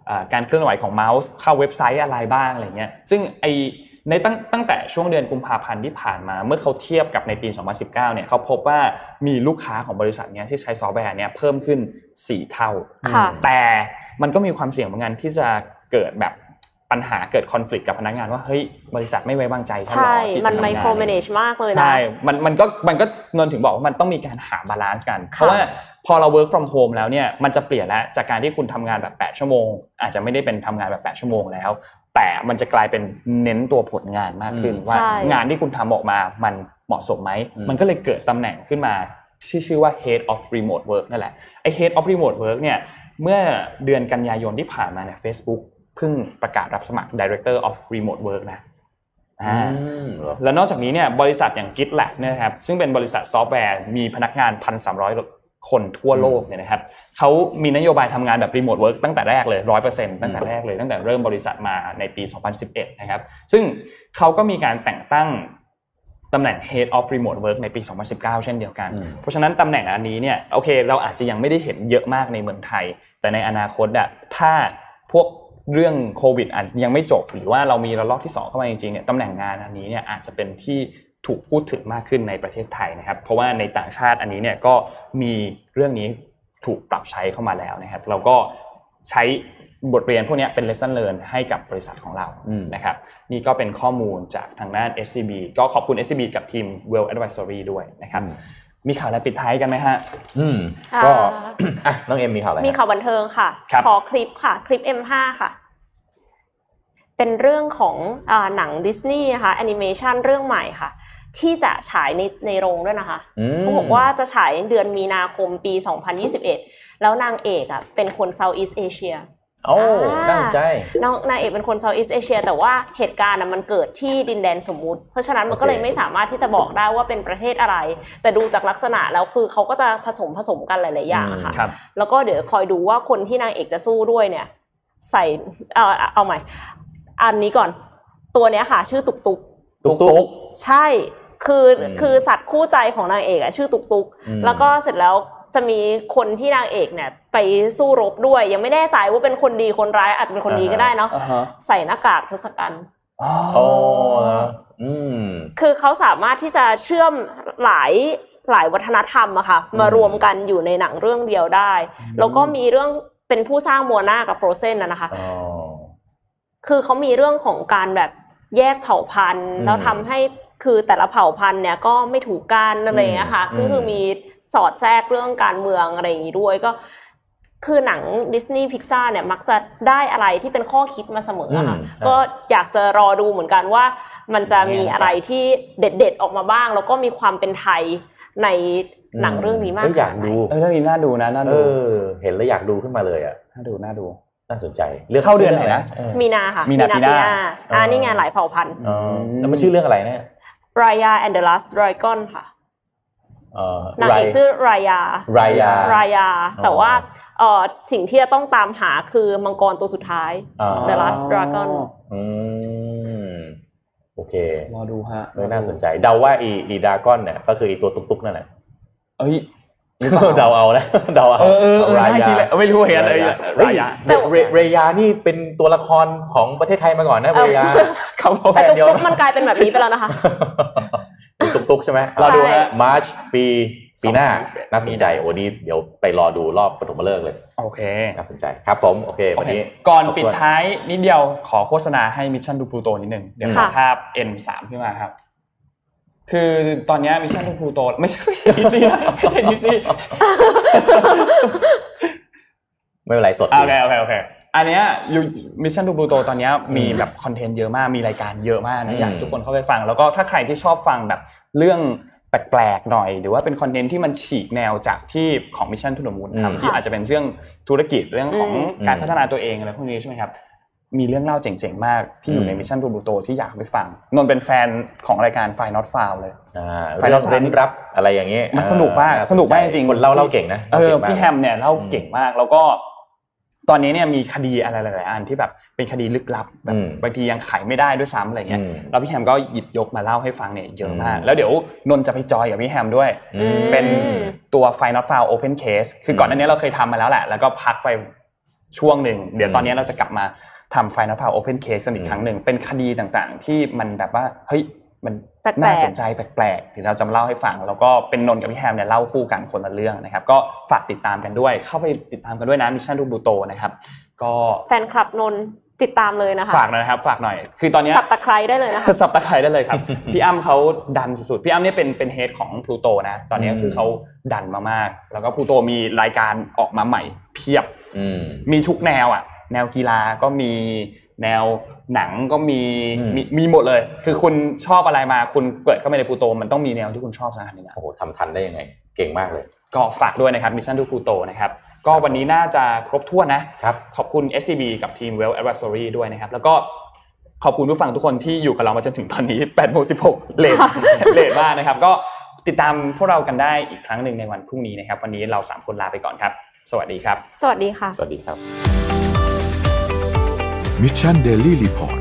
Speaker 2: การเคลื่อนไหวของเมาส์เข้าเว็บไซต์อะไรบ้างอะไรเงี้ยซึ่งในตั้งแต่ช่วงเดือนกุมภาพันธ์ที่ผ่านมาเมื่อเขาเทียบกับในปี2019เนี่ยเขาพบว่ามีลูกค้าของบริษัทเนี้ยที่ใช้ซอฟต์แวร์เนี้ยเพิ่มขึ้น4เท่าแต่มันก็มีความเสี่ยงเหมือนกันที่จะเกิดแบบปัญหาเกิดคอนฟลิกต์กับพนักงานว่าเฮ้ยบริษัทไม่ไว้วางใจเขาหรอที่
Speaker 4: มันไมโครแมเนจมากเลยนะ
Speaker 2: ใช่มันก็นนถึงบอกว่ามันต้องมีการหาบาลานซ์กันเพราะว่าพอเรา work from home แล้วเนี่ยมันจะเปลี่ยนแล้วจากการที่คุณทำงานแบบ8ชั่วโมงอาจจะไม่ได้เป็นทำงานแบบ8ชั่วโมงแล้วแต่มันจะกลายเป็นเน้นตัวผลงานมากขึ้นว่างานที่คุณทำออกมามันเหมาะสมไหมมันก็เลยเกิดตำแหน่งขึ้นมาชื่อว่า Head of Remote Work นั่นแหละไอ้ Head of Remote Work เนี่ยเมื่อเดือนกันยายนที่ผ่านมาเนี่ย Facebook เพิ่งประกาศรับสมัคร Director of Remote Work นะแล้วนอกจากนี้เนี่ยบริษัทอย่าง GitLab เนี่ยครับซึ่งเป็นบริษัทซอฟต์แวร์มีพนักงาน 1,300 คนทั่วโลกเนี่ยนะครับเขามีนโยบายทำงานแบบ Remote Work ตั้งแต่แรกเลย 100% ตั้งแต่แรกเลยตั้งแต่เริ่มบริษัทมาในปี2011นะครับซึ่งเขาก็มีการแต่งตั้งตำแหน่ง Head of Remote Work ในปี 2019 เช่นเดียวกันเพราะฉะนั้นตำแหน่งอันนี้เนี่ยโอเคเราอาจจะยังไม่ได้เห็นเยอะมากในเมืองไทยแต่ในอนาคตอ่ะถ้าพวกเรื่องโควิดยังไม่จบหรือว่าเรามีระลอกที่2เข้ามาจริงๆเนี่ยตำแหน่งงานอันนี้เนี่ยอาจจะเป็นที่ถูกพูดถึงมากขึ้นในประเทศไทยนะครับเพราะว่าในต่างชาติอันนี้เนี่ยก็มีเรื่องนี้ถูกปรับใช้เข้ามาแล้วนะครับเราก็ใช้บทเรียนพวกนี้เป็น lesson learn ให้กับบริษัทของเรานะครับนี่ก็เป็นข้อมูลจากทางด้าน SCB ก็ขอบคุณ SCB กับทีม Well Advisory ด้วยนะครับมีข่าวอะไรปิดท้ายกันไหมฮะ
Speaker 3: ก็น้องเอ็มมีข่าวอะไร
Speaker 4: มีข่าวบันเทิงค่ะขอคลิปค่ะคลิป M5 ค่ะเป็นเรื่องของหนังดิสนีย์นะคะแอนิเมชันเรื่องใหม่ค่ะที่จะฉายในโรงด้วยนะคะเขาบอกว่าจะฉายเดือนมีนาคมปี2021แล้วนางเอกอ่ะเป็นคน Southeast Asia
Speaker 3: โอ้น่าสนใจ
Speaker 4: นางเอกเป็นคน Southeast Asia แต่ว่าเหตุการณ์มันเกิดที่ดินแดนสมมุติเพราะฉะนั้นมันก็เลยไม่สามารถที่จะบอกได้ว่าเป็นประเทศอะไรแต่ดูจากลักษณะแล้วคือเขาก็จะผสมกันหลายๆอย่างค่ะแล้วก็เดี๋ยวคอยดูว่าคนที่นางเอกจะสู้ด้วยเนี่ยใส่เอาใหม่อันนี้ก่อนตัวเนี้ยค่ะชื่อตุกตุกใช่คือสัตว์คู่ใจของนางเอกชื่อตุกตุกแล้วก็เสร็จแล้วจะมีคนที่นางเอกเนี่ยไปสู้รบด้วยยังไม่แน่ใจว่าเป็นคนดีคนร้ายอาจจะเป็นคนดีก็ได้เนาะใส่หน้ากากทศกัณฐ์คือเขาสามารถที่จะเชื่อมหลายวัฒนธรรมอะค่ะมารวมกันอยู่ในหนังเรื่องเดียวได้แล้วก็มีเรื่องเป็นผู้สร้างมัวนากับโฟรเซนนะคะคือเขามีเรื่องของการแบบแยกเผ่าพันธุ์แล้วทำให้คือแต่ละเผ่าพันธุ์เนี่ยก็ไม่ถูกกันอะไรอย่างเงี้ยค่ะก็คือมีสอดแทรกเรื่องการเมืองอะไรอย่างงี้ด้วยก็คือหนังดิสนีย์พิกซ่าเนี่ยมักจะได้อะไรที่เป็นข้อคิดมาเสมอค่ะก็อยากจะรอดูเหมือนกันว่ามันจะมีอะไรที่เด็ดๆออกมาบ้างแล้วก็มีความเป็นไทยในหนังเรื่องนี้มาก
Speaker 3: อยากดู
Speaker 2: เรื่องนี้น่าดูนะน่าดู
Speaker 3: เห็นแล้วอยากดูขึ้นมาเลยอ่ะ
Speaker 2: น่าดู
Speaker 3: น่าสนใจ
Speaker 2: เข้าเดือนไหนนะ
Speaker 4: มีนาค่ะมีนาปีหน้านี่ไงหลายเผ่าพันธุ์
Speaker 3: แล้วมันชื่อเรื่องอะไรเนี่ย
Speaker 4: Raya and the Last Dragon ค่ะนางเอกชื่อรายาแต่ว่าสิ่งที่จะต้องตามหาคือมังกรตัวสุดท้าย The Last Dragon
Speaker 3: โอเค
Speaker 2: รอดูฮะ
Speaker 3: น่าสนใจเดาว่าอีดราก้อนเนี่ยก็คืออีตัวตุ๊กๆนั่นแหละ
Speaker 2: เอ้ย
Speaker 3: เดาเอานะเดาเอา
Speaker 2: รายาไม่รู้เหตุอะไรรายา
Speaker 3: เรยานี่เป็นตัวละครของประเทศไทยมาก่อนนะเรยา
Speaker 4: แต่ตุ๊กมันกลายเป็นแบบนี้ไปแล้วนะคะ
Speaker 3: ตุ๊กใช่ไหม
Speaker 2: รอดูฮะ
Speaker 3: มาร์ชปีหน้าน่าสนใจโอ้นี่เดี๋ยวไปรอดูรอบปฐมฤกษ์เลย
Speaker 2: โอเค
Speaker 3: น่าสนใจครับผมโอเควันนี้
Speaker 2: ก่อนปิดท้ายนิดเดียวขอโฆษณาให้ Mission to Pluto นิดนึงเดี๋ยวขอภาพ N3 ขึ้นมาครับคือตอนนี้ Mission to Pluto ไม่ใช่ดิสนีย์
Speaker 3: ไม่เป็นไรสด
Speaker 2: โอเคอันเนี้ยMission to Pluto ตอนนี้มีแบบคอนเทนต์เยอะมากมีรายการเยอะมากนะอยากทุกคนเข้าไปฟังแล้วก็ถ้าใครที่ชอบฟังแบบเรื่องแปลกๆหน่อยหรือว่าเป็นคอนเทนต์ที่มันฉีกแนวจากที่ของ Mission to the Moon ทำที่อาจจะเป็นเรื่องธุรกิจเรื่องของการพัฒนาตัวเองอะไรพวกนี้ใช่ไหมครับมีเรื่องเล่าเจ๋งๆมากที่อยู่ใน Mission to Pluto ที่อยากไปฟังนนเป็นแฟนของรายการ Find Not Found เลย
Speaker 3: Find Not Found รับอะไรอย่างเงี้ย
Speaker 2: มันสนุกมากจริง
Speaker 3: ๆคนเล่าเก่งนะ
Speaker 2: พี่แฮมเนี่ยเล่าเก่งมากแล้วก็ตอนนี้เนี่ยมีคดีอะไรหลายๆอันที่แบบเป็นคดีลึกลับแบบบางทียังไขไม่ได้ด้วยซ้ำอะไรเงี้ยแล้วพี่แฮมก็หยิบยกมาเล่าให้ฟังเนี่ยเยอะมากแล้วเดี๋ยวนนจะไปจอยกับพี่แฮมด้วยเป็นตัว Find Not Found Open Case คือก่อนหน้านี้เราเคยทำมาแล้วแหละแล้วก็พักไปช่วงหนึ่งเดี๋ยวตอนนี้เราจะกลับมาทำ Final Power Open Case อีกครั้งหนึ่งเป็นคดีต่างๆที่มันแบบว่าเฮ้ยมันน่าสนใจแปลกๆที่เราจะมาเล่าให้ฟังแล้วก็เป็นนนท์กับพี่แฮมเนี่ยเล่าคู่กันคนละเรื่องนะครับก็ฝากติดตามกันด้วยเข้าไปติดตามกันด้วยนะ Mission to Pluto นะครับก็
Speaker 4: แฟนคลับนนท์ติดตามเลยนะคะ
Speaker 2: ฝากหน่อยนะครับฝากหน่อยคือตอนนี้
Speaker 4: สับตะไคร้ได้เลยนะคะ
Speaker 2: สับตะไคร้ได้เลยครับ พี่อ้ำเขาดันสุดๆพี่อ้ำเนี่ยเป็นเฮดของ Pluto นะตอนนี้คือเขาดันมามากแล้วก็ Pluto มีรายการออกมาใหม่เพียบมีทุกแนวอ่ะแนวกีฬาก็มีแนวหนังก็มีหมดเลยคือคุณชอบอะไรมาคุณเปิดเข้าไปใน Pluto มันต้องมีแนวที่คุณชอบสักอันนึงอ่ะ
Speaker 3: โอ้โหทำทันได้ยังไงเก่งมากเลย
Speaker 2: ก็ฝากด้วยนะครับ Mission to Pluto นะครับก็วันนี้น่าจะครบถ้วนนะครับขอบคุณ SCB กับทีม Wealth Advisory ด้วยนะครับแล้วก็ขอบคุณผู้ฟังทุกคนที่อยู่กับเรามาจนถึงตอนนี้ 8:16 เลทมากนะครับก็ติดตามพวกเรากันได้อีกครั้งหนึ่งในวันพรุ่งนี้นะครับวันนี้เรา3คนลาไปก่อนครับสวัสดีครับ
Speaker 4: สวัสดีค่ะ
Speaker 3: สวัสดีครับ
Speaker 1: Mission Daily Report